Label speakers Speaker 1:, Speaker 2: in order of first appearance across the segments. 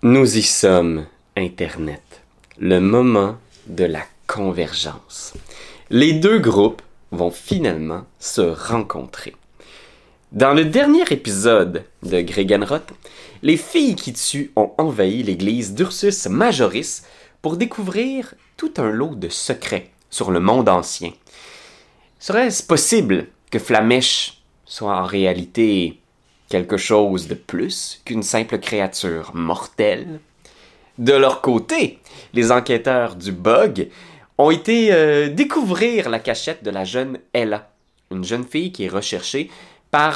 Speaker 1: Nous y sommes, Internet. Le moment de la convergence. Les deux groupes vont finalement se rencontrer. Dans le dernier épisode de Gregenroth, les filles qui tuent ont envahi l'église d'Ursus Majoris pour découvrir tout un lot de secrets sur le monde ancien. Serait-ce possible que Flamèche soit en réalité quelque chose de plus qu'une simple créature mortelle? De leur côté, les enquêteurs du Bug ont été découvrir la cachette de la jeune Ella, une jeune fille qui est recherchée par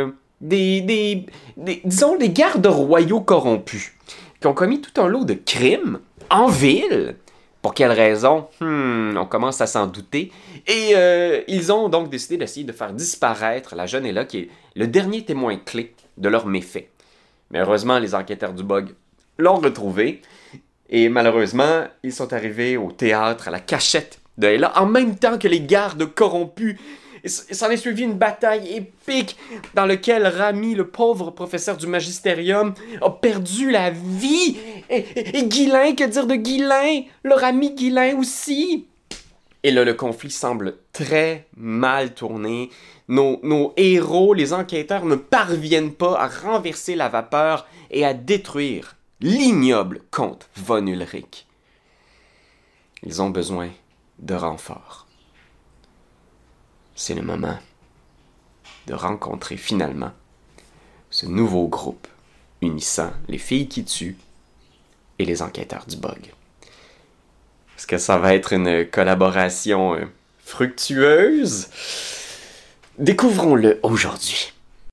Speaker 1: disons, des gardes royaux corrompus, qui ont commis tout un lot de crimes en ville. Pour quelle raison? On commence à s'en douter. Et ils ont donc décidé d'essayer de faire disparaître la jeune Ella, qui est le dernier témoin clé de leurs méfaits. Mais heureusement, les enquêteurs du Bug l'ont retrouvée. Et malheureusement, ils sont arrivés au théâtre, à la cachette de Ella, en même temps que les gardes corrompus. Et s'en est suivi une bataille épique dans laquelle Rami, le pauvre professeur du Magisterium, a perdu la vie. Et Guilain, que dire de Guilain? Leur ami Guilain aussi. Et là, le conflit semble très mal tourné. Nos héros, les enquêteurs, ne parviennent pas à renverser la vapeur et à détruire l'ignoble comte von Ulrich. Ils ont besoin de renforts. C'est le moment de rencontrer finalement ce nouveau groupe unissant les filles qui tuent et les enquêteurs du Bug. Est-ce que ça va être une collaboration fructueuse? Découvrons-le aujourd'hui.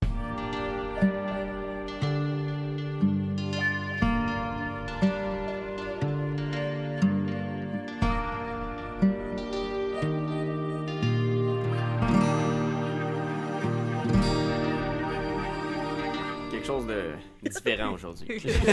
Speaker 1: Quelque chose de différent aujourd'hui.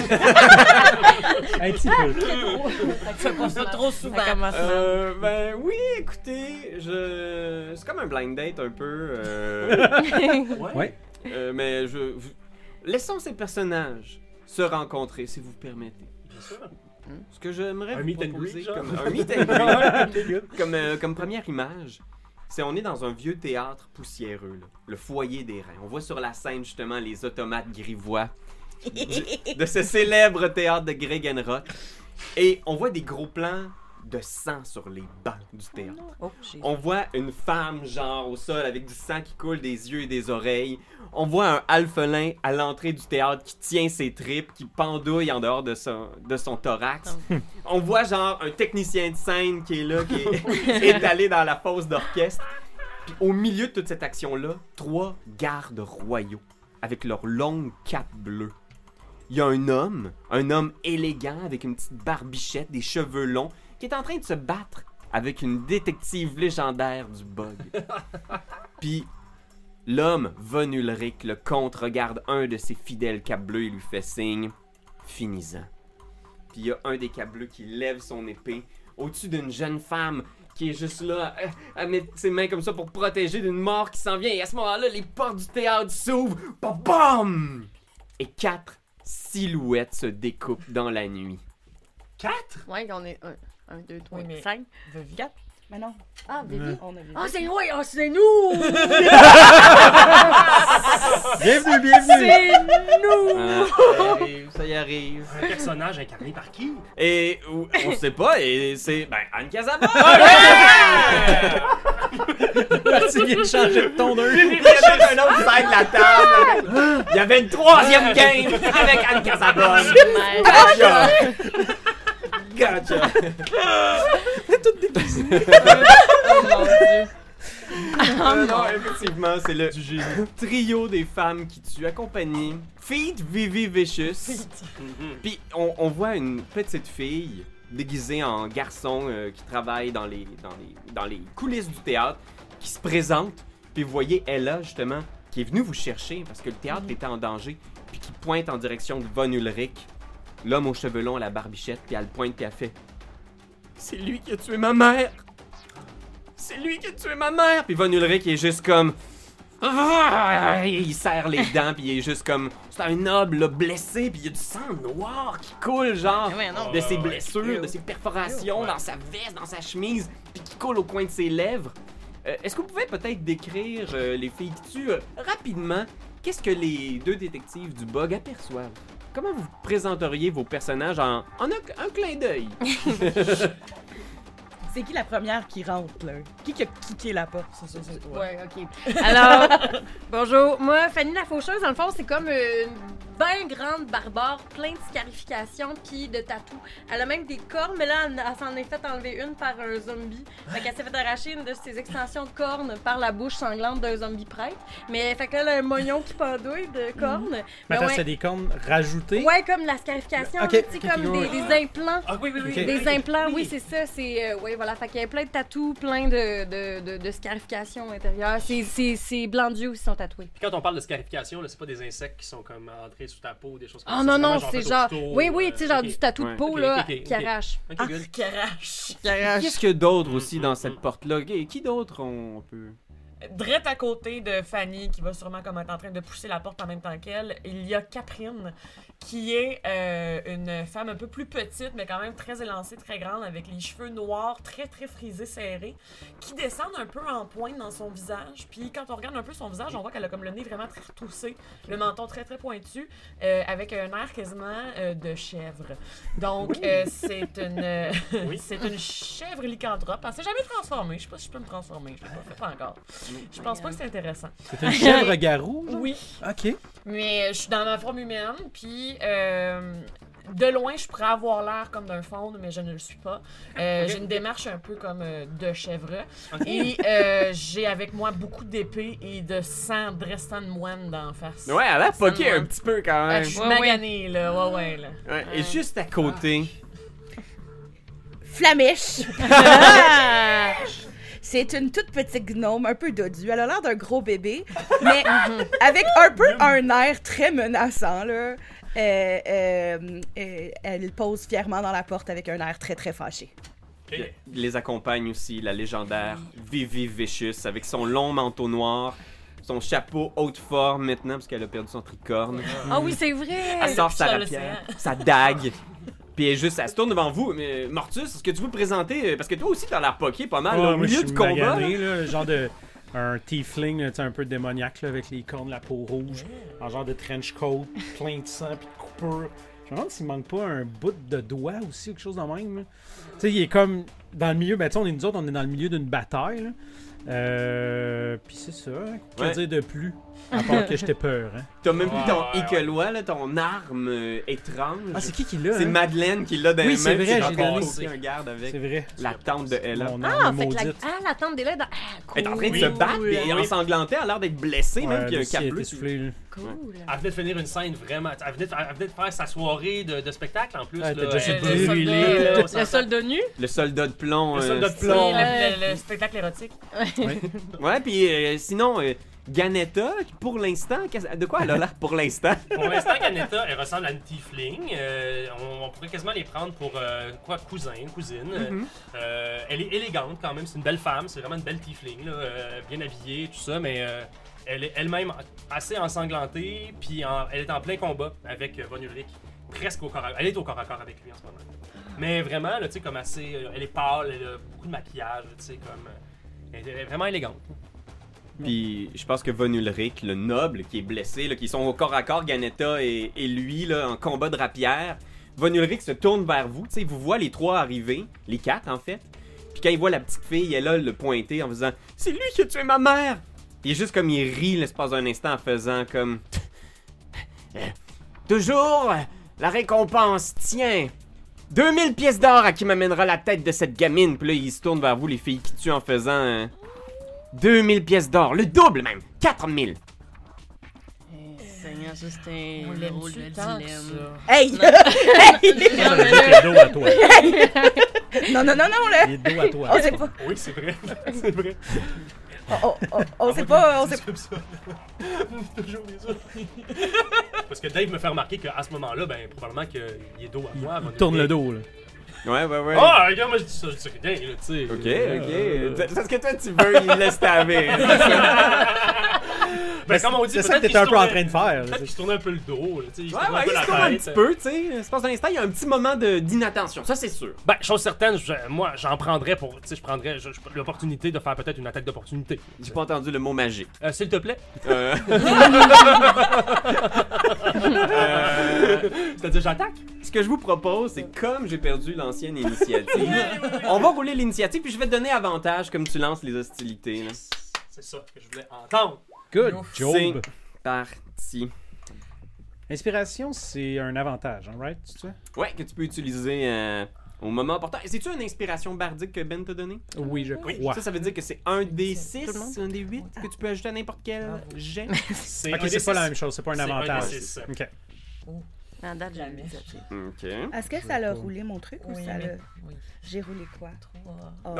Speaker 2: Un petit peu.
Speaker 3: Ça fait pas ça trop souvent.
Speaker 1: Ben oui, écoutez, c'est comme un blind date un peu.
Speaker 2: Ouais.
Speaker 1: Mais laissons ces personnages se rencontrer, si vous permettez.
Speaker 2: Bien sûr.
Speaker 1: Ce que j'aimerais
Speaker 2: Un
Speaker 1: vous
Speaker 2: meet and
Speaker 1: proposer
Speaker 2: greet, genre.
Speaker 1: comme un meet and greet,
Speaker 2: C'est good.
Speaker 1: comme première image, c'est on est dans un vieux théâtre poussiéreux, là, le foyer des reins. On voit sur la scène justement les automates grivois de ce célèbre théâtre de Gregenroth. Et on voit des gros plans de sang sur les bancs du théâtre.
Speaker 3: Oh, Jésus.
Speaker 1: On voit une femme genre au sol avec du sang qui coule des yeux et des oreilles. On voit un alphelin à l'entrée du théâtre qui tient ses tripes, qui pendouille en dehors de son thorax. On voit genre un technicien de scène qui est là, qui est étalé dans la fosse d'orchestre. Puis au milieu de toute cette action-là, 3 gardes royaux avec leurs longues capes bleues. Il y a un homme élégant avec une petite barbichette, des cheveux longs, qui est en train de se battre avec une détective légendaire du Bug. Puis l'homme von Ulrich, le comte, regarde un de ses fidèles capes bleus et lui fait signe « Finis-en ». Puis il y a un des capes bleus qui lève son épée au-dessus d'une jeune femme qui est juste là à mettre ses mains comme ça pour protéger d'une mort qui s'en vient. Et à ce moment-là, les portes du théâtre s'ouvrent. Bam! Et 4 silhouettes se découpent dans la nuit.
Speaker 2: 4?
Speaker 3: Ouais, on est 1, 2, 3,
Speaker 4: Oui, mais-
Speaker 3: 5, 4.
Speaker 4: Mais non,
Speaker 3: Ah, bébé.
Speaker 4: on a vu.
Speaker 3: Ah, c'est oui, ah, c'est nous!
Speaker 2: Bienvenue!
Speaker 3: C'est nous!
Speaker 1: Ça y arrive.
Speaker 2: Un personnage incarné par qui?
Speaker 1: Et on sait pas, et c'est Anne Casabonne!
Speaker 2: Tu viens de changer de ton d'un.
Speaker 1: Il y avait un autre side de la table. Il y avait une 3e game avec Anne Casabonne. Gotcha! Gotcha!
Speaker 3: Oh mon Dieu.
Speaker 1: Non, effectivement, c'est le trio des femmes qui tuent, accompagné Feet Vivi Vicious. Puis on voit une petite fille déguisée en garçon qui travaille dans les coulisses du théâtre, qui se présente. Puis vous voyez Ella, justement, qui est venue vous chercher parce que le théâtre était en danger, puis qui pointe en direction de von Ulrich, l'homme aux cheveux longs à la barbichette, puis elle pointe, puis elle fait « C'est lui qui a tué ma mère! C'est lui qui a tué ma mère! » Puis von Ulrich est juste comme Il serre les dents, puis il est juste comme... C'est un noble, là, blessé, puis il y a du sang noir qui coule, genre,
Speaker 3: Ouais, non.
Speaker 1: de ses blessures, de ses perforations, dans sa veste, dans sa chemise, puis qui coule au coin de ses lèvres. Est-ce que vous pouvez peut-être décrire les filles qui tuent rapidement? Qu'est-ce que les deux détectives du bug aperçoivent? Comment vous présenteriez vos personnages en un clin d'œil?
Speaker 4: C'est qui la première qui rentre, là? Qui a kické la porte?
Speaker 3: Ouais, ok. Alors, bonjour. Moi, Fanny la Faucheuse, dans le fond, c'est comme une bien grande barbare, plein de scarifications puis de tatous. Elle a même des cornes, mais là, elle s'en est fait enlever une par un zombie. Fait qu'elle s'est fait arracher une de ses extensions de cornes par la bouche sanglante d'un zombie prêtre. Mais fait qu'elle a un moignon qui pendouille de cornes.
Speaker 2: Mais
Speaker 3: Mais
Speaker 2: attends,
Speaker 3: ouais.
Speaker 2: c'est des cornes rajoutées?
Speaker 3: Ouais, comme la scarification,
Speaker 2: Ok,
Speaker 3: tu sais,
Speaker 2: ok,
Speaker 3: comme
Speaker 2: ouais.
Speaker 3: des implants.
Speaker 2: Ah oui, oui, oui.
Speaker 3: Des
Speaker 2: oui.
Speaker 3: implants, oui, c'est ça. C'est, ouais, voilà. Fait qu'il y a plein de tatous, plein de scarifications intérieures. C'est blancs d'yeux qui sont tatoués.
Speaker 5: Puis quand on parle de scarification, là, c'est pas des insectes qui sont comme entrés sous ta peau, des choses comme
Speaker 3: Oh
Speaker 5: ça.
Speaker 3: non, non,
Speaker 5: vraiment
Speaker 3: c'est
Speaker 5: fait
Speaker 3: genre.
Speaker 5: au couteau,
Speaker 3: Oui, oui, tu sais, genre
Speaker 5: ok.
Speaker 3: du tatou
Speaker 1: Ouais.
Speaker 3: de peau,
Speaker 5: Ok,
Speaker 3: là,
Speaker 5: ok, ok,
Speaker 3: qui
Speaker 5: ok.
Speaker 3: arrache.
Speaker 5: Ok, good.
Speaker 4: Qui arrache.
Speaker 3: Qui arrache.
Speaker 1: Qu'est-ce que d'autres aussi dans cette porte-là? Qui d'autre on peut...
Speaker 4: Drette à côté de Fanny, qui va sûrement comme être en train de pousser la porte en même temps qu'elle, il y a Caprine, qui est une femme un peu plus petite, mais quand même très élancée, très grande, avec les cheveux noirs, très très frisés, serrés, qui descendent un peu en pointe dans son visage. Puis quand on regarde un peu son visage, on voit qu'elle a comme le nez vraiment très retoussé, le menton très très pointu, avec un air quasiment de chèvre. Donc c'est une c'est une chèvre lycanthrope. Elle s'est jamais transformée. Je sais pas si je peux me transformer. Je l'ai pas fait, pas encore. Je pense pas que c'est intéressant.
Speaker 2: C'est une chèvre-garou? genre?
Speaker 4: Oui.
Speaker 2: OK.
Speaker 4: Mais je suis dans ma forme humaine, puis de loin, je pourrais avoir l'air comme d'un faune, mais je ne le suis pas. J'ai une démarche un peu comme de chèvre.
Speaker 5: Ok.
Speaker 4: Et j'ai avec moi beaucoup d'épées et de sang dressant de moine d'en face.
Speaker 1: Ouais, elle a poqué
Speaker 4: Ça,
Speaker 1: un petit peu quand même.
Speaker 4: Je suis
Speaker 3: Ouais,
Speaker 4: maganée, là. Ouais, là.
Speaker 1: Ouais, et juste à côté...
Speaker 6: Flamèche. C'est une toute petite gnome, un peu dodue. Elle a l'air d'un gros bébé, mais avec un peu un air très menaçant, là. Elle pose fièrement dans la porte avec un air très, très fâché.
Speaker 5: Ok.
Speaker 1: Les accompagne aussi la légendaire Vivi Vicious avec son long manteau noir, son chapeau haute forme maintenant parce qu'elle a perdu son tricorne.
Speaker 3: Ah oui, c'est vrai.
Speaker 1: Elle sort sa
Speaker 4: Sur
Speaker 1: rapière, sa dague. Puis elle se tourne devant vous. Mais Mortus, est-ce que tu veux te présenter? Parce que toi aussi, t'as l'air poqué pas mal là,
Speaker 2: Ouais,
Speaker 1: au
Speaker 2: moi, je
Speaker 1: milieu
Speaker 2: suis
Speaker 1: du combat.
Speaker 2: magané,
Speaker 1: là.
Speaker 2: là, genre de un tiefling, là, tu sais, un peu démoniaque, là, avec les cornes, la peau rouge, en genre de trench coat, plein de sang puis de coupures. Je me demande s'il manque pas un bout de doigt aussi, quelque chose de même. là. Tu sais, il est comme dans le milieu, ben tu sais, nous autres, on est dans le milieu d'une bataille, là. Puis c'est ça, hein. Que
Speaker 1: Ouais.
Speaker 2: dire de plus? À part que j'étais peur, hein.
Speaker 1: T'as même plus ton
Speaker 5: Ouais,
Speaker 1: Ikelois, là, ton arme étrange.
Speaker 2: Ah, c'est qui l'a,
Speaker 1: C'est
Speaker 2: hein?
Speaker 1: Madeleine qui l'a dans
Speaker 2: Oui,
Speaker 1: les
Speaker 2: c'est
Speaker 1: mains.
Speaker 2: vrai,
Speaker 1: puis
Speaker 2: j'ai donné.
Speaker 1: aussi un garde avec
Speaker 2: C'est vrai.
Speaker 1: la tante de Ella.
Speaker 2: Mon
Speaker 3: Ah,
Speaker 2: arme
Speaker 3: fait que
Speaker 2: maudite.
Speaker 3: la tante des lèvres. Ah, cool.
Speaker 1: Elle est en train de se battre, puis elle est ensanglantée, elle a l'air d'être blessée, même, puis il y a un
Speaker 2: elle
Speaker 1: cap
Speaker 2: est
Speaker 1: bleu.
Speaker 2: essoufflée, là.
Speaker 3: Cool.
Speaker 5: Elle venait de finir une scène vraiment. Elle venait de faire sa soirée de spectacle en plus.
Speaker 2: Ah,
Speaker 5: là.
Speaker 2: t'as déjà
Speaker 5: Elle-
Speaker 2: brûlé,
Speaker 5: soldat,
Speaker 2: là.
Speaker 5: on
Speaker 3: Le
Speaker 5: s'entend.
Speaker 3: soldat nu.
Speaker 1: Le soldat de plomb.
Speaker 5: Le soldat de
Speaker 4: C'est
Speaker 5: plomb.
Speaker 4: le spectacle érotique.
Speaker 1: Ouais, puis sinon, Ganetta, pour l'instant, de quoi elle a l'air pour l'instant?
Speaker 5: Pour l'instant, Ganetta, elle ressemble à une tiefling. On pourrait quasiment les prendre pour cousine.
Speaker 1: Mhm.
Speaker 5: Elle est élégante quand même, c'est une belle femme, c'est vraiment une belle tiefling, là, bien habillée, tout ça, mais elle est elle-même assez ensanglantée, puis elle est en plein combat avec Von Ulrich, presque au corps à corps. Elle est au corps à corps avec lui en ce moment. Mais vraiment, là, tu sais, comme assez. Elle est pâle, elle a beaucoup de maquillage, tu sais, comme. Elle est vraiment élégante.
Speaker 1: Puis je pense que Von Ulrich, le noble qui est blessé, là, qui sont au corps à corps, Ganetta et lui, là, en combat de rapière. Von Ulrich se tourne vers vous, tu sais, vous voit les trois arriver, les quatre en fait. Puis quand il voit la petite fille, elle a le pointé en faisant « C'est lui qui a tué ma mère! » Il est juste comme il rit l'espace d'un instant en faisant comme « Toujours la récompense, tiens! 2000 pièces d'or à qui m'amènera la tête de cette gamine! » Puis là, il se tourne vers vous, les filles qui tuent en faisant 2000 pièces d'or, le double même! 4000!
Speaker 3: Seigneur, ça c'était
Speaker 4: On
Speaker 3: un
Speaker 4: l'aime
Speaker 3: drôle de
Speaker 4: tant que
Speaker 3: dilemme.
Speaker 4: ça.
Speaker 6: Hey!
Speaker 3: Non, mais là,
Speaker 2: C'est dos à toi.
Speaker 6: Non, non, non, non, là!
Speaker 2: Il est dos à toi.
Speaker 6: On sait pas.
Speaker 5: Oui, c'est vrai. C'est vrai.
Speaker 6: On sait pas. On sait
Speaker 5: C'est comme ça. Toujours les autres. Parce que Dave me fait remarquer qu'à ce moment-là, ben, probablement qu'il est dos à moi.
Speaker 2: Il tourne le dos, là.
Speaker 1: Ouais, ouais, ouais.
Speaker 5: Ah, regarde, moi je dis ça, je dis rien, là, tu sais.
Speaker 1: Ok, ok. C'est ce que toi tu veux, il laisse taver.
Speaker 5: Ben, comme on dit,
Speaker 2: C'est ça que
Speaker 5: peut-être
Speaker 2: t'étais un peu en
Speaker 5: qu'il
Speaker 2: train de faire.
Speaker 5: Peut-être qu'il se tournait un peu le dos, là, tu sais, il se
Speaker 1: Ouais,
Speaker 5: tournait
Speaker 1: ouais,
Speaker 5: un peu
Speaker 1: il
Speaker 5: la
Speaker 1: se tourne un
Speaker 5: tête.
Speaker 1: petit peu, tu sais. Se passe dans l'instant, il y a un petit moment d'inattention, ça c'est sûr.
Speaker 5: Ben, chose certaine, moi, j'en prendrais pour. Tu sais, je prendrais l'opportunité de faire peut-être une attaque d'opportunité.
Speaker 1: J'ai pas entendu le mot magique.
Speaker 5: S'il te plaît. C'est-à-dire, j'attaque.
Speaker 1: Ce que je vous propose, c'est comme j'ai perdu l'ancienne initiative, on va rouler l'initiative, puis je vais te donner avantage comme tu lances les hostilités. Là.
Speaker 5: C'est ça que je voulais entendre.
Speaker 2: Good
Speaker 1: C'est
Speaker 2: job.
Speaker 1: parti.
Speaker 2: Inspiration, c'est un avantage, hein, right? Tu sais?
Speaker 1: Ouais, que tu peux utiliser au moment opportun. C'est-tu une inspiration bardique que Ben t'a donnée?
Speaker 2: Oui, je crois.
Speaker 1: Ça veut dire que c'est un des
Speaker 3: Tout le monde?
Speaker 1: 6, un des 8 que tu peux ajouter à n'importe quel jet.
Speaker 5: C'est
Speaker 2: Ok, c'est pas la même chose, c'est pas un
Speaker 5: C'est un
Speaker 2: avantage.
Speaker 5: des six.
Speaker 2: Ok.
Speaker 3: En date, j'ai
Speaker 4: Jamais.
Speaker 3: l'initiative.
Speaker 1: Ok.
Speaker 6: Est-ce que ça l'a roulé mon truc ou
Speaker 4: Oui,
Speaker 6: ça l'a.
Speaker 4: mais... Oui.
Speaker 6: J'ai roulé quoi?
Speaker 4: 3.
Speaker 6: Oh.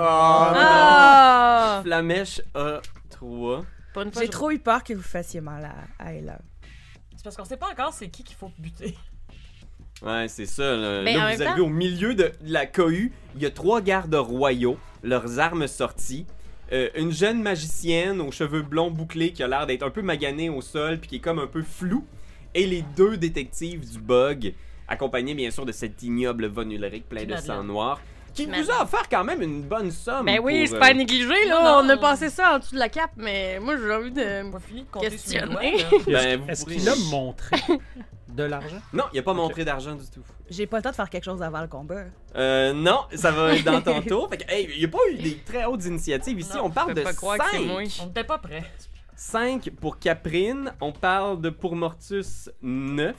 Speaker 3: Ah!
Speaker 1: Flamèche a 3.
Speaker 3: Pour une fois,
Speaker 6: J'ai
Speaker 3: je-
Speaker 6: trop eu peur que vous fassiez mal à Ella.
Speaker 4: C'est parce qu'on sait pas encore c'est qui qu'il faut buter.
Speaker 1: Ouais, c'est ça. Là,
Speaker 3: Mais
Speaker 1: Là,
Speaker 3: en
Speaker 1: vous
Speaker 3: même
Speaker 1: arrivez
Speaker 3: temps-
Speaker 1: au milieu de la cohue. Il y a 3 gardes royaux, leurs armes sorties. Une jeune magicienne aux cheveux blonds bouclés qui a l'air d'être un peu maganée au sol puis qui est comme un peu floue. Et les 2 détectives du bug, accompagnés bien sûr de cet ignoble Von Ulrich plein de sang
Speaker 4: Madeleine.
Speaker 1: noir, qui
Speaker 3: Madeleine.
Speaker 1: vous a offert quand même une bonne somme.
Speaker 3: Ben oui,
Speaker 1: pour,
Speaker 3: c'est pas à négliger, là.
Speaker 4: Non,
Speaker 3: On a
Speaker 4: non.
Speaker 3: passé ça en dessous de la cape, mais moi, j'ai envie de.
Speaker 4: On pas fini de compter sur mes doigts.
Speaker 3: Questionner.
Speaker 4: là.
Speaker 1: Ben, vous
Speaker 2: Est-ce
Speaker 1: pourrez-
Speaker 2: qu'il a montré de l'argent?
Speaker 1: Non, il a pas montré d'argent du tout.
Speaker 6: J'ai pas le temps de faire quelque chose avant le combat.
Speaker 1: Non, ça va être dans ton tour. Fait que, hey, il n'y a pas eu des très hautes initiatives ici.
Speaker 4: Non,
Speaker 1: On parle
Speaker 3: je
Speaker 1: de
Speaker 3: peux pas croire que c'est
Speaker 1: 5.
Speaker 3: moi.
Speaker 4: On n'était pas prêts.
Speaker 1: 5 pour Caprine. On parle de pour Mortus 9.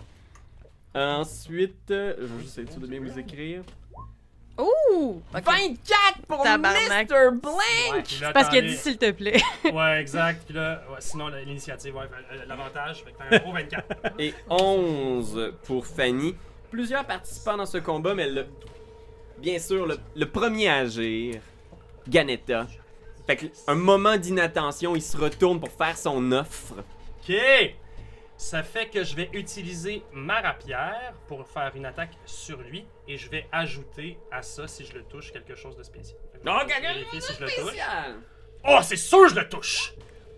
Speaker 1: Ensuite, je vais juste essayer de bien vous écrire.
Speaker 3: Ouh! Ok.
Speaker 1: 24 pour
Speaker 3: Tabarnak.
Speaker 1: Mr. Blank!
Speaker 5: Puis là,
Speaker 3: Parce qu'il a
Speaker 5: attendez.
Speaker 3: dit s'il te plaît.
Speaker 5: Ouais, exact. Puis là, sinon, l'initiative, ouais, l'avantage, fait que t'as un gros 24.
Speaker 1: Et 11 pour Fanny. Plusieurs participants dans ce combat, mais bien sûr, le premier à agir, Ganetta. Fait que un moment d'inattention, il se retourne pour faire son offre.
Speaker 5: Ok! Ça fait que je vais utiliser ma rapière pour faire une attaque sur lui et je vais ajouter à ça, si je le touche, quelque chose de spécial. Fait que je vais vérifier si je le touche.
Speaker 1: Spécial!
Speaker 5: Oh, c'est sûr que je le touche!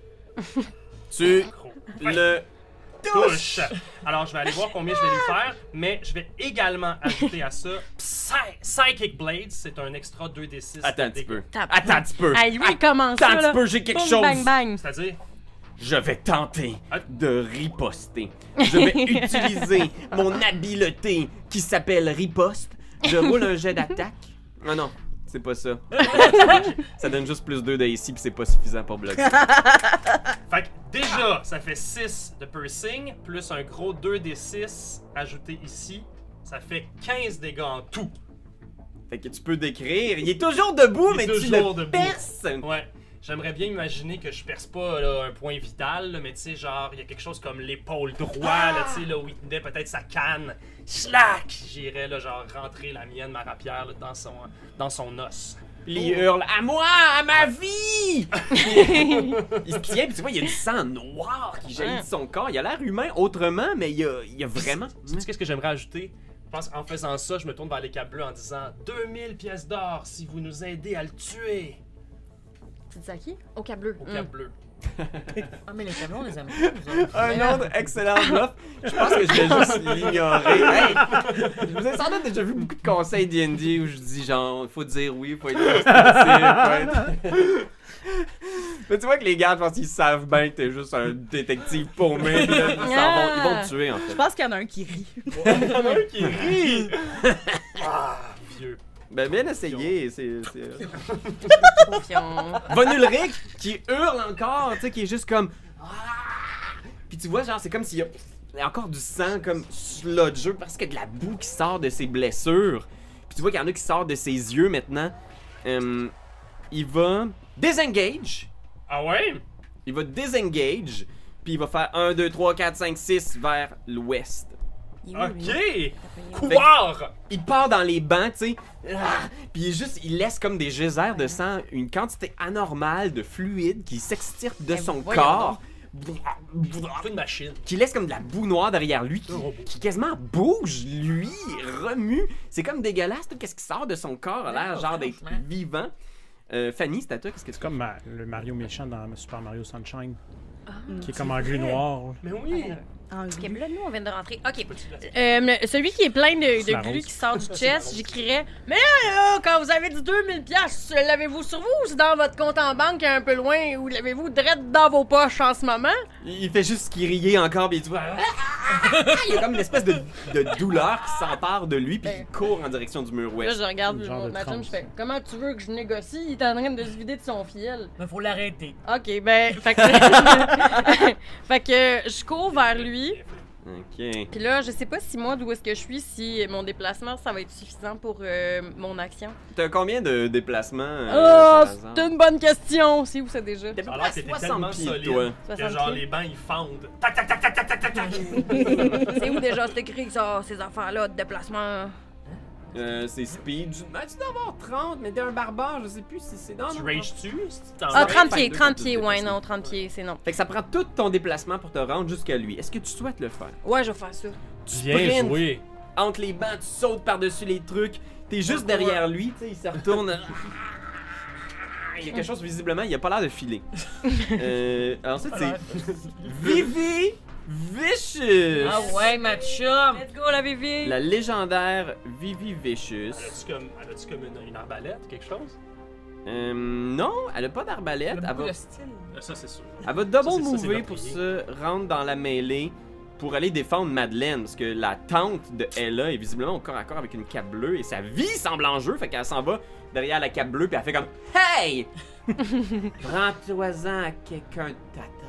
Speaker 1: Tu
Speaker 5: Gros.
Speaker 1: le
Speaker 5: Touche! Alors, je vais aller voir combien je vais lui faire, mais je vais également ajouter à ça Psychic Blades, c'est un extra 2d6.
Speaker 1: Attends un
Speaker 5: de
Speaker 1: petit peu.
Speaker 5: dégâts.
Speaker 1: Attends un petit peu.
Speaker 3: Ah, oui, comment ça,
Speaker 1: Attends un
Speaker 3: là?
Speaker 1: petit peu, j'ai quelque
Speaker 3: Boum,
Speaker 1: chose.
Speaker 3: bang, bang.
Speaker 5: C'est-à-dire,
Speaker 1: Je vais tenter de riposter. Je vais utiliser mon habileté qui s'appelle riposte. Je roule un jet d'attaque. Ah non, c'est pas ça. Ça donne juste plus 2 d'ici puis c'est pas suffisant pour bloquer.
Speaker 5: fait que déjà, ça fait 6 de piercing, plus un gros 2d6 ajouté ici. Ça fait 15 dégâts en tout.
Speaker 1: Fait que tu peux décrire. Il est toujours debout,
Speaker 5: Il est
Speaker 1: mais tu
Speaker 5: toujours
Speaker 1: le
Speaker 5: debout.
Speaker 1: perces.
Speaker 5: Ouais. J'aimerais bien imaginer que je perce pas là, un point vital, là, mais tu sais, genre, il y a quelque chose comme l'épaule droit, là, tu sais, là, où il tenait peut-être sa canne. Slack! J'irais, là, genre, rentrer la mienne, ma rapière, là, dans son os.
Speaker 1: Puis il hurle à moi, à ma vie. Il se tient, puis tu vois, il y a du sang noir qui jaillit de son corps. Il a l'air humain autrement, mais il y a vraiment.
Speaker 5: Tu sais qu'est-ce que j'aimerais ajouter? Je pense qu'en faisant ça, je me tourne vers les Capes Bleus en disant 2000 pièces d'or si vous nous aidez à le tuer.
Speaker 3: Tu dis à qui? Au Cap Bleu.
Speaker 5: Au Cap Bleu.
Speaker 4: Ah, mais les tableaux, on les aime pas, nous autres.
Speaker 1: Un autre excellent bluff. Je pense que je vais juste l'ignorer. Hey, je vous ai sans doute déjà vu beaucoup de conseils D&D où je dis genre, il faut dire oui, il faut être positif. Mais tu vois que les gars, je pense qu'ils savent bien que t'es juste un détective paumé. Puis là, ils vont te tuer en
Speaker 6: Je
Speaker 1: fait.
Speaker 6: pense qu'il y en a un qui rit.
Speaker 5: Il y en a un qui rit! Ah, vieux.
Speaker 1: Ben bien essayé. C'est...
Speaker 3: Confiant.
Speaker 1: Von Ulrich qui hurle encore, tu sais, qui est juste comme. Ah! Puis tu vois, genre, c'est comme s'il y a encore du sang comme sludgeux parce qu'il y a de la boue qui sort de ses blessures. Puis tu vois qu'il y en a qui sortent de ses yeux maintenant. Il va disengage.
Speaker 5: Ah ouais?
Speaker 1: Il va disengage. Puis il va faire 1, 2, 3, 4, 5, 6 vers l'ouest.
Speaker 3: Il est où, lui?
Speaker 5: Ok! Couloir!
Speaker 1: Il part dans les bancs, tu sais. Puis il laisse comme des geysers de sang, une quantité anormale de fluide qui s'extirpe de
Speaker 3: Ben,
Speaker 1: son
Speaker 3: voyons
Speaker 1: corps.
Speaker 5: C'est une machine.
Speaker 1: Qui laisse comme de la boue noire derrière lui,
Speaker 5: Un robot.
Speaker 1: qui quasiment bouge, lui, remue. C'est comme dégueulasse, tout ce qui sort de son corps a l'air
Speaker 4: Ouais,
Speaker 1: genre d'être
Speaker 4: franchement.
Speaker 1: vivant. Fanny, c'est à toi, qu'est-ce que tu
Speaker 2: C'est comme le Mario méchant dans Super Mario Sunshine. qui est comme en gris noir. là.
Speaker 5: Mais oui!
Speaker 6: En
Speaker 3: Ok,
Speaker 6: gris.
Speaker 3: mais là, nous, on vient de rentrer. OK.
Speaker 5: Peux-tu la-
Speaker 3: Celui qui est plein
Speaker 2: C'est la
Speaker 3: de glu
Speaker 2: rose.
Speaker 3: qui sort du
Speaker 5: C'est la
Speaker 3: chest,
Speaker 5: rose.
Speaker 3: j'écrirais « Mais là, quand vous avez dit 2000 piastres, l'avez-vous sur vous ou c'est dans votre compte en banque un peu loin ou l'avez-vous direct dans vos poches en ce moment?
Speaker 1: Il fait juste crier encore, puis tu vois. Il y a comme une espèce de douleur qui s'empare de lui, puis il court en direction du mur
Speaker 3: Là,
Speaker 1: ouest.
Speaker 3: je regarde
Speaker 2: Genre de
Speaker 3: ma chum,
Speaker 2: transe.
Speaker 3: je fais « Comment tu veux que je négocie? Il est en train de se vider de son fiel.
Speaker 4: Mais faut l'arrêter. »
Speaker 3: OK, ben, fait que... fait que je cours vers lui.
Speaker 1: Ok.
Speaker 3: Puis là, je sais pas si moi, d'où est-ce que je suis, si mon déplacement, ça va être suffisant pour mon action.
Speaker 1: T'as combien de déplacements?
Speaker 3: Oh,
Speaker 1: par hasard?
Speaker 3: c'est une bonne question. C'est où ça déjà?
Speaker 1: T'es à peu
Speaker 5: Ça a
Speaker 1: près
Speaker 5: l'air
Speaker 1: à
Speaker 5: que t'étais
Speaker 1: 60
Speaker 5: tellement
Speaker 1: pieds,
Speaker 5: solide
Speaker 1: toi.
Speaker 5: que
Speaker 3: 60
Speaker 5: genre
Speaker 3: pieds.
Speaker 5: les bancs ils fendent. Tac tac tac tac tac tac tac tac.
Speaker 3: C'est où déjà c'est écrit ça, ces affaires-là de déplacement?
Speaker 1: C'est speed. Ben, tu dois avoir 30, mais t'es un barbare, je sais plus si c'est dans.
Speaker 5: Tu
Speaker 1: non,
Speaker 5: rages-tu? Si tu t'en
Speaker 3: Ah,
Speaker 5: vas?
Speaker 3: 30 pieds,
Speaker 1: 22
Speaker 3: 30
Speaker 1: quand tu
Speaker 3: pieds,
Speaker 1: te
Speaker 3: ouais,
Speaker 1: déplaces.
Speaker 3: non, 30 pieds, c'est non.
Speaker 1: Fait que ça prend tout ton déplacement pour te rendre jusqu'à lui. Est-ce que tu souhaites le faire?
Speaker 3: Ouais, je vais faire ça.
Speaker 5: Bien
Speaker 1: sprint.
Speaker 5: joué.
Speaker 1: Entre les bancs, tu sautes par-dessus les trucs. T'es juste derrière lui, tu sais, il se retourne. Il y a quelque chose, visiblement, il a pas l'air de filer. Ensuite, c'est Vivi Vicious.
Speaker 4: Ah ouais, ma chum!
Speaker 3: Let's go, la Vivi!
Speaker 1: La légendaire Vivi Vicious.
Speaker 5: Elle a-tu comme une arbalète, quelque chose?
Speaker 1: Non, elle a pas d'arbalète.
Speaker 4: Elle a
Speaker 1: Elle
Speaker 4: beaucoup
Speaker 1: va,
Speaker 4: de style.
Speaker 5: Ça, c'est sûr.
Speaker 1: elle va double
Speaker 5: Ça, c'est
Speaker 1: mover
Speaker 5: notre
Speaker 1: pour
Speaker 5: prier.
Speaker 1: se rendre dans la mêlée pour aller défendre Madeleine. Parce que la tante de Ella est visiblement au corps à corps avec une cape bleue et sa vie semble en jeu. Fait qu'elle s'en va derrière la cape bleue puis elle fait comme Hey! Rends-toi-en à quelqu'un de ta taille.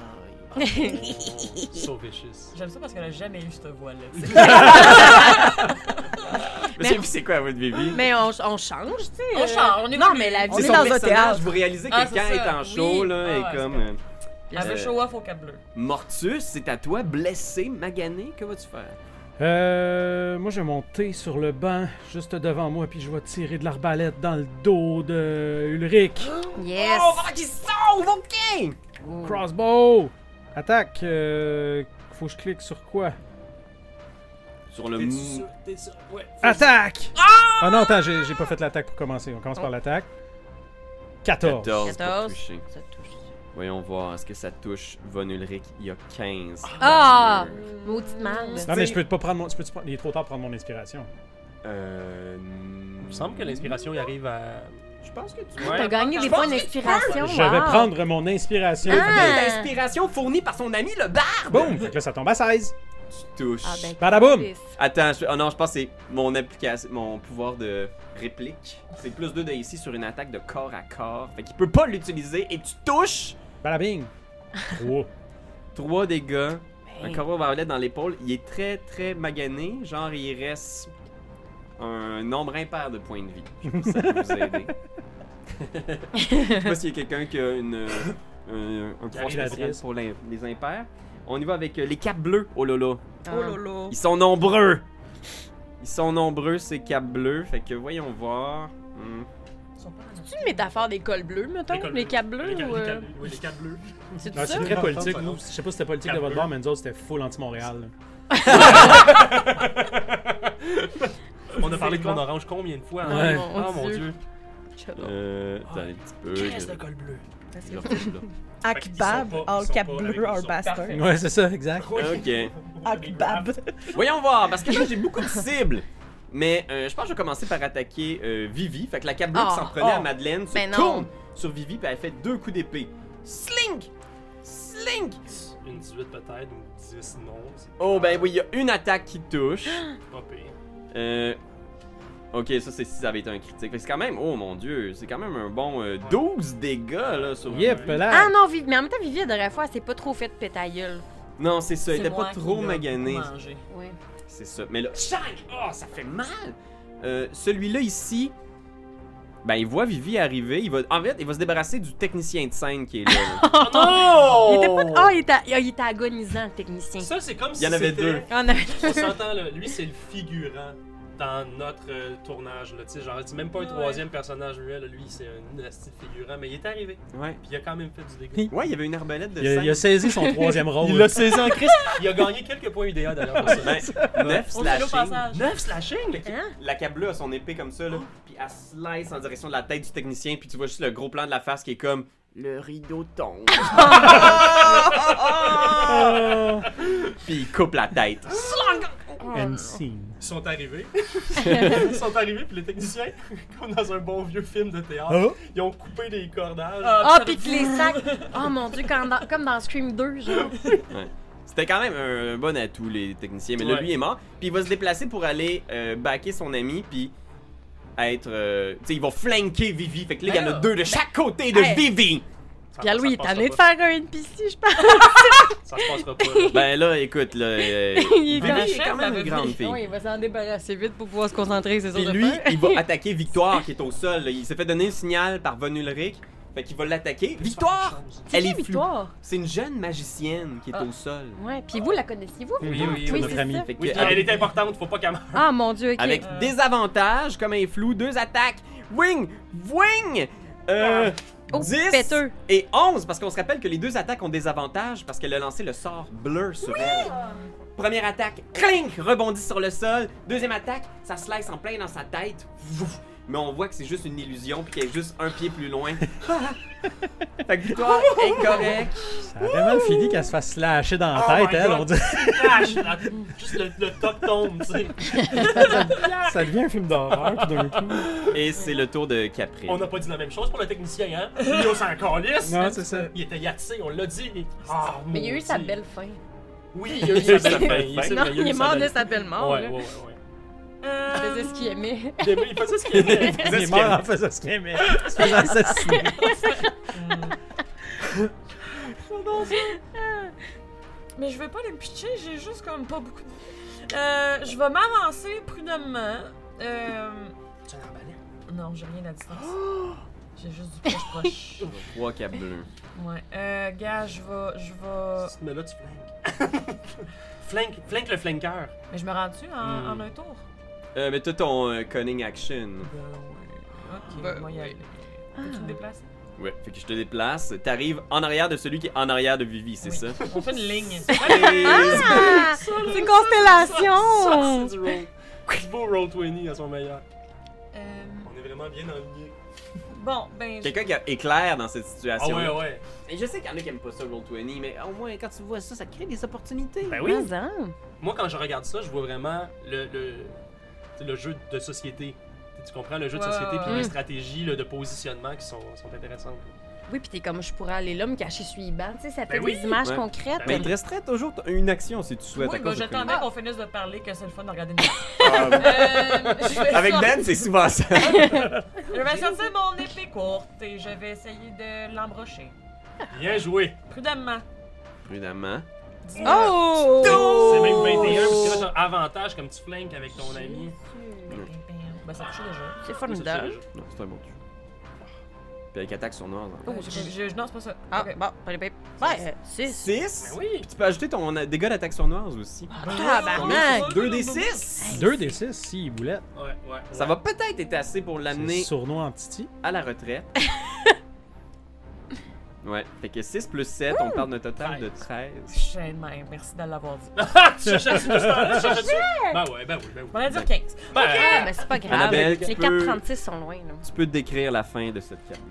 Speaker 5: So vicious.
Speaker 4: J'aime ça parce qu'elle a jamais eu cette voix-là.
Speaker 1: Monsieur, puis c'est quoi votre Vivi?
Speaker 3: Mais on change, tu sais.
Speaker 4: On change, on est
Speaker 3: Non,
Speaker 4: plus-
Speaker 3: mais la
Speaker 6: on
Speaker 1: C'est
Speaker 3: vie.
Speaker 6: est
Speaker 1: son
Speaker 6: dans un
Speaker 1: personnage.
Speaker 6: théâtre.
Speaker 1: Vous réalisez que
Speaker 4: Ah,
Speaker 1: quand
Speaker 4: c'est
Speaker 1: elle est
Speaker 4: ça.
Speaker 1: en show,
Speaker 4: Oui.
Speaker 1: là,
Speaker 4: Ah
Speaker 1: elle
Speaker 4: ouais,
Speaker 1: est comme.
Speaker 4: Elle veut show off au cap bleu.
Speaker 1: Mortus, c'est à toi, blessé, magané, que vas-tu faire?
Speaker 2: Moi, je vais monter sur le banc juste devant moi, puis je vais tirer de l'arbalète dans le dos de Ulrich.
Speaker 3: Yes!
Speaker 1: Oh, voilà qu'il sauve, ok!
Speaker 2: Crossbow! Attaque! Faut que je clique sur quoi?
Speaker 1: Sur le
Speaker 5: T'es
Speaker 1: mou.
Speaker 5: sûr? T'es sûr? Ouais.
Speaker 2: Attaque! Ah non, attends, j'ai pas fait l'attaque pour commencer. On commence par l'attaque. 14.
Speaker 1: 14 pour
Speaker 3: 14.
Speaker 1: toucher.
Speaker 3: Ça touche.
Speaker 1: Voyons voir, est-ce que ça touche Von Ulrich? Il y a 15.
Speaker 3: Ah!
Speaker 1: Mon Dieu.
Speaker 3: Maudite merde.
Speaker 2: Non, mais je peux pas prendre mon. Il est trop tard pour prendre mon inspiration.
Speaker 5: Il me semble que l'inspiration y arrive à.
Speaker 1: Je pense que tu
Speaker 3: T'as gagné des
Speaker 1: pense
Speaker 3: points
Speaker 1: que tu
Speaker 3: d'inspiration.
Speaker 2: Je vais
Speaker 3: wow.
Speaker 2: prendre mon inspiration.
Speaker 3: Ah!
Speaker 1: L'inspiration fournie par son ami le barbe!
Speaker 2: Boum! Fait que là, ça tombe à 16.
Speaker 1: Tu touches.
Speaker 3: Ah, ben,
Speaker 2: Badaboum!
Speaker 3: Chris.
Speaker 1: Attends, oh non, je pense que c'est mon application, mon pouvoir de réplique. C'est plus 2 de ici sur une attaque de corps à corps. Fait qu'il peut pas l'utiliser et tu touches
Speaker 2: Badabing! Oh.
Speaker 1: 3 dégâts. Un
Speaker 3: Ben.
Speaker 1: corbeau barbalette dans l'épaule. Il est très très magané. Genre, il reste un nombre impair de points de vie. Je sais pas si ça peut vous aider. Je sais pas s'il y a quelqu'un qui a un pouvoir spécial
Speaker 2: Calculatrice.
Speaker 1: pour les impairs. On y va avec les capes bleues. Oh lolo.
Speaker 6: Oh lolo.
Speaker 1: Ils sont nombreux. Ils sont nombreux, ces capes bleues. Fait que voyons voir.
Speaker 4: Ils sont pas dans
Speaker 3: C'est une métaphore des cols bleus, mettons? Les capes bleues ou.
Speaker 5: Oui, les capes bleus.
Speaker 3: C'est
Speaker 2: Non,
Speaker 3: ça?
Speaker 2: c'est très
Speaker 5: Non,
Speaker 2: politique.
Speaker 5: non,
Speaker 2: Nous,
Speaker 5: non.
Speaker 2: je sais pas si c'était politique de votre bord, mais nous autres, c'était full anti-Montréal.
Speaker 5: On a parlé de Grande Orange combien de fois?
Speaker 2: Ouais.
Speaker 5: Ah mon dieu.
Speaker 1: Attends un petit peu.
Speaker 5: Qu'est-ce le col bleu?
Speaker 1: je le retrouve là.
Speaker 6: Akbab,
Speaker 5: Ils sont pas-
Speaker 6: all
Speaker 5: ils sont
Speaker 6: cap
Speaker 5: pas
Speaker 6: bleu,
Speaker 5: avec
Speaker 6: our
Speaker 5: nous
Speaker 6: bastard.
Speaker 4: Parfait.
Speaker 2: Ouais, c'est ça, exact.
Speaker 1: Ok.
Speaker 6: Akbab.
Speaker 1: Voyons voir, parce que là j'ai beaucoup de cibles. Mais je pense que je vais commencer par attaquer Vivi. Fait que la cape bleue qui s'en prenait à Madeleine se
Speaker 3: Ben non.
Speaker 1: tourne sur Vivi puis elle fait 2 coups d'épée. Slink! Slink!
Speaker 5: Une 18 peut-être, ou 10 non. C'est
Speaker 1: Oh ben oui, il y a une attaque qui touche.
Speaker 5: pas pire.
Speaker 1: Ok, ça c'est si ça avait été un critique. Fait que c'est quand même, oh mon dieu, c'est quand même un bon 12 dégâts là sur
Speaker 2: Yep,
Speaker 1: Vivi.
Speaker 2: là.
Speaker 3: Ah non, Vivi. Mais en même temps, Vivi, la dernière fois, elle s'est pas trop fait péter la gueule.
Speaker 1: Non, c'est ça, il
Speaker 4: C'est
Speaker 1: était
Speaker 4: moi
Speaker 1: pas
Speaker 4: qui
Speaker 1: trop
Speaker 4: l'ai
Speaker 1: magané.
Speaker 4: mangé.
Speaker 3: Ouais.
Speaker 1: C'est ça. Mais là, chac! Oh, ça fait mal! Celui-là ici, ben il voit Vivi arriver. En fait, il va se débarrasser du technicien de scène qui est là. là.
Speaker 3: Il était pas. Ah, il était agonisant, le technicien.
Speaker 5: Ça, c'est comme
Speaker 1: Il
Speaker 5: si
Speaker 1: y en avait
Speaker 5: c'était-
Speaker 1: deux.
Speaker 3: On avait-
Speaker 5: On s'entend là, lui c'est le figurant. dans notre tournage. Là, tu sais, genre, c'est même pas un troisième personnage muet. Là, lui, c'est un asti de figurant, mais il est arrivé.
Speaker 1: Ouais.
Speaker 5: Puis il a quand même fait du dégât.
Speaker 1: Ouais, il y avait une arbalète de
Speaker 2: Il a
Speaker 1: 5.
Speaker 2: saisi son troisième rôle.
Speaker 5: Il l'a saisi en Christ. Il a gagné quelques points UDA d'ailleurs. pour ça.
Speaker 1: Ben, 9
Speaker 4: Au vélo
Speaker 1: slashing.
Speaker 4: passage.
Speaker 5: 9 slashing!
Speaker 3: Hein?
Speaker 1: La Cabla a son épée comme ça, là, puis elle slice en direction de la tête du technicien, puis tu vois juste le gros plan de la face qui est comme le rideau tombe. Puis il coupe la tête.
Speaker 2: End scene.
Speaker 5: Ils sont arrivés. Puis les techniciens, comme dans un bon vieux film de théâtre,
Speaker 2: Ah.
Speaker 5: ils ont coupé des cordages.
Speaker 3: Ah, pis que les sacs. Oh mon dieu, comme dans Scream 2, genre.
Speaker 1: C'était quand même un bon atout, les techniciens, mais là,
Speaker 5: Ouais.
Speaker 1: lui est mort. Puis il va se déplacer pour aller backer son ami, puis être... tu sais, il va flanquer Vivi. Fait que là, il y en a 2 de chaque côté de
Speaker 3: Hey.
Speaker 1: Vivi.
Speaker 3: Pierre-Louis, il est
Speaker 5: passera
Speaker 3: tanné de
Speaker 5: pas.
Speaker 3: faire un NPC, je pense.
Speaker 5: Ça se passera pas. Là.
Speaker 1: Ben là, écoute, là...
Speaker 3: Il est
Speaker 1: Vivi
Speaker 3: comme-
Speaker 1: est quand même une grande fille.
Speaker 3: Oui, il va s'en débarrasser vite pour pouvoir se concentrer sur ses
Speaker 1: Puis
Speaker 3: autres
Speaker 1: lui,
Speaker 3: affaires.
Speaker 1: il va attaquer Victoire qui est au sol. là. Il s'est fait donner le signal par Von Ulrich. Fait qu'il va l'attaquer. Victoire!
Speaker 3: C'est
Speaker 1: Elle
Speaker 3: qui,
Speaker 1: est floue.
Speaker 3: Victoire?
Speaker 1: C'est une jeune magicienne qui est
Speaker 3: Ah.
Speaker 1: au sol.
Speaker 3: Ouais, puis vous la connaissiez-vous?
Speaker 2: Oui,
Speaker 3: Victoire?
Speaker 2: oui, notre
Speaker 3: c'est
Speaker 2: amie.
Speaker 3: ça.
Speaker 1: Fait que,
Speaker 5: Oui, elle est importante, faut pas qu'elle meure.
Speaker 3: Ah mon dieu, ok.
Speaker 1: avec des avantages, comme un flou, 2 attaques. Wing! Wing!
Speaker 3: Oh,
Speaker 1: 10
Speaker 3: péteux.
Speaker 1: et 11, parce qu'on se rappelle que les 2 attaques ont des avantages parce qu'elle a lancé le sort bleu sur elle. Première attaque, clink, rebondit sur le sol. Deuxième attaque, ça slice en plein dans sa tête. Vouf. Mais on voit que c'est juste une illusion puis qu'elle est juste un pied plus loin. Fait que Victoire est correcte.
Speaker 2: Ça a vraiment fini qu'elle se fasse slasher dans la
Speaker 5: Oh
Speaker 2: tête,
Speaker 5: my
Speaker 2: elle.
Speaker 5: God.
Speaker 2: On dirait
Speaker 5: Crash, là, juste le toc tombe, tu sais.
Speaker 2: ça devient un film d'horreur tout d'un coup.
Speaker 1: Et c'est le tour de Capri.
Speaker 5: On n'a pas dit la même chose pour le technicien, hein? Lui, on s'en calisse.
Speaker 2: Non, c'est ça.
Speaker 5: Il était yatsé, on l'a dit. Ah,
Speaker 3: Mais il y a eu sa
Speaker 5: maudit.
Speaker 3: belle fin.
Speaker 5: Oui, il y a eu sa belle fin.
Speaker 3: Non, il est mort de sa belle mort.
Speaker 5: Ouais,
Speaker 3: là.
Speaker 5: ouais, ouais.
Speaker 3: Il faisait ce qu'il aimait.
Speaker 5: Il faisait ce qu'il aimait.
Speaker 2: Il est mort en faisant ce qu'il aimait. Il se faisait assassiner.
Speaker 4: Mais je vais pas les pitcher, j'ai juste comme pas beaucoup de... je vais m'avancer prudemment.
Speaker 5: Tu as l'arbalète?
Speaker 4: Non, j'ai rien à distance. J'ai juste du proche.
Speaker 1: 3 cap bleus.
Speaker 4: Ouais. Gars, je vais...
Speaker 5: Mais là, tu flanques. Flanque le flanqueur.
Speaker 4: Mais je me rends-tu en un tour?
Speaker 1: Mais toi, ton cunning action.
Speaker 4: Ok,
Speaker 3: Ben,
Speaker 4: moi y aller. Peux-tu me déplacer?
Speaker 1: Ouais, fait que je te déplace. T'arrives en arrière de celui qui est en arrière de Vivi, c'est
Speaker 4: Oui.
Speaker 1: ça?
Speaker 4: On fait une ligne.
Speaker 3: Ah! C'est une constellation!
Speaker 5: C'est du roll. Du beau roll 20 à son meilleur.
Speaker 4: Euh,
Speaker 5: On est vraiment bien aligné.
Speaker 4: bon, ben...
Speaker 1: Quelqu'un qui est éclair dans cette
Speaker 5: Ah
Speaker 1: situation.
Speaker 5: ouais, ouais.
Speaker 1: Et je sais qu'il y en a qui aiment pas ça, Roll20, mais au moins, quand tu vois ça, ça crée des opportunités.
Speaker 5: Ben oui.
Speaker 3: Mais, hein?
Speaker 5: Moi, quand je regarde ça, je vois vraiment le jeu de société. Tu comprends le jeu de
Speaker 4: Ouais,
Speaker 5: société
Speaker 4: ouais,
Speaker 5: puis
Speaker 3: ouais.
Speaker 5: les stratégies là, de positionnement qui sont intéressantes.
Speaker 3: Oui, pis t'es comme je pourrais aller là me cacher sur Iban, tu sais, ça fait
Speaker 5: Ben oui.
Speaker 3: des images
Speaker 1: Ouais.
Speaker 3: concrètes.
Speaker 1: Mais il te resterait toujours une action si tu souhaites.
Speaker 4: Oui,
Speaker 1: à
Speaker 4: ben,
Speaker 1: cause de
Speaker 4: j'attendais
Speaker 1: Queen.
Speaker 4: qu'on finisse de parler, que c'est le fun de regarder une
Speaker 1: Ah,
Speaker 4: je vais
Speaker 1: avec
Speaker 4: sortir-
Speaker 1: Ben, c'est souvent ça.
Speaker 4: Je vais sortir mon épée courte et je vais essayer de l'embrocher.
Speaker 5: Bien joué.
Speaker 4: Prudemment.
Speaker 1: Prudemment.
Speaker 3: Oh!
Speaker 5: C'est même 21 parce que là, t'as avantage comme tu flanques avec ton ami.
Speaker 4: Ben, ça touche déjà.
Speaker 3: C'est
Speaker 5: Ça,
Speaker 3: formidable.
Speaker 5: c'est
Speaker 1: Non, c'est un bon truc. Puis avec attaque sur noir.
Speaker 3: Oh,
Speaker 4: Non, c'est pas ça.
Speaker 3: Ah,
Speaker 4: Ok.
Speaker 3: bon, pas les pipes. Ouais, 6.
Speaker 1: 6?
Speaker 5: Ben oui.
Speaker 1: Puis tu peux ajouter ton dégâts d'attaque sur noir aussi.
Speaker 3: Tabarnak!
Speaker 1: 2d6!
Speaker 2: 2d6 si boulette.
Speaker 5: Ouais.
Speaker 1: Ça va peut-être être assez pour
Speaker 2: C'est
Speaker 1: l'amener
Speaker 2: sournois en titi.
Speaker 1: à la retraite. Ouais, fait que 6 plus 7, on parle d'un total de 13.
Speaker 4: Je de même. Merci de l'avoir dit.
Speaker 5: Tu cherchais-tu de ce temps-là? Tu cherchais-tu? Ben oui, ben oui, ben oui.
Speaker 4: On va dire 15.
Speaker 3: Ah, ben c'est pas grave.
Speaker 1: Annabelle,
Speaker 3: Les
Speaker 1: tu peux-
Speaker 3: 4,36 sont loin, là.
Speaker 1: Tu peux décrire la fin de cette carte.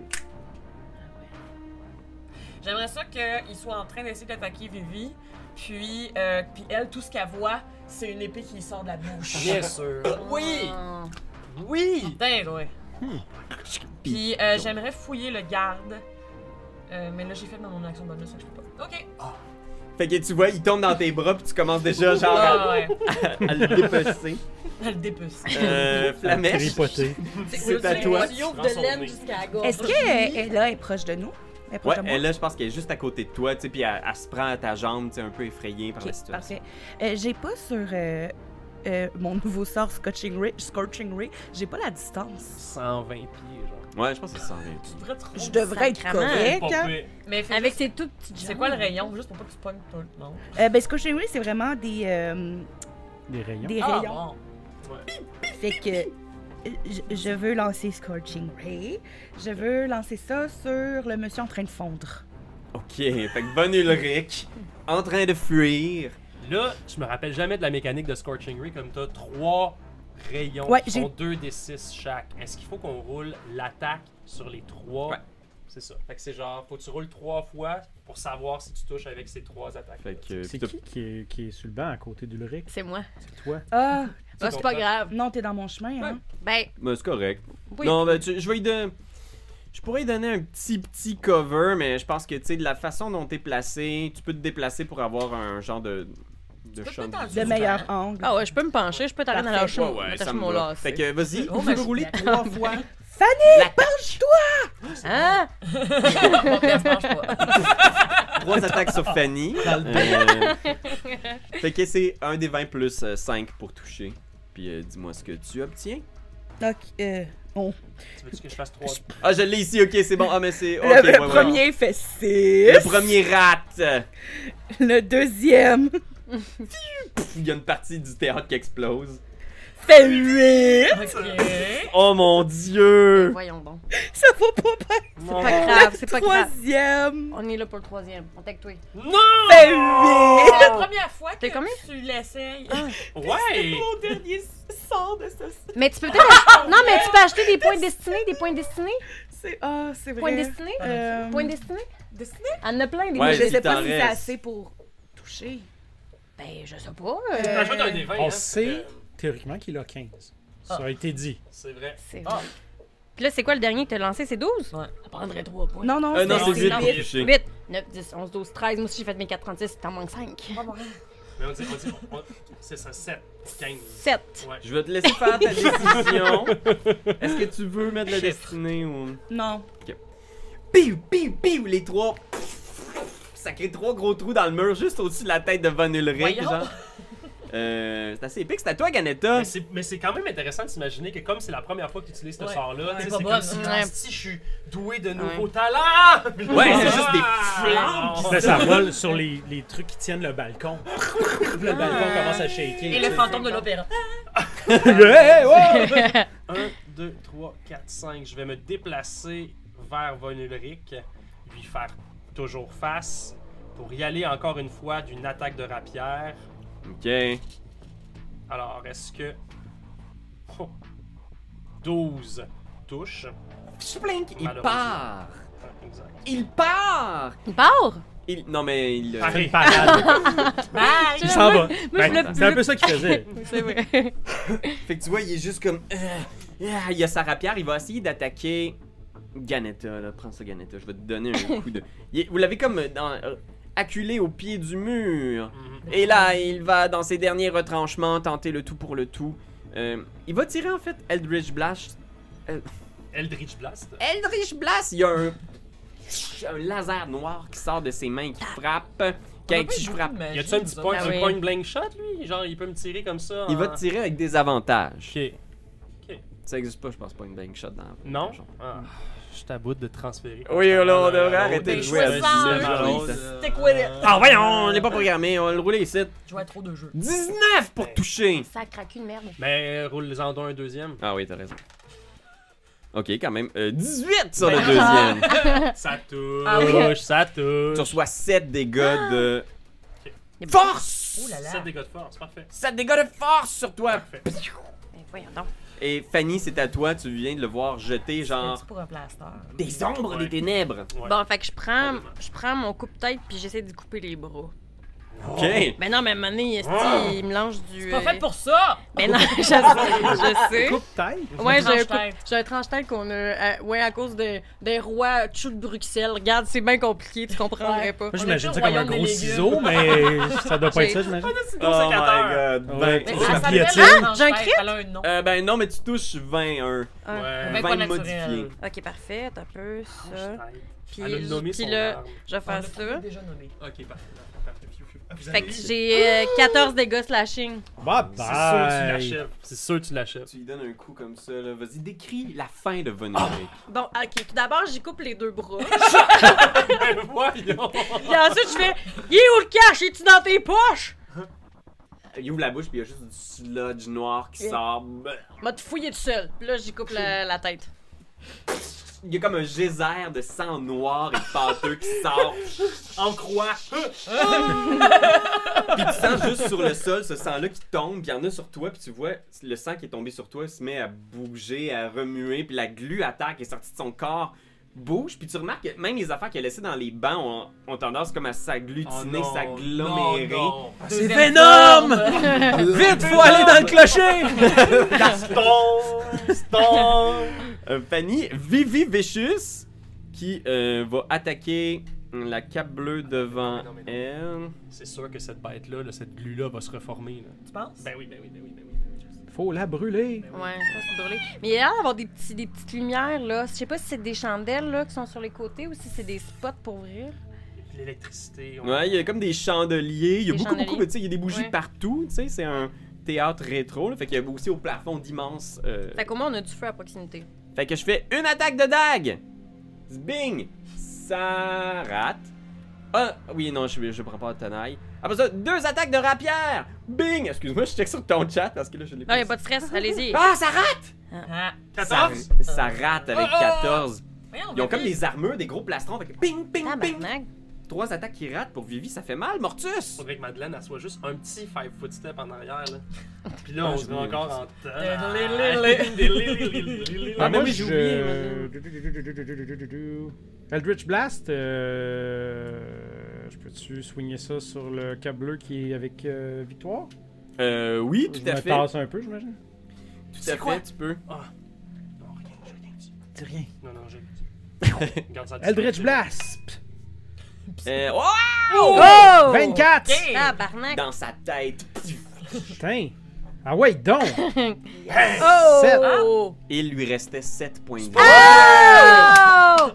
Speaker 4: J'aimerais ça qu'il soit en train d'essayer d'attaquer Vivi. Puis elle, tout ce qu'elle voit, c'est une épée qui sort de la bouche.
Speaker 5: Bien sûr.
Speaker 1: Oui!
Speaker 3: Ah.
Speaker 1: Oui!
Speaker 4: Dingue, ouais. Puis j'aimerais fouiller le garde. Mais là, j'ai fait dans mon action bonus, ça que je peux pas. Ok.
Speaker 1: Fait que tu vois, il tombe dans tes bras, puis tu commences déjà genre
Speaker 4: Ah, ouais.
Speaker 1: à le dépecer.
Speaker 4: Elle dépuce.
Speaker 1: Flamèche,
Speaker 2: Tripoté.
Speaker 1: c'est à toi.
Speaker 3: Tu ouvres
Speaker 5: Dans
Speaker 3: de
Speaker 5: son
Speaker 3: laine
Speaker 5: nez.
Speaker 3: jusqu'à la gorge.
Speaker 6: Est-ce qu'elle est proche de nous? Elle est proche
Speaker 1: Ouais,
Speaker 6: de moi?
Speaker 1: elle là, je pense qu'elle est juste à côté de toi, tu sais, puis elle se prend à ta jambe, tu sais, un peu effrayée par la
Speaker 6: Ok,
Speaker 1: situation.
Speaker 6: parfait. J'ai pas sur mon nouveau sort Scorching Ray, j'ai pas la distance.
Speaker 5: 120 pieds, genre.
Speaker 1: Ouais, je pense que c'est 120.
Speaker 4: Tu devrais te
Speaker 6: Je devrais être
Speaker 3: Sacrement.
Speaker 6: correct.
Speaker 5: Pas
Speaker 6: hein?
Speaker 5: pire.
Speaker 4: Mais fais
Speaker 3: Avec
Speaker 4: juste-
Speaker 3: ses toutes petites
Speaker 4: C'est
Speaker 3: jambes.
Speaker 4: quoi le rayon? Juste pour pas que tu pognes tout le monde.
Speaker 6: Ben, Scorching Ray, c'est vraiment des
Speaker 2: Des rayons.
Speaker 6: rayons.
Speaker 4: Ah, bon.
Speaker 6: Fait que je veux lancer Scorching Ray. Je veux lancer ça sur le monsieur en train de fondre.
Speaker 1: Ok, fait que Von Ulrich, en train de fuir.
Speaker 5: Là, je me rappelle jamais de la mécanique de Scorching Ray, comme t'as 3 rayons
Speaker 6: Ouais,
Speaker 5: qui font 2d6 chaque. Est-ce qu'il faut qu'on roule l'attaque sur les 3?
Speaker 1: Ouais.
Speaker 5: C'est ça. Fait que c'est genre, faut que tu roules 3 fois pour savoir si tu touches avec ces 3 attaques.
Speaker 1: Fait que.
Speaker 2: C'est
Speaker 1: puis
Speaker 2: qui est sur le banc à côté d'Ulrich?
Speaker 3: C'est moi.
Speaker 2: C'est toi.
Speaker 6: Ah,
Speaker 3: Ah, c'est pas grave.
Speaker 6: non, t'es dans mon chemin, hein?
Speaker 3: Ben,
Speaker 1: c'est correct.
Speaker 3: oui.
Speaker 1: Non, ben, je vais lui donner. Je pourrais lui donner un petit cover, mais je pense que, tu sais, de la façon dont t'es placé, tu peux te déplacer pour avoir un genre de
Speaker 4: peux
Speaker 1: champ
Speaker 4: peut-être en
Speaker 1: de
Speaker 6: De meilleur angle.
Speaker 3: Ah ouais, je peux me pencher, je peux t'arrêter dans la
Speaker 6: Parfait.
Speaker 3: chambre.
Speaker 1: Ouais,
Speaker 3: m'attacher
Speaker 1: ça me
Speaker 3: mon
Speaker 1: va.
Speaker 3: lacet.
Speaker 1: Fait que, vas-y,
Speaker 4: Oh,
Speaker 1: tu
Speaker 4: ma
Speaker 1: veux rouler
Speaker 4: chouette.
Speaker 1: 3 fois.
Speaker 6: Fanny,
Speaker 3: Hein?
Speaker 4: Bon, puis elle se penche pas.
Speaker 1: 3 attaques sur Fanny. Fait que c'est un des 20 plus 5 pour toucher. Puis dis-moi ce que tu obtiens.
Speaker 6: Ok, on.
Speaker 5: Tu veux que je fasse 3?
Speaker 1: Ah, je l'ai ici, ok, c'est bon. Ah, mais c'est. Ok,
Speaker 6: Le
Speaker 1: ouais, ouais.
Speaker 6: premier fait 6.
Speaker 1: Le premier rate.
Speaker 6: Le deuxième
Speaker 1: Il y a une partie du théâtre qui explose.
Speaker 6: fait 8.
Speaker 4: Ok.
Speaker 1: Oh mon dieu!
Speaker 3: Voyons donc.
Speaker 6: Ça va pas bien.
Speaker 1: Non.
Speaker 3: C'est pas grave, c'est pas grave.
Speaker 6: Troisième
Speaker 3: On est là pour le troisième. On t'a que toi.
Speaker 5: Non!
Speaker 6: fait 8.
Speaker 4: C'est la première fois que
Speaker 3: T'es combien?
Speaker 4: tu l'essayes.
Speaker 5: Ouais!
Speaker 6: Mon dernier sort de ce.
Speaker 3: Mais tu peux peut-être non, mais tu peux acheter des points destinés, des points destinés.
Speaker 6: C'est c'est vrai.
Speaker 3: Points destinés? Points destinés?
Speaker 6: Destiné?
Speaker 3: Elle en a plein des
Speaker 1: Ouais,
Speaker 6: Je
Speaker 3: points
Speaker 1: si
Speaker 6: sais
Speaker 1: t'en
Speaker 6: pas si c'est
Speaker 1: restes.
Speaker 6: assez pour toucher.
Speaker 3: Ben, je sais pas.
Speaker 5: Tu peux ajouter un des 20,
Speaker 2: On
Speaker 5: hein,
Speaker 2: sait théoriquement qu'il a 15. Ça a été dit.
Speaker 5: C'est vrai.
Speaker 3: C'est
Speaker 5: Ah,
Speaker 3: Puis là, c'est quoi le dernier que t'as lancé? C'est 12?
Speaker 4: Ouais. Elle prendrait 3 points.
Speaker 6: Non, non,
Speaker 1: Non, c'est 8
Speaker 3: non,
Speaker 1: pour toucher.
Speaker 3: 8, 9, 10, 11, 12, 13. Moi aussi, j'ai fait mes 436. T'en manques 5.
Speaker 5: mais on dit, c'est ça, 7, 15.
Speaker 3: 7.
Speaker 5: Ouais.
Speaker 1: Je vais te laisser faire ta décision. Est-ce que tu veux mettre la destinée ou.
Speaker 6: Non.
Speaker 1: Piou, piou, piou, les 3. Ça crée 3 gros trous dans le mur juste au-dessus de la tête de Von Ulrich,
Speaker 4: Voyons.
Speaker 1: genre. C'est assez épique. C'est à toi, Ganetta.
Speaker 5: Mais c'est quand même intéressant de s'imaginer que comme c'est la première fois que tu utilises ce
Speaker 4: Ouais.
Speaker 5: sort-là,
Speaker 4: Ouais,
Speaker 5: tu sais,
Speaker 4: pas
Speaker 5: c'est
Speaker 4: bonne.
Speaker 5: comme si
Speaker 3: Ouais.
Speaker 5: si je suis doué de nouveaux
Speaker 3: Ouais.
Speaker 5: talents!
Speaker 1: Ouais, c'est juste des
Speaker 5: Ah!
Speaker 1: flammes.
Speaker 2: Là, ça vole sur les trucs qui tiennent le balcon. Le balcon commence à shaker.
Speaker 4: Et le fantôme de l'opéra.
Speaker 2: Hey, ouais!
Speaker 5: 1, 2, 3, 4, 5. Je vais me déplacer vers Von Ulrich, lui faire toujours face, pour y aller encore une fois d'une attaque de rapière.
Speaker 1: Ok.
Speaker 5: Alors, est-ce que... Oh. 12 touches.
Speaker 1: Splink, il
Speaker 5: Malheureusement.
Speaker 1: part.
Speaker 5: Ouais, exact.
Speaker 1: Il part.
Speaker 3: Il part?
Speaker 1: Non, mais il.
Speaker 5: Ah,
Speaker 2: Fait une parade.
Speaker 4: Bye!
Speaker 2: Il s'en va.
Speaker 3: Moi, je
Speaker 2: Ben, c'est un peu ça qu'il faisait.
Speaker 3: C'est vrai.
Speaker 1: Fait que tu vois, il est juste comme. Il a sa rapière, il va essayer d'attaquer Ganetta. Là. Prends ça, Ganetta. Je vais te donner un coup de. Vous l'avez comme acculé au pied du mur.
Speaker 5: Mhm.
Speaker 1: Et là, il va dans ses derniers retranchements tenter le tout pour le tout. Il va tirer en fait Eldritch Blast.
Speaker 5: Eldritch Blast.
Speaker 1: Eldritch Blast, il y a un laser noir qui sort de ses mains qui frappe. Qui frappe.
Speaker 5: Y a-tu un petit point,
Speaker 3: Ah
Speaker 5: un
Speaker 3: oui.
Speaker 5: point blank shot, lui? Genre, il peut me tirer comme ça?
Speaker 1: Il va te tirer avec des avantages.
Speaker 5: Ok.
Speaker 1: Ça existe pas, je pense pas, une blank shot dans
Speaker 5: Non?
Speaker 1: Donjon.
Speaker 5: Ah, je t'aboute de transférer.
Speaker 1: Oui, là, on devrait
Speaker 5: l'autre.
Speaker 1: arrêter de
Speaker 4: Ben,
Speaker 1: jouer à
Speaker 4: choisis un,
Speaker 1: 19 à l'autre.
Speaker 4: Stick with it.
Speaker 1: Ah, voyons, on l'est pas programmé, on va le rouler ici.
Speaker 4: Je jouais à trop de jeux.
Speaker 1: 19 pour toucher.
Speaker 3: Sacre à cul de merde.
Speaker 5: Mais roule-les-en un deuxième.
Speaker 1: Ah oui, t'as raison. Ok, quand même. 18 sur le deuxième.
Speaker 5: Ça touche,
Speaker 4: Ah oui.
Speaker 5: ça touche.
Speaker 1: Tu reçois 7 dégâts de
Speaker 3: Il est
Speaker 1: force.
Speaker 4: Oh là là.
Speaker 5: 7 dégâts de force, parfait.
Speaker 1: 7 dégâts de force sur toi.
Speaker 5: Parfait.
Speaker 3: Ben, voyons donc.
Speaker 1: Et Fanny, c'est à toi, tu viens de le voir jeter genre
Speaker 4: C'est pour un plaster.
Speaker 1: des ombres,
Speaker 5: Ouais.
Speaker 1: des ténèbres.
Speaker 5: Ouais.
Speaker 3: Bon, fait que je prends mon coupe-tête puis j'essaie de couper les bras.
Speaker 1: Ok.
Speaker 3: Ben non, mais à un moment donné, il me lance du...
Speaker 4: C'est pas fait pour ça!
Speaker 3: Ben non, je sais.
Speaker 2: Coupe tête.
Speaker 3: Ouais,
Speaker 4: tranche-tête.
Speaker 3: j'ai un tranche-tête qu'on a... ouais, à cause des rois chou de Bruxelles. Regarde, c'est bien compliqué, tu comprendrais
Speaker 4: Ouais.
Speaker 3: pas.
Speaker 2: Moi,
Speaker 4: On
Speaker 2: j'imagine
Speaker 4: est
Speaker 2: ça
Speaker 4: plus
Speaker 2: comme un
Speaker 4: au
Speaker 2: gros
Speaker 4: royaume des
Speaker 2: ciseau, mais ça doit pas être ça, j'imagine.
Speaker 1: Oh my god.
Speaker 2: Ouais.
Speaker 1: Ben,
Speaker 3: Mais
Speaker 4: Elle
Speaker 2: ça
Speaker 4: s'appelle
Speaker 2: guillotine.
Speaker 4: la
Speaker 3: J'ai un
Speaker 4: tranche-tête,
Speaker 3: crit?
Speaker 4: Elle a un nom.
Speaker 1: ben non, mais tu touches 21.
Speaker 5: Ouais.
Speaker 4: Ben,
Speaker 1: 20
Speaker 4: pas
Speaker 1: modifié.
Speaker 4: naturel.
Speaker 3: Ok, parfait, t'as peu, ça. Puis,
Speaker 5: Elle a nommé
Speaker 3: puis
Speaker 5: son
Speaker 3: là,
Speaker 5: arme.
Speaker 3: je vais
Speaker 4: On l'a
Speaker 3: faire ça.
Speaker 4: déjà nommé.
Speaker 5: Ok, parfait. Fiu, fiu. Ah, vous
Speaker 3: Fait
Speaker 5: avez-
Speaker 3: que j'ai 14 dégâts slashing.
Speaker 2: Bye
Speaker 5: C'est sûr que tu
Speaker 2: bye.
Speaker 5: l'achèves. C'est sûr que tu l'achèves.
Speaker 1: Tu lui donnes un coup comme ça, là. Vas-y, décris la fin de Von Ulrich.
Speaker 3: Bon, ok, tout d'abord, j'y coupe les deux bras.
Speaker 5: Voyons.
Speaker 3: Puis ensuite, je fais « Il est où le cash? Es-tu dans tes poches? »
Speaker 1: Il ouvre la bouche, puis il y a juste du sludge noir qui sort.
Speaker 3: M'a te fouillé tout seul. Puis là, j'y coupe la tête.
Speaker 1: Il y a comme un geyser de sang noir et pâteux qui sort en croix. Puis tu sens juste sur le sol ce sang-là qui tombe, puis il y en a sur toi, puis tu vois le sang qui est tombé sur toi se met à bouger, à remuer, puis la glu à terre qui est sortie de son corps bouge, puis tu remarques que même les affaires qu'il a laissées dans les bancs ont tendance comme à s'agglutiner, s'agglomérer.
Speaker 2: C'est Venom! Vite, faut aller dans le clocher!
Speaker 1: Fanny, Vivi Vicious qui va attaquer la cape bleue devant
Speaker 5: Non, mais non.
Speaker 1: elle.
Speaker 5: C'est sûr que cette bête-là, là, cette glu-là va se reformer. Là.
Speaker 4: Tu penses?
Speaker 5: Ben oui, ben oui, ben oui, ben oui.
Speaker 2: Faut la brûler.
Speaker 3: Ouais, je pense que c'est brûlé. Mais il y a l'air d'avoir des petites lumières, là. Je sais pas si c'est des chandelles, là, qui sont sur les côtés ou si c'est des spots pour ouvrir.
Speaker 5: L'électricité.
Speaker 1: Ouais, il y a comme des chandeliers. Il y a
Speaker 3: Des
Speaker 1: beaucoup,
Speaker 3: chandeliers.
Speaker 1: mais tu sais, il y a des bougies
Speaker 3: Ouais.
Speaker 1: partout. Tu sais, c'est un théâtre rétro. Là, fait qu'il y a aussi au plafond d'immenses.
Speaker 3: Fait qu'au moins, on a du feu à proximité.
Speaker 1: Fait que je fais une attaque de dague. Bing! Ça rate. Ah, oui, non, je prends pas de tenaille. Après ça, 2 attaques de rapière. Bing! Excuse-moi, je check sur ton chat parce que là, je l'ai
Speaker 3: Non, y a pas de stress, allez-y.
Speaker 1: Ah, ça rate!
Speaker 4: Ah.
Speaker 5: 14?
Speaker 1: Ça rate avec 14.
Speaker 4: Voyons,
Speaker 1: Ils ont comme
Speaker 4: Vivi.
Speaker 1: des armures, des gros plastrons. Fait que ping, ping, ping.
Speaker 3: Tabarnak.
Speaker 1: 3 attaques qui ratent pour Vivi, ça fait mal, Mortus!
Speaker 5: Faudrait que Madeleine elle soit juste un petit 5 foot step en arrière. Là. Puis là,
Speaker 1: Ah,
Speaker 5: on
Speaker 1: j'ai
Speaker 5: serait
Speaker 1: oublié.
Speaker 5: encore en temps.
Speaker 1: Ah, moi,
Speaker 2: moi,
Speaker 1: j'ai oublié,
Speaker 2: Eldritch Blast, je peux-tu swinger ça sur le cap bleu qui est avec Victoire?
Speaker 1: Oui,
Speaker 2: Je
Speaker 1: tout à
Speaker 2: me
Speaker 1: fait.
Speaker 2: tasse un peu, j'imagine.
Speaker 1: Tout à fait, tu peux.
Speaker 5: Ah. Non, rien, j'ai rien dit.
Speaker 2: C'est rien.
Speaker 5: Non, non, j'ai rien dit. Garde ça
Speaker 2: Eldritch Blast!
Speaker 1: Oh!
Speaker 3: Oh!
Speaker 2: 24!
Speaker 4: Ok.
Speaker 3: Tabarnak.
Speaker 1: Dans sa tête.
Speaker 2: Putain! Ah ouais, donc!
Speaker 3: Oh!
Speaker 1: Il lui restait 7 points de vie.
Speaker 3: Oh!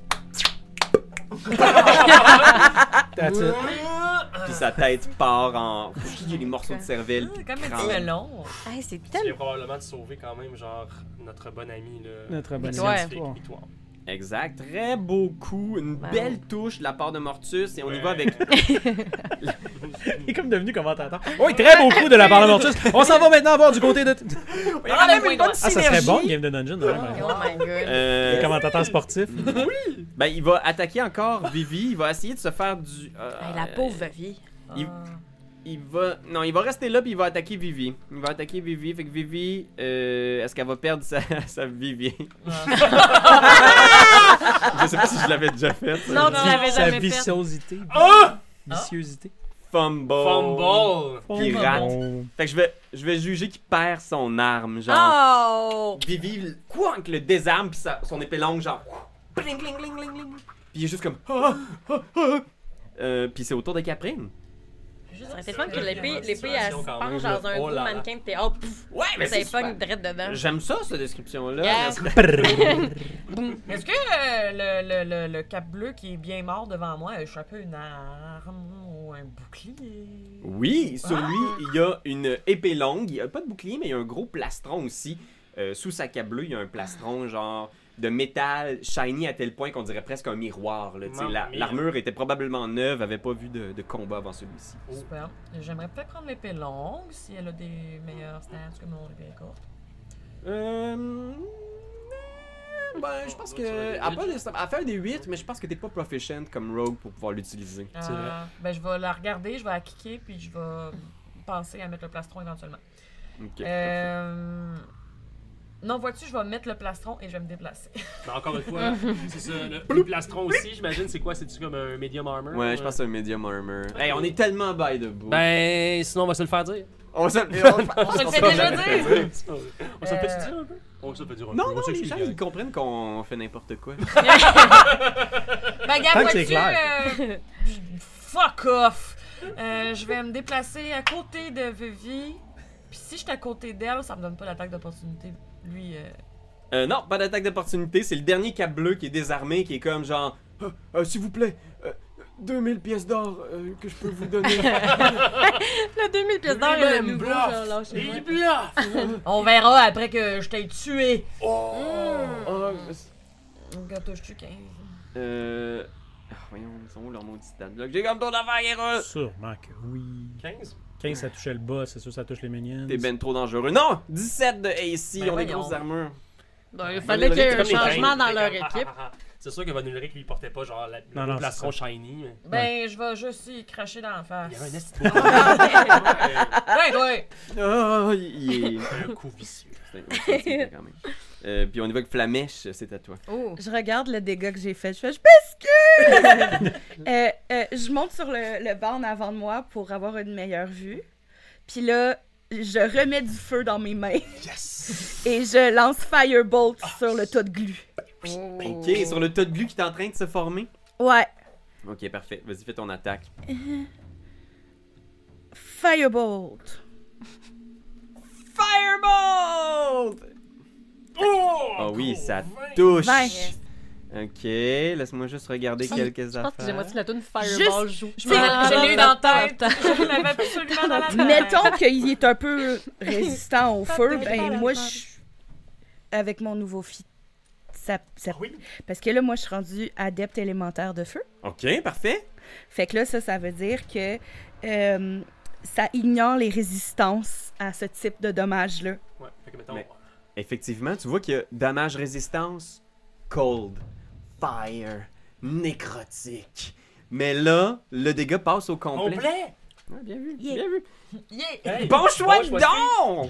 Speaker 2: That's it.
Speaker 1: Puis sa tête part en. Il y a des morceaux de cervelle.
Speaker 4: C'est comme un
Speaker 1: crament.
Speaker 4: petit melon.
Speaker 3: Hey, c'est
Speaker 5: Tu
Speaker 3: tellement.
Speaker 5: viens probablement de sauver quand même, genre, notre bonne amie, là.
Speaker 2: Notre bonne
Speaker 3: Victoire.
Speaker 2: Victoire.
Speaker 5: Victoire.
Speaker 1: Exact. Très beau coup. Une
Speaker 3: Wow.
Speaker 1: belle touche de la part de Mortus. Et on y
Speaker 5: Ouais.
Speaker 1: va avec.
Speaker 2: Il est comme devenu commentateur. Oui, très beau coup de la part de Mortus. On s'en va maintenant voir du côté de.
Speaker 1: Il y a même une bonne
Speaker 2: Ah, ça serait
Speaker 1: synergie.
Speaker 2: bon, Game de Dungeon, de même.
Speaker 3: Oh my god.
Speaker 2: Le commentateur sportif.
Speaker 1: Ben, il va attaquer encore Vivi. Il va essayer de se faire du.
Speaker 3: Hey, la pauvre vie.
Speaker 1: Il- Il va. Non, il va rester là puis il va attaquer Vivi. Il va attaquer Vivi. Fait que Vivi. Est-ce qu'elle va perdre sa Vivi? Je sais pas si je l'avais déjà fait. ça.
Speaker 3: Non, tu l'avais
Speaker 2: Sa
Speaker 3: jamais fait.
Speaker 2: viciosité.
Speaker 5: Ah!
Speaker 2: Viciosité.
Speaker 1: Fumble.
Speaker 5: Fumble!
Speaker 1: Qui rate. Fait que je vais juger qu'il perd son arme. Genre.
Speaker 3: Oh!
Speaker 1: Vivi, quoi, avec le désarme pis son épée longue, genre. Bling, bling, bling, bling, bling. Puis il est juste comme. Puis c'est au tour de Caprine.
Speaker 3: Ça aurait été fun que l'épée, elle se
Speaker 5: Situation quand
Speaker 3: penche
Speaker 5: même,
Speaker 3: dans un
Speaker 5: oh
Speaker 3: gros
Speaker 5: là là.
Speaker 3: mannequin pis t'es oh pff,
Speaker 1: Ouais, mais
Speaker 3: ça
Speaker 1: c'est
Speaker 3: y pogne
Speaker 1: super.
Speaker 3: direct dedans.
Speaker 1: J'aime ça, cette description-là.
Speaker 3: Yeah.
Speaker 4: Est-ce que le cap bleu qui est bien mort devant moi a échappé une arme ou un bouclier?
Speaker 1: Oui, sur lui, il y a une épée longue. Il n'y a pas de bouclier, mais il y a un gros plastron aussi. Sous sa cape bleue, il y a un plastron genre de métal shiny à tel point qu'on dirait presque un miroir. Là, tu sais,
Speaker 5: Mamma mia.
Speaker 1: l'armure était probablement neuve, avait pas vu de combat avant celui-ci.
Speaker 4: Super. J'aimerais peut-être prendre l'épée longue si elle a des meilleurs stats que mon épée courte.
Speaker 1: Ben, je pense que. Elle fait un des 8, mais je pense que t'es pas proficient comme rogue pour pouvoir l'utiliser.
Speaker 2: C'est vrai.
Speaker 4: Ben, je vais la regarder, je vais la kicker, puis je vais penser à mettre le plastron éventuellement.
Speaker 1: Ok.
Speaker 4: Non, vois-tu, je vais mettre le plastron et je vais me déplacer.
Speaker 5: Mais encore une fois, c'est ça. Le plastron aussi, j'imagine, c'est quoi? C'est-tu comme un medium armor?
Speaker 1: Ouais, je pense que c'est un medium armor. Hey, on est tellement by the book.
Speaker 5: Ben, sinon, on va se le faire dire.
Speaker 1: on se
Speaker 4: se le fait déjà dire.
Speaker 5: On se le fait dire un peu? On se le fait dire un peu.
Speaker 1: Non,
Speaker 5: On
Speaker 1: non,
Speaker 5: sait que
Speaker 1: les
Speaker 5: c'est
Speaker 1: gens,
Speaker 5: bien.
Speaker 1: ils comprennent qu'on fait n'importe quoi.
Speaker 4: Ben, gars,
Speaker 2: Tant que c'est
Speaker 4: vois-tu, fuck off! Je vais me déplacer à côté de Vivi. Puis si je suis à côté d'elle, ça me donne pas l'attaque d'opportunité. Lui,
Speaker 1: Non, pas d'attaque d'opportunité. C'est le dernier cap bleu qui est désarmé, qui est comme genre, s'il vous plaît, 2000 pièces d'or que je peux vous donner.
Speaker 3: Le 2000 pièces d'or est le nouveau, genre, lâchez-moi.
Speaker 5: Il bluffe!
Speaker 4: on verra après que je t'ai tué.
Speaker 1: Oh,
Speaker 4: Quand touches-tu 15?
Speaker 1: voyons, ils sont où leurs maudits stats blocs? J'ai comme ton affaire, Guerrero!
Speaker 2: Sûrement que oui.
Speaker 5: 15?
Speaker 2: 15, ça touchait le bas, c'est sûr ça touche les minions.
Speaker 1: T'es ben trop dangereux. Non! 17 de AC,
Speaker 4: Ben
Speaker 1: on est
Speaker 4: voyons.
Speaker 1: grosses armures.
Speaker 3: Donc, il fallait qu'il y ait un
Speaker 5: Comme les
Speaker 3: changement
Speaker 5: graines,
Speaker 3: dans
Speaker 5: fait
Speaker 3: leur
Speaker 5: comme,
Speaker 3: équipe.
Speaker 5: C'est sûr que Von Ulrich, lui, il portait pas genre
Speaker 2: Non,
Speaker 5: le
Speaker 2: c'est
Speaker 5: plastron
Speaker 2: ça.
Speaker 5: shiny. Mais...
Speaker 4: Ben, je vais juste y cracher dans la face.
Speaker 5: Il y avait un esti
Speaker 4: Ouais, ouais.
Speaker 1: Oh, il est.
Speaker 5: un coup vicieux.
Speaker 1: C'est quand même. Puis on y va avec Flamèche, c'est à toi.
Speaker 3: Oh.
Speaker 6: Je regarde le dégât que j'ai fait. Je fais, je m'excuse! Je monte sur le banc en avant de moi pour avoir une meilleure vue. Puis là, je remets du feu dans mes mains.
Speaker 5: Yes!
Speaker 6: Et je lance Firebolt sur le tas de glu.
Speaker 1: Ok, sur le tas de glu qui est en train de se former.
Speaker 6: Ouais.
Speaker 1: Ok, parfait. Vas-y, fais ton attaque.
Speaker 6: Firebolt.
Speaker 1: Firebolt! Oh oui, ça touche.
Speaker 6: 20.
Speaker 1: Ok, laisse-moi juste regarder quelques
Speaker 3: Je pense que
Speaker 1: affaires.
Speaker 3: j'aimerais que la toune Fireball joue.
Speaker 4: Je l'ai eu dans la tête. Je l'avais absolument dans la tête.
Speaker 6: Mettons qu'il est un peu résistant au feu, ben moi, avec mon nouveau fit, ça
Speaker 5: Oui.
Speaker 6: parce que là, moi, je suis rendue adepte élémentaire de feu.
Speaker 1: Ok, parfait.
Speaker 6: Fait que là, ça veut dire que ça ignore les résistances à ce type de dommages-là.
Speaker 5: Ouais, fait que mettons.
Speaker 1: Mais- Effectivement, tu vois qu'il y a damage résistance, cold, fire, nécrotique. Mais là, le dégât passe au complet.
Speaker 5: Complet!
Speaker 1: Ouais, bien vu,
Speaker 6: Yeah.
Speaker 1: bien vu.
Speaker 4: Yeah.
Speaker 5: Hey,
Speaker 1: Bon choix de
Speaker 5: de
Speaker 1: don!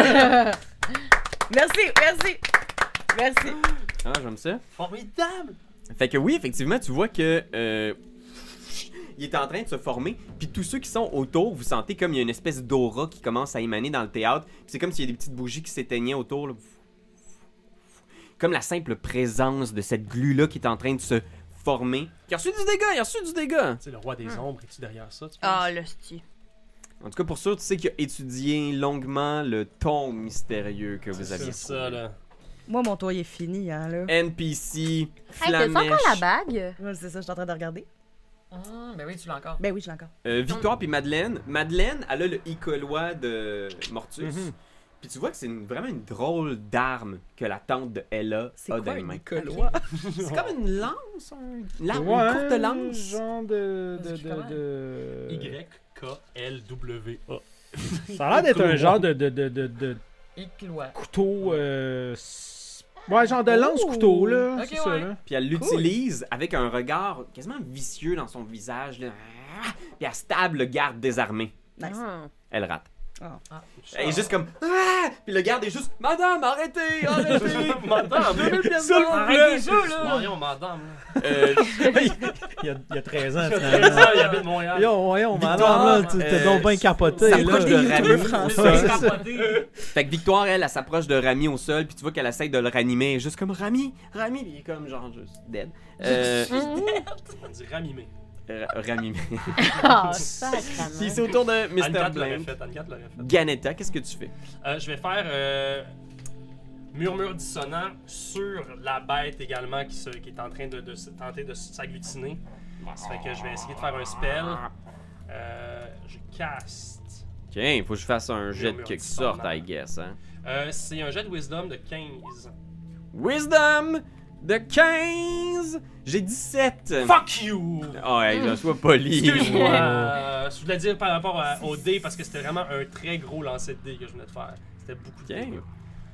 Speaker 6: Merci.
Speaker 1: Ah, j'aime ça.
Speaker 5: Formidable!
Speaker 1: Fait que oui, effectivement, tu vois que il est en train de se former, puis tous ceux qui sont autour, vous sentez comme il y a une espèce d'aura qui commence à émaner dans le théâtre. Puis c'est comme s'il y a des petites bougies qui s'éteignaient autour, là. Comme la simple présence de cette glu-là qui est en train de se former. Il a reçu du dégât!
Speaker 5: Tu sais, le roi des ombres, es-tu derrière ça? Tu
Speaker 3: Ah,
Speaker 5: penses?
Speaker 3: le sti.
Speaker 1: En tout cas, pour sûr, tu sais qu'il a étudié longuement le ton mystérieux que vous
Speaker 5: C'est
Speaker 1: aviez
Speaker 5: ça,
Speaker 1: trouvé.
Speaker 5: là.
Speaker 6: Moi, mon tour, il est fini, hein, là.
Speaker 1: NPC,
Speaker 3: Hey, t'as
Speaker 1: Flamèche,
Speaker 3: encore la bague?
Speaker 6: Ouais, c'est ça, je suis en train de regarder.
Speaker 4: Ben oui, tu l'as encore.
Speaker 6: Ben oui, je l'ai encore.
Speaker 1: Victoire puis Madeleine. Madeleine, elle a le Icolois de Mortus.
Speaker 2: Mhm.
Speaker 1: Puis tu vois que c'est vraiment une drôle d'arme que la tante de Ella
Speaker 6: C'est
Speaker 1: a
Speaker 6: quoi
Speaker 1: dans les
Speaker 6: un
Speaker 1: mains.
Speaker 6: Icolois?
Speaker 1: C'est comme une lance, une courte lance.
Speaker 2: genre
Speaker 4: Ça s'écrit comment?
Speaker 5: Y-K-L-W-A.
Speaker 2: Ça a l'air d'être un genre de
Speaker 4: Éclois.
Speaker 2: couteau. Ouais, genre de lance-couteau, là.
Speaker 4: Ok,
Speaker 2: c'est ça,
Speaker 4: ouais.
Speaker 2: là.
Speaker 1: Puis elle l'utilise avec un regard quasiment vicieux dans son visage. Là. Puis elle stable le garde désarmé.
Speaker 6: Nice.
Speaker 3: Ah.
Speaker 1: Elle rate.
Speaker 4: Ah.
Speaker 1: Elle est juste comme ah! Puis le garde est juste Madame, arrêtez, arrêtez.
Speaker 5: Madame!
Speaker 1: 2000 pièces
Speaker 2: Ça,
Speaker 1: d'or.
Speaker 4: Arrête déjà, là!
Speaker 5: Voyons, madame.
Speaker 2: il y a 13 ans,
Speaker 5: là.
Speaker 2: finalement.
Speaker 5: Il habite Montréal.
Speaker 2: Yo, voyons,
Speaker 1: Victoire,
Speaker 2: madame, là, t'es donc bien capoté,
Speaker 1: ça
Speaker 2: là.
Speaker 1: approche de Rami.
Speaker 2: Ouais, c'est ça.
Speaker 1: Fait que Victoire, elle s'approche de Rami au sol, puis tu vois qu'elle essaie de le ranimer, elle est juste comme Rami, puis il est comme genre juste dead.
Speaker 5: On dit ramimé.
Speaker 1: Rami.
Speaker 3: Ah, sacrément.
Speaker 1: Puis c'est au tour de Mr.
Speaker 5: Anne-Cat l'aurait
Speaker 1: Blank.
Speaker 5: fait. Anne-Cat l'aurait fait.
Speaker 1: Ganetta, qu'est-ce que tu fais?
Speaker 5: Je vais faire murmure dissonant sur la bête également qui est en train de tenter de s'agglutiner. Ça fait que je vais essayer de faire un spell. Je caste.
Speaker 1: Ok, il faut que je fasse un jet de
Speaker 5: Murmure
Speaker 1: quelque
Speaker 5: dissonant.
Speaker 1: sorte, I guess. Hein.
Speaker 5: C'est un jet de wisdom de 15.
Speaker 1: Wisdom de 15! J'ai 17!
Speaker 5: Fuck you!
Speaker 1: Oh, hey, là, sois poli.
Speaker 5: Excuse-moi! Je voulais dire par rapport au dé parce que c'était vraiment un très gros lancer de dé que je venais de faire. C'était beaucoup de dés.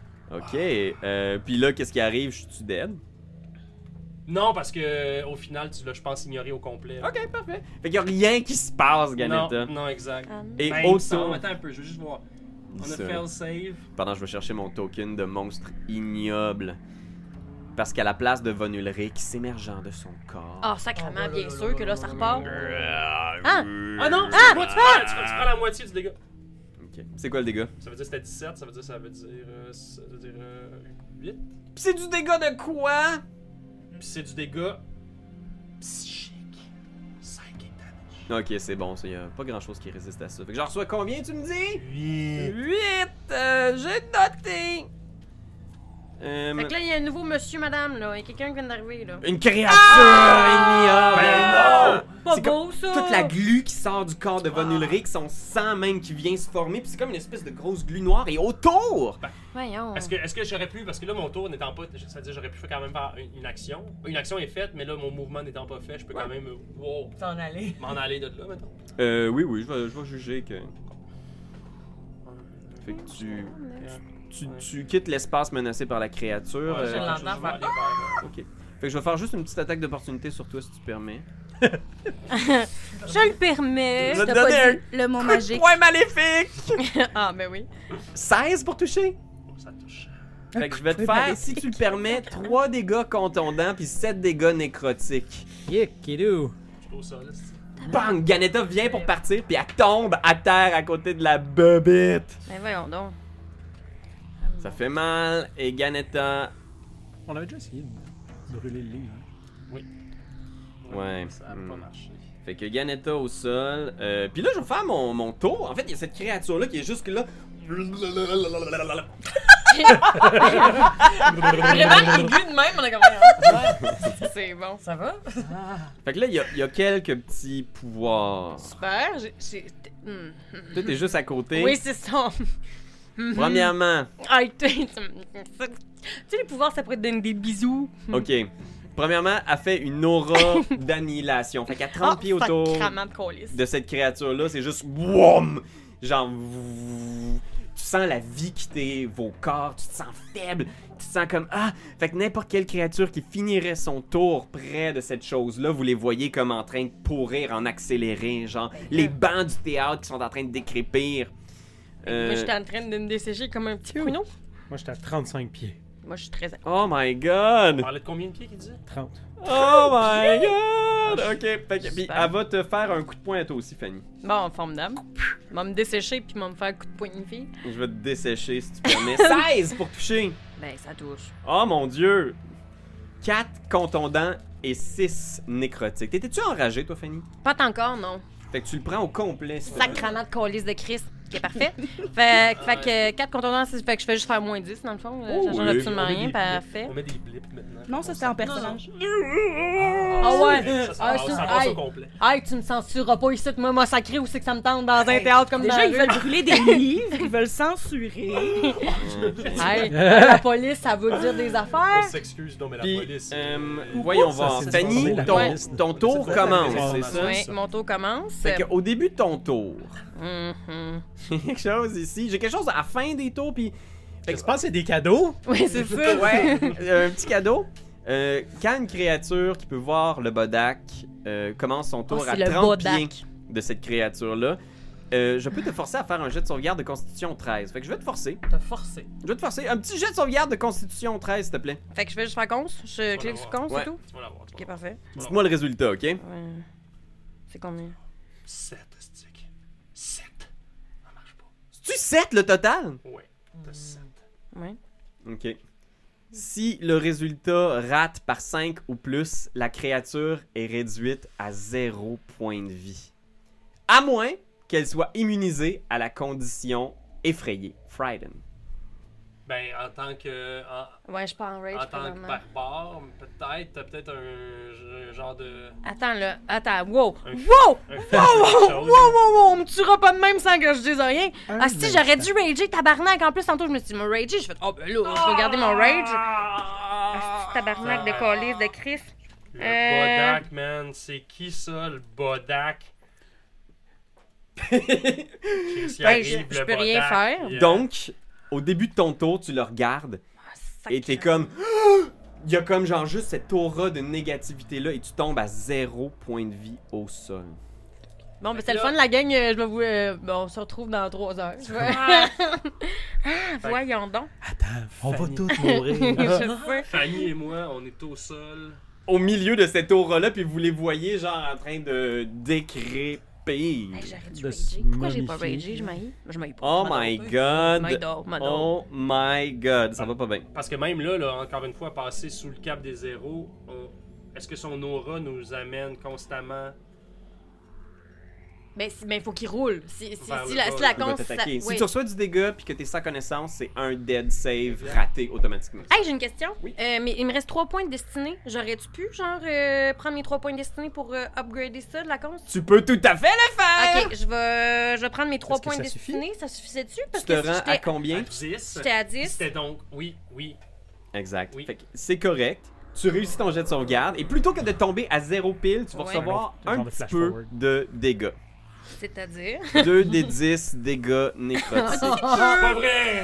Speaker 1: Ok, puis là, qu'est-ce qui arrive? Je suis dead?
Speaker 5: Non, parce que au final, tu l'as, je pense, ignoré au complet.
Speaker 1: Ok, parfait. Fait qu'il y a rien qui se passe, Ganetta.
Speaker 5: Non, non, exact.
Speaker 1: Et
Speaker 5: Ben, il me
Speaker 1: autour...
Speaker 5: semble. Attends un peu, je veux juste voir. On a
Speaker 1: Ça.
Speaker 5: fail save.
Speaker 1: Pendant que je vais chercher mon token de monstre ignoble. Parce qu'à la place de Von Ulrich s'émergeant de son corps.
Speaker 3: Ah, sacrément, bien sûr que là, ça repart. Ah!
Speaker 5: Ah non, moi, tu prends la moitié du dégât.
Speaker 1: Ok. C'est quoi le dégât?
Speaker 5: Ça veut dire que c'était 17, ça veut dire 8.
Speaker 1: Pis c'est du dégât de quoi?
Speaker 5: Puis c'est du dégât psychique. Psychic damage.
Speaker 1: Ok, c'est bon, ça. Y a pas grand chose qui résiste à ça. Fait que j'en reçois combien, tu me dis?
Speaker 5: 8.
Speaker 1: 8! J'ai noté!
Speaker 3: Fait que là, il y a un nouveau monsieur, madame, là. Il y a quelqu'un qui vient d'arriver, là.
Speaker 1: Une créature ignoble!
Speaker 5: Ben non!
Speaker 3: Pas
Speaker 1: C'est
Speaker 3: beau, ça!
Speaker 1: Toute la glu qui sort du corps de Von Ulrich, son sang même qui vient se former, puis c'est comme une espèce de grosse glu noire. Et autour!
Speaker 3: Voyons.
Speaker 5: Est-ce que j'aurais pu, parce que là mon tour n'étant pas, c'est-à-dire j'aurais pu quand même faire une action. Une action est faite, mais là mon mouvement n'étant pas fait, je peux quand même
Speaker 4: T'en aller.
Speaker 5: m'en aller de là maintenant.
Speaker 1: Oui, je vais juger que... Fait que tu quittes l'espace menacé par la créature.
Speaker 4: Je l'entends
Speaker 5: vais
Speaker 4: faire.
Speaker 5: aller vers,
Speaker 1: Ok. Fait que je vais faire juste une petite attaque d'opportunité sur toi si tu permets.
Speaker 3: Je le permets.
Speaker 1: Je vais te
Speaker 6: T'as pas
Speaker 1: donner
Speaker 6: dit le mot magique.
Speaker 1: Point maléfique!
Speaker 3: Ah, ben oui.
Speaker 1: 16 pour toucher.
Speaker 5: ça touche.
Speaker 1: Fait que je vais te
Speaker 6: Point
Speaker 1: faire,
Speaker 6: maléfique.
Speaker 1: si tu le permets, 3 dégâts contondants puis 7 dégâts nécrotiques.
Speaker 2: Yeah, kiddo.
Speaker 5: Je suis au sol. c'est-
Speaker 1: Bang! Ganetta vient pour partir puis elle tombe à terre à côté de la bobette.
Speaker 3: Ben voyons donc.
Speaker 1: Ça fait mal et Ganetta.
Speaker 2: On avait déjà essayé de brûler le livre.
Speaker 1: Ouais.
Speaker 5: Ça a pas marché.
Speaker 1: Fait que Ganetta au sol. Puis là, je vais faire mon tour. En fait, il y a cette créature-là qui est juste là.
Speaker 4: Vraiment aigu de même, on est comme.
Speaker 3: C'est bon.
Speaker 4: Ça va?
Speaker 1: Fait que là, il y a quelques petits pouvoirs.
Speaker 3: Super.
Speaker 1: Toi, t'es juste à côté.
Speaker 3: Oui, c'est ça.
Speaker 1: Premièrement,
Speaker 3: Ah, tu sais, les pouvoirs, ça pourrait te donner des bisous.
Speaker 1: ok. Premièrement, elle fait une aura d'annihilation. Fait qu'à 30 pieds autour
Speaker 3: Sacrement de colis.
Speaker 1: de cette créature-là, c'est juste WOM! Genre, tu sens la vie quitter vos corps, tu te sens faible, tu te sens comme ah! Fait que n'importe quelle créature qui finirait son tour près de cette chose-là, vous les voyez comme en train de pourrir en accéléré, genre les bancs du théâtre qui sont en train de décrépir.
Speaker 3: Moi, j'étais en train de me dessécher comme un petit pruneau.
Speaker 2: Moi, j'étais à 35 pieds.
Speaker 3: Moi, je suis très.
Speaker 1: Oh my god!
Speaker 5: On parlait de combien de pieds qu'il dit?
Speaker 2: 30.
Speaker 1: Oh my god! Ok, fait que, puis elle va te faire un coup de poing à toi aussi, Fanny.
Speaker 3: Bon, formidable. Il va me dessécher puis il va me faire un coup de poing une fille.
Speaker 1: Je vais te dessécher si tu permets. 16 pour toucher!
Speaker 3: Ben, ça touche.
Speaker 1: Oh mon dieu! 4 contondants et 6 nécrotiques. T'étais-tu enragé, toi, Fanny?
Speaker 3: Pas encore, non.
Speaker 1: Fait que tu le prends au complet. si tu veux.
Speaker 3: Sacrement de colis de Christ. Qui est parfait. fait que 4 contondants, fait que je fais juste faire moins 10 dans le fond.
Speaker 1: Oh,
Speaker 3: Ça change
Speaker 1: oui.
Speaker 3: absolument
Speaker 5: On met
Speaker 3: rien.
Speaker 5: des
Speaker 3: Parfait.
Speaker 5: blips. On met des blips maintenant.
Speaker 6: Non, ça c'était en personnage.
Speaker 3: Ah ouais!
Speaker 5: Ça
Speaker 3: Ah,
Speaker 5: passe
Speaker 3: ça,
Speaker 5: au
Speaker 3: hey.
Speaker 5: complet.
Speaker 3: Hey, tu me censureras pas ici, moi, sacré où c'est que ça me tente dans un théâtre comme
Speaker 6: Déjà,
Speaker 3: dans
Speaker 6: ils
Speaker 3: la rue.
Speaker 6: veulent brûler des livres, ils veulent censurer.
Speaker 3: Hey, la police, ça veut dire des
Speaker 5: On
Speaker 3: affaires.
Speaker 5: s'excuse, non, mais la
Speaker 1: Puis,
Speaker 5: police.
Speaker 1: voyons
Speaker 2: Ça,
Speaker 1: voir.
Speaker 2: c'est
Speaker 1: Fanny,
Speaker 2: transformé, la police.
Speaker 1: ton tour
Speaker 2: C'est
Speaker 1: commence,
Speaker 2: ça.
Speaker 1: c'est ça?
Speaker 3: Oui, mon tour commence.
Speaker 1: Fait qu'au début de ton tour,
Speaker 3: Mhm.
Speaker 1: j'ai quelque chose ici. J'ai quelque chose à la fin des tours, puis.
Speaker 2: Fait que je pense que c'est des cadeaux.
Speaker 3: Oui, c'est ça.
Speaker 1: Ouais, un petit cadeau. Quand une créature qui peut voir le Bodak commence son tour
Speaker 3: Oh,
Speaker 1: à
Speaker 3: c'est le
Speaker 1: 30
Speaker 3: Bodak.
Speaker 1: pieds de cette créature-là, je peux te forcer à faire un jet de sauvegarde de Constitution 13. Fait que je vais te forcer.
Speaker 4: T'as forcé.
Speaker 1: Je vais te forcer. Un petit jet de sauvegarde de Constitution 13, s'il te plaît.
Speaker 3: Fait que je vais juste faire cons. Je
Speaker 5: vas
Speaker 3: clique sur
Speaker 5: l'avoir.
Speaker 3: cons,
Speaker 1: Ouais.
Speaker 3: c'est tout.
Speaker 5: Tu vas l'avoir. tu vas
Speaker 3: Ok, parfait.
Speaker 1: Dites-moi le résultat, ok?
Speaker 3: Ouais. C'est combien?
Speaker 5: 7, stick. 7. Ça marche pas.
Speaker 1: C'est-tu 7 le total?
Speaker 5: Ouais, t'as 7.
Speaker 3: Ouais.
Speaker 1: Ok. Si le résultat rate par 5 ou plus, la créature est réduite à 0 point de vie. À moins qu'elle soit immunisée à la condition effrayée, frightened.
Speaker 5: Ben, en tant que.
Speaker 3: Ouais, je suis pas en rage.
Speaker 5: En tant que
Speaker 3: présentement.
Speaker 5: barbare, peut-être, t'as peut-être un genre de.
Speaker 3: Attends, là. Attends. Wow.
Speaker 5: Un-
Speaker 3: Wow!
Speaker 5: Un fait
Speaker 3: Wow,
Speaker 5: quelque
Speaker 3: wow,
Speaker 5: chose.
Speaker 3: wow, on me tuera pas de même sans que je dise rien. Ah, si,
Speaker 2: ben,
Speaker 3: j'aurais dû rager, tabarnak. En plus, tantôt, je me suis dit, mon rager. Je fais, oh, ben là, je vais garder mon rage. Ah, c'est tabarnak de calice de Chris.
Speaker 5: Le Bodak, man. C'est qui ça, le Bodak?
Speaker 3: Ben, je peux rien faire.
Speaker 1: Donc, au début de ton tour, tu le regardes
Speaker 3: Ah,
Speaker 1: et t'es
Speaker 3: sacré.
Speaker 1: comme... Il y a comme genre juste cette aura de négativité-là et tu tombes à 0 point de vie au sol.
Speaker 3: Bon, ben c'est le fun, la gang. Je vais vous. Bon, on se retrouve dans 3 heures. Ah, voyons donc.
Speaker 2: On va tous mourir.
Speaker 3: Je sais.
Speaker 5: Fanny et moi, on est au sol.
Speaker 1: Au milieu de cette aura-là, puis vous les voyez genre en train de décréper.
Speaker 3: Hey, j'aurais dû
Speaker 2: De
Speaker 3: rager.
Speaker 2: se
Speaker 3: Pourquoi j'ai pas
Speaker 2: momifier.
Speaker 3: ragé? Je m'haïs. Je m'haïs pas.
Speaker 1: Oh
Speaker 3: Je m'adore.
Speaker 1: my
Speaker 3: Je
Speaker 1: god!
Speaker 3: m'adore.
Speaker 1: Oh my god! Ça va pas bien.
Speaker 5: Parce que même là, encore une fois, passer sous le cap des zéros, est-ce que son aura nous amène constamment.
Speaker 3: Mais il faut qu'il roule. Si
Speaker 5: Vers le
Speaker 3: la
Speaker 5: bas,
Speaker 3: cons.
Speaker 1: Il va
Speaker 3: ça-
Speaker 1: t'attaquer. Si
Speaker 3: oui.
Speaker 1: tu reçois du dégât puis que t'es sans connaissance, c'est un dead save raté automatiquement.
Speaker 3: Hey, j'ai une question.
Speaker 1: Oui.
Speaker 3: Mais il me reste 3 points de destinée. J'aurais-tu pu, genre, prendre mes 3 points de destinée pour upgrader ça de la cons?
Speaker 1: Tu peux tout à fait le faire!
Speaker 3: Ok, je vais prendre mes 3
Speaker 2: Est-ce que
Speaker 3: points de
Speaker 2: ça suffit?
Speaker 3: destinée. Ça suffisait-tu? Parce
Speaker 1: Tu te
Speaker 3: que si
Speaker 1: rends à
Speaker 3: j'étais
Speaker 1: combien?
Speaker 5: 10.
Speaker 3: j'étais à 10.
Speaker 5: C'était donc. Oui.
Speaker 1: Exact.
Speaker 5: Oui.
Speaker 1: Fait que c'est correct. Tu réussis ton jet de sauvegarde et plutôt que de tomber à 0 pile, tu vas
Speaker 3: Ouais.
Speaker 1: recevoir
Speaker 2: Un
Speaker 1: un
Speaker 2: genre de
Speaker 1: petit
Speaker 2: flash
Speaker 1: peu
Speaker 2: forward.
Speaker 1: de dégâts.
Speaker 3: C'est-à-dire?
Speaker 1: 2d10 dégâts nécrotiques.
Speaker 5: C'est pas vrai!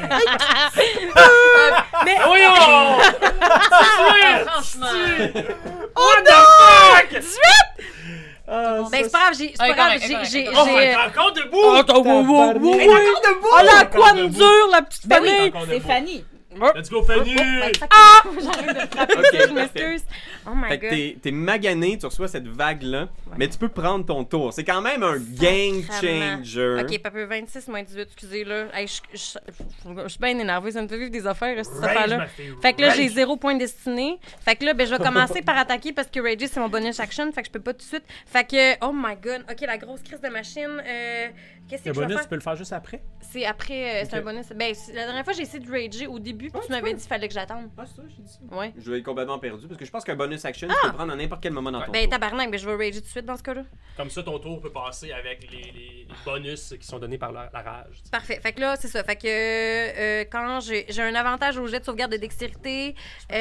Speaker 3: Mais
Speaker 5: Voyons!
Speaker 4: Franchement.
Speaker 5: What the fuck?
Speaker 2: Ah,
Speaker 3: ben, c'est pas grave, c'est pas
Speaker 4: Ouais,
Speaker 3: grave,
Speaker 4: correct,
Speaker 3: j'ai...
Speaker 5: Oh, elle est encore debout!
Speaker 2: oui.
Speaker 3: Oh la quoi de dur, la petite
Speaker 6: Ben oui,
Speaker 3: famille!
Speaker 5: Encore
Speaker 6: c'est
Speaker 5: debout.
Speaker 6: Fanny.
Speaker 5: Let's go, Fanny!
Speaker 3: J'arrête de frapper
Speaker 1: Ok,
Speaker 3: ça, je
Speaker 1: parfait.
Speaker 3: m'excuse. Oh my
Speaker 1: Fait que
Speaker 3: god.
Speaker 1: t'es magané, tu reçois cette vague-là, mais tu peux prendre ton tour. C'est quand même un game changer.
Speaker 3: Ok, Papa 26 moins 18, excusez là. Hey, je suis bien énervée, ça me fait vivre des affaires, cette affaire-là. Fait que là, j'ai 0 point destiné. Fait que là, ben, je vais commencer par attaquer parce que Rager, c'est mon bonus action. Fait que je peux pas tout de suite. Fait que, oh my god. Ok, la grosse crise de machine. Qu'est-ce que
Speaker 2: Le
Speaker 3: je vais
Speaker 2: bonus,
Speaker 3: faire?
Speaker 2: tu peux le faire juste après?
Speaker 3: C'est après, c'est
Speaker 2: Ok.
Speaker 3: un bonus. Ben, la dernière fois, j'ai essayé de rager au début, puis tu m'avais dit qu'il fallait que j'attende.
Speaker 1: Ah, c'est ça, j'ai dit ça.
Speaker 3: Ouais.
Speaker 1: Je vais être complètement perdu parce que je pense qu'un bonus action, tu peux le prendre à n'importe quel moment dans ton
Speaker 3: Ben,
Speaker 1: tour.
Speaker 3: tabarnak, ben, je vais rager tout de suite dans ce cas-là.
Speaker 5: Comme ça, ton tour peut passer avec les bonus qui sont donnés par la rage. tu sais.
Speaker 3: Parfait. Fait que là, c'est ça. Fait que quand j'ai un avantage au jet de sauvegarde de dextérité,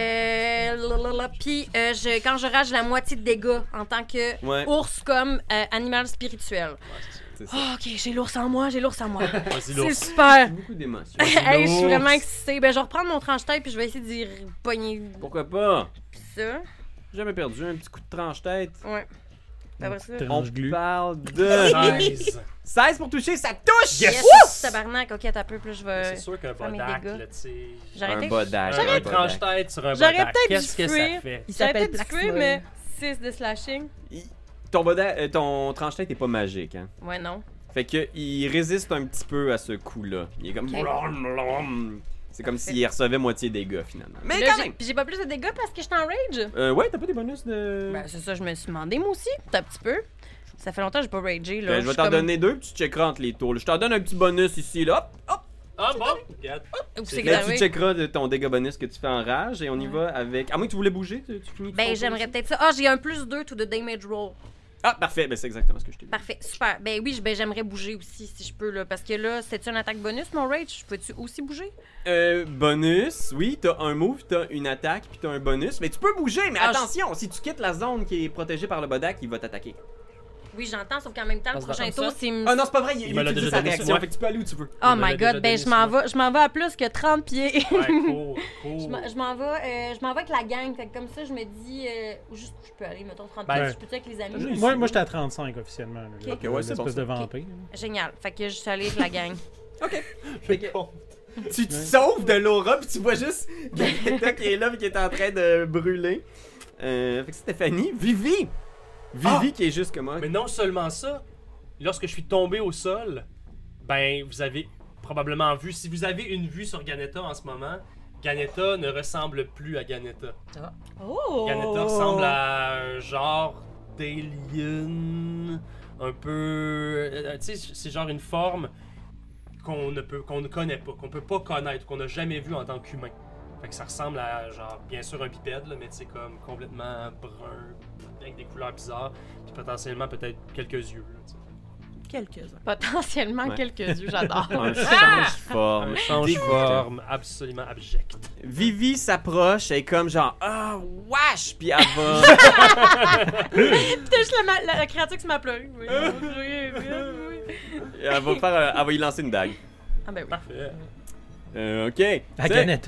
Speaker 3: puis quand je rage la moitié de dégâts en tant que
Speaker 1: Ouais.
Speaker 3: ours comme animal spirituel.
Speaker 1: C'est ça.
Speaker 3: Oh, ok, j'ai l'ours en moi, j'ai l'ours en moi.
Speaker 5: Vas-y,
Speaker 3: C'est
Speaker 5: l'ours.
Speaker 3: super.
Speaker 1: Beaucoup d'émotions.
Speaker 3: Hey, je suis vraiment excitée. Ben, je vais reprendre mon tranche-tête puis je vais essayer d'y pogner
Speaker 1: Pourquoi pas?
Speaker 3: ça.
Speaker 1: Jamais perdu un petit coup de tranche-tête.
Speaker 3: Ouais. Puis après ça.
Speaker 1: On
Speaker 2: Tranche-glu.
Speaker 1: parle de
Speaker 5: 16.
Speaker 1: 16 pour toucher, ça touche!
Speaker 3: Yes! Tabarnak, ok, t'as peu, puis je vais.
Speaker 5: C'est sûr qu'un
Speaker 3: faire mes
Speaker 5: bodac,
Speaker 3: dégâts.
Speaker 5: là, tu sais.
Speaker 3: J'aurais
Speaker 1: Un
Speaker 3: peut-être-
Speaker 1: bodac.
Speaker 5: Un
Speaker 1: un bodac.
Speaker 5: tranche-tête sur un
Speaker 3: J'aurais
Speaker 5: bodac.
Speaker 3: peut-être
Speaker 5: Qu'est-ce
Speaker 3: dû
Speaker 5: que ça
Speaker 3: fuir.
Speaker 5: fait?
Speaker 6: Il
Speaker 3: J'aurais
Speaker 6: s'appelle
Speaker 3: peut-être tué,
Speaker 6: Plaxmol.
Speaker 3: mais 6 de slashing.
Speaker 1: Ton tranche-tête est pas magique, hein.
Speaker 3: Ouais, non.
Speaker 1: Fait que il résiste un petit peu à ce coup-là. Il est comme... C'est comme s'il recevait moitié dégâts, finalement. Mais
Speaker 3: Là,
Speaker 1: quand
Speaker 3: j'ai-
Speaker 1: même!
Speaker 3: Puis j'ai pas plus de dégâts parce que je suis en rage.
Speaker 1: Ouais, t'as pas des bonus de...
Speaker 3: Ben, c'est ça, je me suis demandé moi aussi, un petit peu. Ça fait longtemps que j'ai pas ragé, là.
Speaker 1: Ben, je vais t'en donner deux, puis tu checkeras entre les tours. Je t'en donne un petit bonus ici, là. Hop, hop!
Speaker 5: Ah bon? Regarde.
Speaker 3: Où c'est que
Speaker 1: Là, tu
Speaker 3: j'arrive?
Speaker 1: checkeras de ton dégât bonus que tu fais en rage, et on y va avec... À moins que tu voulais bouger, tu finis
Speaker 3: Ben,
Speaker 1: ton
Speaker 3: j'aimerais
Speaker 1: tour
Speaker 3: peut-être ça. Ah, j'ai un plus 2 to the damage roll.
Speaker 1: aussi? Ah, parfait, ben c'est exactement ce que je t'ai dit.
Speaker 3: Parfait, super. Ben oui, ben, j'aimerais bouger aussi si je peux, là. Parce que là, c'est-tu une attaque bonus, mon rage? Peux-tu aussi bouger?
Speaker 1: Bonus, oui, t'as un move, t'as une attaque, puis t'as un bonus. Mais tu peux bouger, mais
Speaker 3: Ah,
Speaker 1: attention, si tu quittes la zone qui est protégée par le bodac, il va t'attaquer.
Speaker 3: Oui, j'entends, sauf qu'en même temps, le
Speaker 4: Ça se
Speaker 3: prochain
Speaker 4: bat
Speaker 3: tour,
Speaker 4: comme ça?
Speaker 3: c'est.
Speaker 1: Ah non, c'est pas vrai, il
Speaker 5: Il me l'a
Speaker 1: utilise
Speaker 5: déjà
Speaker 1: sa
Speaker 5: donné,
Speaker 1: réaction,
Speaker 5: ouais.
Speaker 1: fait que tu peux aller où tu veux.
Speaker 3: Oh
Speaker 5: Il me
Speaker 3: my
Speaker 5: l'a déjà
Speaker 3: god, ben
Speaker 5: donné,
Speaker 3: je m'en vais à plus que 30 pieds.
Speaker 5: Ouais, cool, cool.
Speaker 3: Je m'en vais avec la gang, fait que comme ça, je me dis, où juste je peux aller, mettons 30
Speaker 2: Ben,
Speaker 3: pieds, je peux-tu avec les amis?
Speaker 2: Moi, j'étais à 35 officiellement. Là,
Speaker 3: Ok.
Speaker 1: Ok, ouais, c'est bon,
Speaker 2: Espèce de
Speaker 1: ça.
Speaker 2: vampire.
Speaker 3: Génial, fait que je suis allée avec la gang.
Speaker 1: Fait que tu te sauves de l'aura, puis tu vois juste Gaëta qui est là, puis qui est en train de brûler. Fait que Stéphanie, Vivi! Vivi qui est juste comme moi.
Speaker 5: Mais non seulement ça, lorsque je suis tombé au sol, ben vous avez probablement vu, si vous avez une vue sur Ganetta en ce moment, Ganetta ne ressemble plus à Ganetta.
Speaker 6: Oh!
Speaker 5: Ganetta ressemble à un genre d'alien, un peu... tu sais, c'est genre une forme qu'on ne connaît pas, qu'on peut pas connaître, qu'on n'a jamais vu en tant qu'humain. Fait que ça ressemble à, genre, bien sûr un bipède, là, mais tu sais, comme complètement brun, avec des couleurs bizarres, puis potentiellement peut-être quelques yeux, là, tu sais.
Speaker 6: Quelques-uns.
Speaker 3: Potentiellement
Speaker 1: Ouais.
Speaker 3: quelques yeux, j'adore.
Speaker 1: Un change-forme.
Speaker 5: Un change-forme absolument abject.
Speaker 1: Vivi s'approche, elle est comme genre, ah, wesh! Puis elle va.
Speaker 3: C'était juste la créature qui m'a pleuré. Oui,
Speaker 1: Elle va faire. Elle va y lancer une dague.
Speaker 3: Ah ben oui.
Speaker 5: Parfait.
Speaker 1: Ok.
Speaker 2: À
Speaker 1: C'est-
Speaker 2: Ganetta.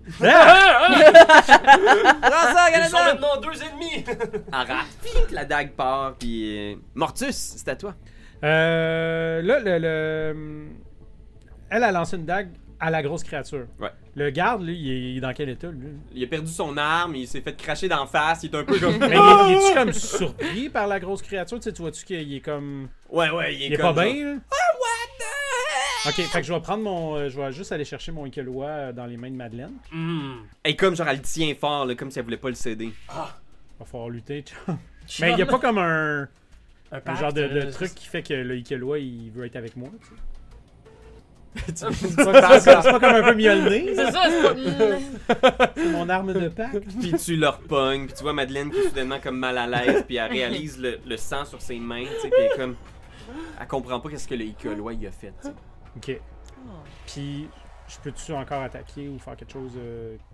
Speaker 1: Prends ça,
Speaker 5: Ils sont
Speaker 1: Ganetta!
Speaker 5: maintenant 2 ennemis!
Speaker 1: Arrête! Pink, la dague part, puis. Mortus, c'est à toi.
Speaker 2: Là, elle a lancé une dague à la grosse créature.
Speaker 1: Ouais.
Speaker 2: Le garde, lui, il est dans quel état, lui?
Speaker 1: Il a perdu son arme, il s'est fait cracher d'en face, il est un peu comme.
Speaker 2: Mais il est-tu comme surpris par la grosse créature? Tu sais, tu vois-tu qu'il est comme...
Speaker 1: Ouais,
Speaker 2: Il est
Speaker 1: comme
Speaker 2: pas
Speaker 1: genre,
Speaker 2: bien, là? Ok, fait que je vais prendre mon... je vais juste aller chercher mon Ikeloa dans les mains de Madeleine.
Speaker 1: Elle est comme genre, elle le tient fort, là, comme si elle voulait pas le céder.
Speaker 2: Va falloir lutter, chum. Mais il y a pas comme un
Speaker 5: Un
Speaker 2: genre de
Speaker 5: pacte,
Speaker 2: truc qui fait que le Ikeloa, il veut être avec moi, tu sais.
Speaker 1: C'est
Speaker 2: C'est pas comme un peu miaulné,
Speaker 4: C'est ça, c'est pas.
Speaker 2: c'est mon arme de Pâques.
Speaker 1: Puis tu leur pognes, puis tu vois Madeleine qui est soudainement comme mal à l'aise, puis elle réalise le sang sur ses mains, tu sais, puis elle est comme. Elle comprend pas qu'est-ce que le Ikeloa il a fait, tu sais.
Speaker 2: Ok. Puis, je peux-tu encore attaquer ou faire quelque chose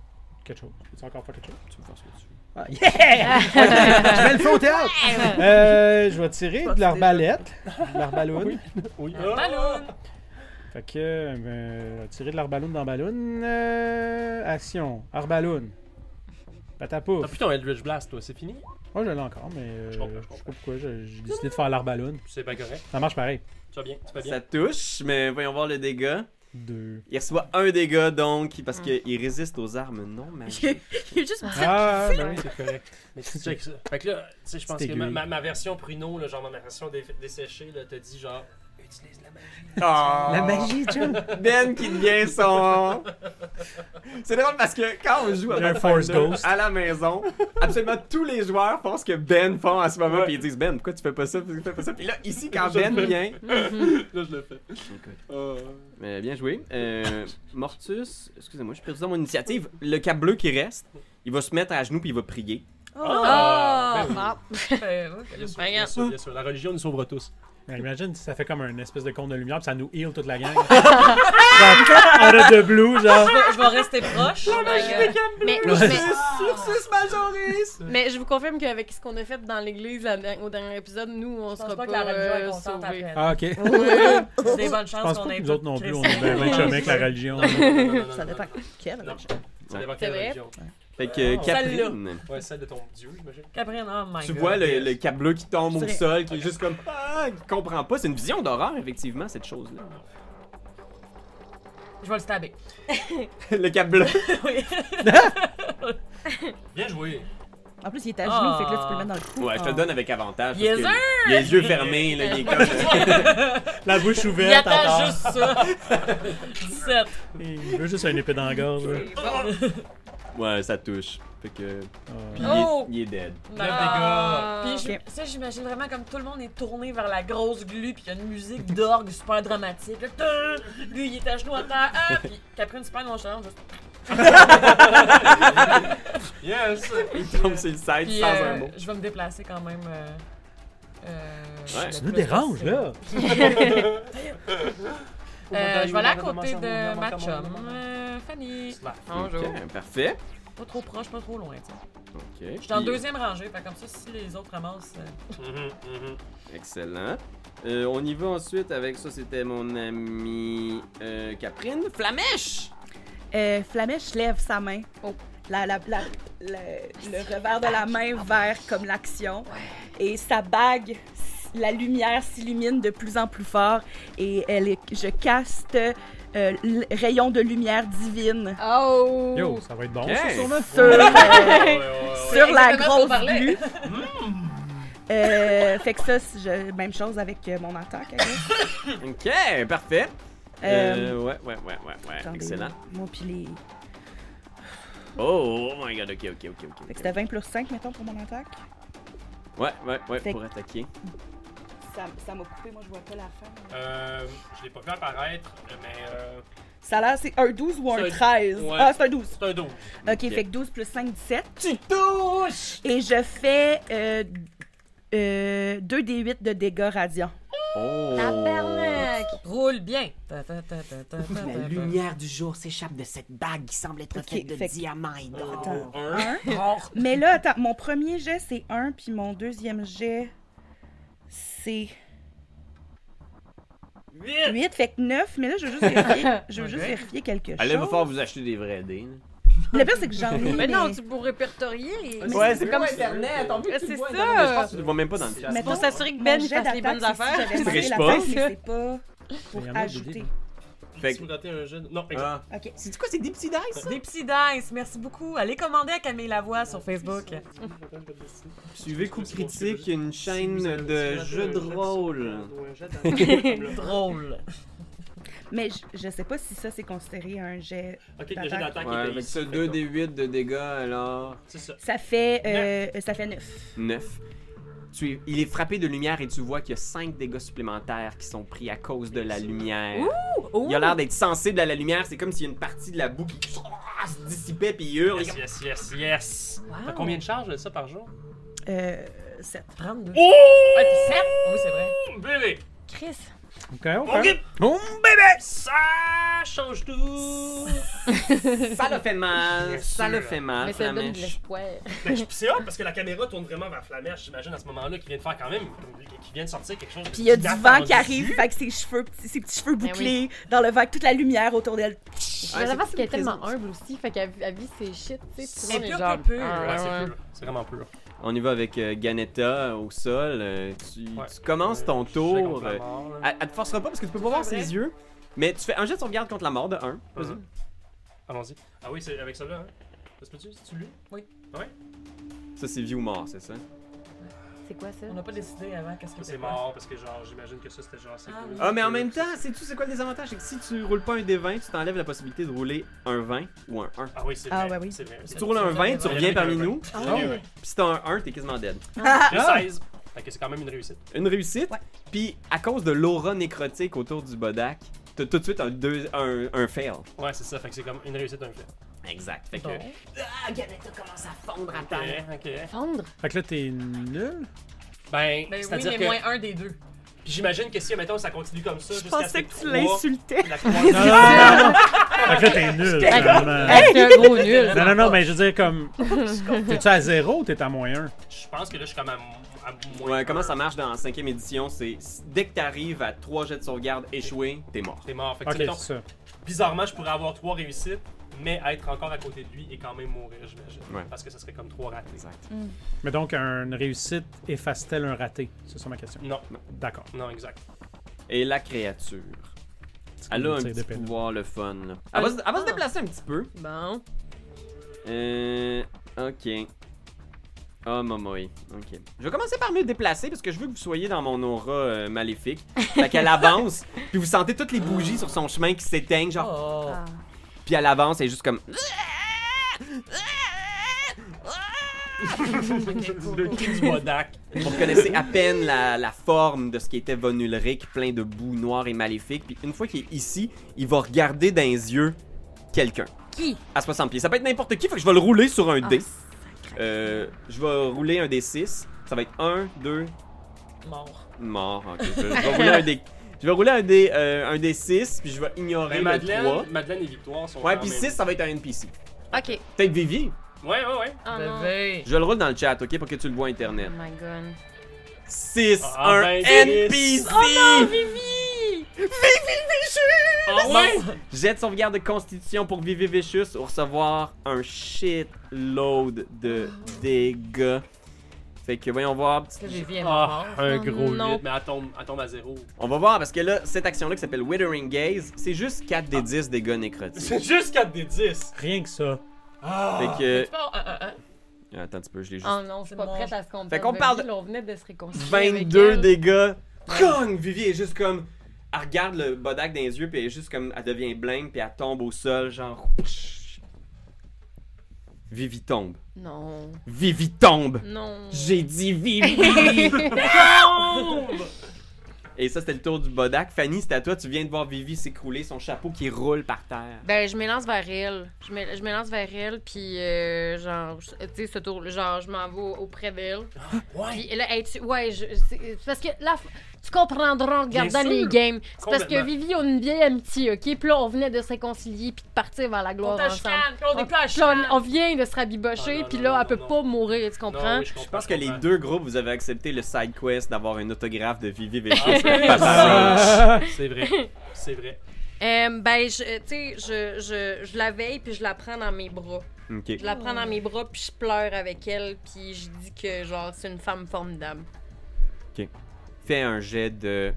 Speaker 2: quelque chose. Peux-tu encore faire quelque chose?
Speaker 1: Tu veux faire ce que tu veux.
Speaker 2: Ah, yeah! Je mets le feu au théâtre! Je vais tirer de l'arbalète. De l'arballoune.
Speaker 5: Oui.
Speaker 4: Ballon!
Speaker 2: Fait que, je vais tirer de l'arballoune dans ballon. Action. Arballoune. Patapouf.
Speaker 5: T'as plus ton Eldritch Blast, toi, c'est fini?
Speaker 2: Moi, je l'ai encore, mais
Speaker 5: Je comprends.
Speaker 2: sais pas pourquoi. J'ai décidé de faire l'arballoune.
Speaker 5: C'est pas correct.
Speaker 2: Ça marche pareil.
Speaker 5: Tu vas bien, tu vas bien.
Speaker 1: Ça touche, mais voyons voir le dégât.
Speaker 2: 2.
Speaker 1: Il reçoit un dégât donc, parce qu'il résiste aux armes non magiques.
Speaker 6: Il est juste
Speaker 2: Ah, ben oui.
Speaker 5: C'est correct. Mais tu check ça. Fait que là, tu sais, je pense
Speaker 2: C'est
Speaker 5: que
Speaker 2: aiguille.
Speaker 5: ma version pruneau, là, genre ma version desséchée, là, te dit genre, utilise la magie.
Speaker 1: Oh.
Speaker 2: La magie, John!
Speaker 1: Ben qui devient son. C'est drôle parce que quand on joue
Speaker 2: Il y a
Speaker 1: à
Speaker 2: un Force
Speaker 1: Pathfinder
Speaker 2: Ghost.
Speaker 1: à la maison, absolument tous les joueurs font ce que Ben font à ce moment, puis ils disent Ben, pourquoi tu fais pas ça, pourquoi tu fais pas ça. Puis là, ici, quand Ben vient.
Speaker 5: Là, je le fais.
Speaker 1: Mais bien joué. Mortus, excusez-moi, je suis perdu dans mon initiative. Le cap bleu qui reste, il va se mettre à genoux puis il va prier.
Speaker 5: Ah! Ben oui.
Speaker 3: Ah!
Speaker 5: Bien sûr,
Speaker 3: Ben,
Speaker 5: bien sûr, bien sûr. La religion nous sauvera tous.
Speaker 2: Ben, imagine si ça fait comme une espèce de cône de lumière, puis ça nous heal toute la gang. Out de blue, genre.
Speaker 4: Je vais rester proche.
Speaker 3: Mais,
Speaker 1: Ursus Majoris!
Speaker 3: mais je vous confirme qu'avec ce qu'on a fait dans l'église au dernier épisode, nous, on
Speaker 4: Je pense
Speaker 3: sera
Speaker 4: pas
Speaker 3: pas
Speaker 4: que la religion est contente
Speaker 3: sauvés.
Speaker 4: après.
Speaker 2: Ah, ok.
Speaker 4: Des bonnes
Speaker 2: Je
Speaker 4: chances
Speaker 2: pense
Speaker 4: qu'on
Speaker 2: pas
Speaker 4: ait
Speaker 2: que nous autres non plus, on
Speaker 4: Christ.
Speaker 2: est bien chumés avec la religion.
Speaker 6: Ça dépend. Quelle
Speaker 5: Non.
Speaker 6: religion?
Speaker 5: Ça dépend
Speaker 3: C'est
Speaker 5: quelle
Speaker 3: vrai.
Speaker 5: religion.
Speaker 1: Fait que
Speaker 5: Oh.
Speaker 1: Caprine,
Speaker 5: Ouais, celle de ton dieu, j'imagine.
Speaker 4: Caprine, oh my
Speaker 1: tu
Speaker 4: god.
Speaker 1: vois le cap bleu qui tombe au
Speaker 6: C'est vrai.
Speaker 1: sol, qui est juste comme qui comprend pas. C'est une vision d'horreur, effectivement, cette chose-là.
Speaker 4: Je vais le stabber.
Speaker 1: Le cap bleu.
Speaker 4: Oui.
Speaker 5: Bien joué.
Speaker 6: En plus, il est à genoux, fait que là, tu peux le mettre dans le cou.
Speaker 1: Ouais, je te le donne avec avantage. parce
Speaker 4: Yes,
Speaker 1: que
Speaker 4: sir!
Speaker 1: il a les yeux fermés, là, il est comme.
Speaker 2: La bouche
Speaker 4: Il
Speaker 2: ouverte,
Speaker 4: attend
Speaker 2: attends.
Speaker 4: juste ça. 17.
Speaker 2: Il veut juste une épée dans la gorge. là.
Speaker 1: Ouais, ça touche. Fait que. Puis
Speaker 4: Oh!
Speaker 1: il est dead.
Speaker 3: Ah.
Speaker 4: Puis
Speaker 6: Ok.
Speaker 4: ça, j'imagine vraiment comme tout le monde est tourné vers la grosse glu, puis il y a une musique d'orgue super dramatique. Là, lui, il est à genoux à terre. Ah, puis Caprine super nonchalante. Juste...
Speaker 5: Yes!
Speaker 1: Il tombe sur le side
Speaker 4: Puis
Speaker 1: sans un mot.
Speaker 4: je vais me déplacer quand même.
Speaker 1: Ouais.
Speaker 2: Tu nous déranges, là.
Speaker 4: Je vais aller à côté de ma chum, Fanny.
Speaker 3: Bonjour.
Speaker 1: Ok, parfait.
Speaker 4: Pas trop proche, pas trop loin, tu sais.
Speaker 1: Ok.
Speaker 4: Je suis en
Speaker 1: Puis-
Speaker 4: deuxième rangée, fait comme ça, si les autres ramassent.
Speaker 1: Excellent. On y va ensuite avec ça, c'était mon ami Caprine. Flamèche!
Speaker 6: Flamèche lève sa main.
Speaker 3: Oh.
Speaker 6: Le revers de la main vers comme l'action. Et sa bague, la lumière s'illumine de plus en plus fort. Et je caste rayon de lumière divine
Speaker 3: Oh!
Speaker 2: Yo, ça va être bon.
Speaker 1: Ok.
Speaker 2: ça, sûrement.
Speaker 6: sur, sur la
Speaker 4: Exactement ce qu'on
Speaker 6: grosse
Speaker 4: parlait.
Speaker 6: glu. Fait que ça, même chose avec mon attaque. I guess.
Speaker 1: Ok, parfait. Ouais.
Speaker 6: Attendez,
Speaker 1: Excellent.
Speaker 6: Moi, puis les.
Speaker 1: Oh my god, ok.
Speaker 6: Fait que c'était 20 plus 5, mettons, pour mon attaque.
Speaker 1: Ouais,
Speaker 6: Fait
Speaker 1: pour attaquer.
Speaker 6: Ça m'a coupé, moi, je vois pas la fin.
Speaker 5: Je l'ai pas vu apparaître, mais
Speaker 6: Ça a l'air, c'est un 12 ou un
Speaker 5: C'est un-
Speaker 6: 13?
Speaker 5: ouais.
Speaker 6: Ah, c'est un 12.
Speaker 5: c'est un 12.
Speaker 6: Ok, fait que 12 plus 5, 17.
Speaker 1: Tu touches!
Speaker 6: Et je fais 2 d8 de dégâts radiants.
Speaker 1: Oh!
Speaker 3: Tabarnak!
Speaker 4: Roule bien.
Speaker 7: La lumière du jour s'échappe de cette bague qui semble être
Speaker 6: Ok,
Speaker 7: faite de
Speaker 6: fait que-
Speaker 7: diamants et d'or.
Speaker 6: Attends.
Speaker 5: Un.
Speaker 6: Mais là, attends, mon premier jet, c'est 1, puis mon deuxième jet, c'est 8, fait que 9. Mais là, je veux juste vérifier, vérifier quelque chose.
Speaker 1: Allez, va falloir vous acheter des vrais dés. là.
Speaker 6: Le pire, c'est que j'en ai.
Speaker 3: Mais non, tu pourrais répertorier.
Speaker 1: Ouais, c'est comme
Speaker 3: comme
Speaker 1: Internet. En plus,
Speaker 3: Ouais,
Speaker 1: tu
Speaker 3: c'est
Speaker 1: le vois,
Speaker 3: ça.
Speaker 1: Internet, mais je pense que tu le vois même pas dans le chat.
Speaker 6: Mettons,
Speaker 3: Pour s'assurer que
Speaker 6: mon
Speaker 3: Ben
Speaker 6: jet
Speaker 3: fasse les bonnes
Speaker 6: d'attaque, c'est
Speaker 3: affaires.
Speaker 6: Si j'avais
Speaker 1: Triche
Speaker 6: marqué
Speaker 1: pas.
Speaker 6: l'attaque, mais c'est pas pour
Speaker 2: Il y en a des
Speaker 6: ajouter.
Speaker 2: dés.
Speaker 1: Fait
Speaker 5: Si
Speaker 1: que-
Speaker 5: vous ratez un jeu. Non, exact.
Speaker 1: Ah.
Speaker 6: Ok.
Speaker 1: C'est quoi, c'est des petits dice?
Speaker 4: Des petits dice, merci beaucoup. Allez commander à Camille Lavoie sur Facebook.
Speaker 1: Suivez Coup Critique, une chaîne de jeux de rôle.
Speaker 4: Drôle.
Speaker 6: Mais je sais pas si ça, c'est considéré un jet.
Speaker 5: Ok, le jet
Speaker 6: D'attaque.
Speaker 5: d'attaque
Speaker 1: Ouais,
Speaker 5: est
Speaker 1: avec
Speaker 5: ici.
Speaker 1: ça, 2 des 8 de dégâts, alors
Speaker 5: C'est ça.
Speaker 6: Ça fait 9.
Speaker 1: 9. Il est frappé de lumière et tu vois qu'il y a 5 dégâts supplémentaires qui sont pris à cause de la lumière. Il a l'air d'être sensible à la lumière, c'est comme s'il y a une partie de la boue qui se dissipait puis il hurle.
Speaker 5: Yes. T'as combien de charges de ça par jour?
Speaker 6: 7.
Speaker 4: 32.
Speaker 5: Oh!
Speaker 4: Ah, puis 7? Oui, c'est vrai.
Speaker 5: Bébé!
Speaker 3: Chris.
Speaker 2: Ok.
Speaker 5: Ok.
Speaker 2: Oh, bébé!
Speaker 5: Ça change tout!
Speaker 1: Ça l'a fait mal,
Speaker 5: Bien
Speaker 1: ça
Speaker 5: sûr.
Speaker 1: l'a fait mal,
Speaker 3: Mais ça donne de
Speaker 1: Flamèche.
Speaker 3: l'espoir.
Speaker 5: Ben, c'est hot parce que la caméra tourne vraiment vers Flamèche, j'imagine, à ce moment-là, qui vient de faire quand même, qui vient de sortir quelque chose de
Speaker 6: Puis il y a du vent
Speaker 5: inattendu.
Speaker 6: qui arrive, fait que ses petits cheveux
Speaker 3: Ben
Speaker 6: bouclés dans le vent, avec toute la lumière autour d'elle.
Speaker 3: Mais la face qu'elle est tellement humble aussi, fait qu'elle vit ses shit, tu sais. tout le
Speaker 4: C'est
Speaker 3: monde est
Speaker 4: pur,
Speaker 3: genre,
Speaker 4: pur, pur.
Speaker 3: ah,
Speaker 5: Ouais, c'est
Speaker 3: ouais.
Speaker 5: pur. C'est vraiment pur.
Speaker 1: On y va avec Ganetta au sol. Tu commences ton
Speaker 5: Je fais
Speaker 1: tour.
Speaker 5: contre la mort, là.
Speaker 1: Elle te forcera pas parce que tu peux pas voir
Speaker 4: vrai?
Speaker 1: ses yeux. Mais tu fais un jet de sauvegarde contre la mort de 1. Vas-y.
Speaker 5: Allons-y. Ah oui, c'est avec ça là, hein? Ça se peut-tu? C'est-tu lui?
Speaker 1: Ça, c'est vie ou mort, c'est ça?
Speaker 3: C'est quoi ça?
Speaker 4: On n'a pas décidé avant qu'est-ce que
Speaker 5: Ça, c'est mort parce que, genre, j'imagine que ça, c'était genre. C'est
Speaker 4: Ah,
Speaker 5: cool.
Speaker 1: Ah, mais en même temps, sais-tu c'est quoi le désavantage? C'est que si tu roules pas un D20, tu t'enlèves la possibilité de rouler un 20 ou un 1.
Speaker 5: Ah oui, c'est
Speaker 6: Ah,
Speaker 5: vrai.
Speaker 6: ouais, oui.
Speaker 5: C'est vrai.
Speaker 1: Si tu roules un 20, tu
Speaker 5: Ouais,
Speaker 1: reviens
Speaker 5: avec
Speaker 1: parmi
Speaker 5: un 20.
Speaker 1: nous.
Speaker 4: Ah
Speaker 5: J'ai
Speaker 4: oui.
Speaker 5: eu un.
Speaker 1: Puis si t'as un 1, t'es quasiment dead.
Speaker 5: J'ai 16. Fait que c'est quand même une réussite.
Speaker 1: Une réussite.
Speaker 6: Ouais.
Speaker 1: Puis à cause de l'aura nécrotique autour du Bodak, t'as tout de suite un fail.
Speaker 5: Ouais, c'est ça. Fait que c'est comme une réussite d'un fait.
Speaker 1: Exact. Fait que.
Speaker 4: Bon.
Speaker 7: Ah, Ganetta commence à fondre à terre.
Speaker 5: Ok.
Speaker 3: Fondre?
Speaker 2: Fait que là, t'es nul.
Speaker 5: Ben,
Speaker 4: Ben oui,
Speaker 5: c'est-à-dire
Speaker 4: mais
Speaker 5: que.
Speaker 4: moins un des deux.
Speaker 5: Puis j'imagine que si, mettons, ça continue comme ça
Speaker 6: Je
Speaker 5: jusqu'à ce
Speaker 6: pensais que tu
Speaker 5: trois-
Speaker 6: l'insultais.
Speaker 5: la
Speaker 2: Non,
Speaker 5: troisième-
Speaker 2: non, non. Fait que là, t'es nul. finalement.
Speaker 3: T'es un gros nul.
Speaker 2: Non, non, non, mais je veux dire, comme. T'es-tu à 0 ou t'es à moins 1?
Speaker 5: Je pense que là, je suis comme à moins.
Speaker 1: Ouais, comment
Speaker 5: un.
Speaker 1: ça marche dans la 5e édition? C'est dès que t'arrives à 3 jets de sauvegarde échoués, t'es mort.
Speaker 5: T'es mort. Fait que,
Speaker 2: Ok,
Speaker 5: mettons,
Speaker 2: c'est ça.
Speaker 5: bizarrement, je pourrais avoir 3 réussites, mais être encore à côté de lui et quand même mourir, j'imagine.
Speaker 1: Ouais.
Speaker 5: Parce que ça serait comme 3 ratés.
Speaker 1: Exact.
Speaker 2: Mais donc, une réussite efface-t-elle un raté? C'est ça ma question.
Speaker 5: Non,
Speaker 2: D'accord.
Speaker 5: non, exact.
Speaker 1: Et la créature.
Speaker 2: C'est
Speaker 1: Elle
Speaker 2: comme
Speaker 1: a un
Speaker 2: tir
Speaker 1: petit
Speaker 2: d'épée, là.
Speaker 1: pouvoir, le fun. Là. Elle va se déplacer un petit peu.
Speaker 3: Bon.
Speaker 1: Ok. Oh, Momoï. Ok. Je vais commencer par me déplacer parce que je veux que vous soyez dans mon aura maléfique. Fait qu'elle avance, puis vous sentez toutes les bougies sur son chemin qui s'éteignent, genre.
Speaker 4: Oh.
Speaker 3: Ah.
Speaker 1: Puis elle avance, elle est juste comme.
Speaker 5: Le cri du Bodak.
Speaker 1: Vous reconnaissez à peine la forme de ce qui était Von Ulrich, plein de boue noire et maléfique. Puis une fois qu'il est ici, il va regarder dans les yeux quelqu'un.
Speaker 3: Qui?
Speaker 1: À 60 pieds. Ça peut être n'importe qui, fait que je vais le rouler sur un
Speaker 3: Ah,
Speaker 1: dé. Je vais rouler un dé 6. Ça va être 1, 2,
Speaker 4: Mort.
Speaker 1: mort. Ok, je vais rouler un dé. Je vais rouler un dé 6, puis je vais ignorer
Speaker 5: Mais
Speaker 1: le 3.
Speaker 5: Madeleine et Victoire sont.
Speaker 1: Ouais,
Speaker 5: quand
Speaker 1: puis
Speaker 5: même-
Speaker 1: 6, ça va être un NPC.
Speaker 3: Ok.
Speaker 1: Peut-être Vivi.
Speaker 5: Ouais, ouais, ouais.
Speaker 3: Oh non.
Speaker 4: Bébé.
Speaker 1: Je le roule dans le chat, ok, pour que tu le vois
Speaker 3: Oh
Speaker 1: internet.
Speaker 3: my god.
Speaker 1: 6,
Speaker 5: Ah,
Speaker 1: un
Speaker 5: ben,
Speaker 1: NPC!
Speaker 3: Oh non, Vivi!
Speaker 5: Ah ouais?
Speaker 1: Jet de sauvegarde de constitution pour Vivi Vicious ou recevoir un shitload de dégâts. Fait que voyons voir.
Speaker 4: Est-ce que j'ai vu
Speaker 5: Ah, un
Speaker 3: Oh
Speaker 5: gros
Speaker 3: non.
Speaker 5: 8, mais elle tombe à 0.
Speaker 1: On va voir parce que là, cette action-là qui s'appelle Withering Gaze, c'est juste 4 des 10 dégâts nécrotiques.
Speaker 5: C'est juste 4 des 10.
Speaker 2: Rien que ça.
Speaker 5: Ah!
Speaker 1: Fait que.
Speaker 4: Tu parles
Speaker 1: Attends un petit peu, je l'ai juste.
Speaker 3: Oh non, je suis pas
Speaker 4: C'est
Speaker 3: prête à ce qu'on
Speaker 1: Fait qu'on parle de-
Speaker 3: On venait de se réconcilier.
Speaker 1: 22
Speaker 3: avec elle.
Speaker 1: dégâts. Cong! Vivi est juste comme. Elle regarde le Bodak dans les yeux, puis elle est juste comme. Elle devient blême, puis elle tombe au sol, genre. Vivi tombe.
Speaker 3: Non.
Speaker 1: Vivi tombe!
Speaker 3: Non.
Speaker 1: J'ai dit Vivi! Et ça, c'était le tour du Bodak. Fanny, c'est à toi. Tu viens de voir Vivi s'écrouler, son chapeau qui roule par terre.
Speaker 3: Ben, je m'élance vers elle. Je m'élance vers elle, puis genre, tu sais, ce tour, genre, je m'en vais auprès d'elle.
Speaker 5: Ouais!
Speaker 3: Puis là, ouais, c'est parce que là, tu comprendras en regardant
Speaker 5: sûr.
Speaker 3: les games. C'est parce que
Speaker 5: Complètement.
Speaker 3: Vivi, on a une vieille amitié, ok? Puis là, on venait de se réconcilier, puis de partir vers la
Speaker 4: On
Speaker 3: gloire
Speaker 4: t'a
Speaker 3: ensemble.
Speaker 4: chicane, puis on est plus à
Speaker 3: Puis là,
Speaker 4: chicane.
Speaker 3: on vient de se rabibocher,
Speaker 5: Ah, non,
Speaker 3: puis
Speaker 5: non,
Speaker 3: là,
Speaker 5: non,
Speaker 3: elle peut
Speaker 5: non,
Speaker 3: pas mourir, tu comprends?
Speaker 5: Non, oui,
Speaker 1: Je pense que les deux groupes, vous avez accepté le side quest d'avoir un autographe de Vivi Vicious.
Speaker 2: Ah.
Speaker 5: C'est vrai. C'est vrai.
Speaker 3: Ben, tu sais, je la veille, puis je la prends dans mes bras.
Speaker 1: Ok.
Speaker 3: Je la prends dans mes bras, puis je pleure avec elle, puis je dis que, genre, c'est une femme formidable.
Speaker 1: Fais un jet de.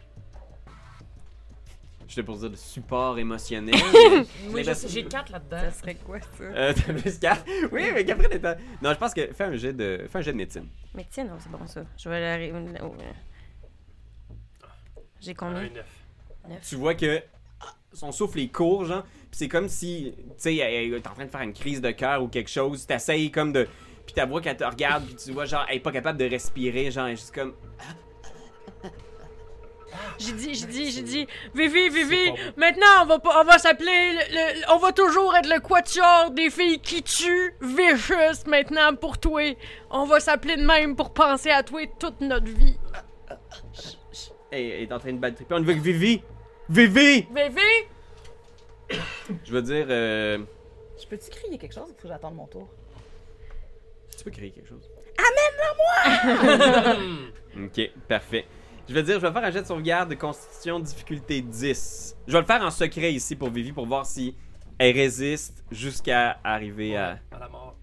Speaker 1: Je pour dire de support émotionnel.
Speaker 4: Oui, j'ai 4 là-dedans.
Speaker 3: Ça serait quoi, ça?
Speaker 1: T'as plus 4. Oui, mais qu'après t'es en- Non, je pense que fais un jet de médecine.
Speaker 3: Mais tiens, non, c'est bon, ça. Je vais la... J'ai combien?
Speaker 5: Un 9.
Speaker 1: Tu vois que son souffle est court, genre. Puis c'est comme si, tu sais, elle est en train de faire une crise de cœur ou quelque chose. T'essayes comme de. Puis ta voix qu'elle te regarde, puis tu vois, genre, elle est pas capable de respirer, genre, elle est juste comme.
Speaker 3: J'ai dit, Vivi,
Speaker 5: C'est pas
Speaker 3: maintenant, on va s'appeler, on va toujours être le quatuor des filles qui tuent Vicious maintenant pour toi. On va s'appeler de même pour penser à toi toute notre vie.
Speaker 1: est en train de battre triper. On y va avec Vivi! Vivi!
Speaker 4: Vivi!
Speaker 1: Je veux dire,
Speaker 6: Je peux-tu crier quelque chose? Il faut que j'attende mon tour.
Speaker 1: tu peux créer quelque chose.
Speaker 5: Hmm.
Speaker 1: Ok, parfait. Je vais faire un jet de sauvegarde de constitution difficulté 10. Je vais le faire en secret ici pour Vivi pour voir si elle résiste jusqu'à arriver à...
Speaker 5: À la mort.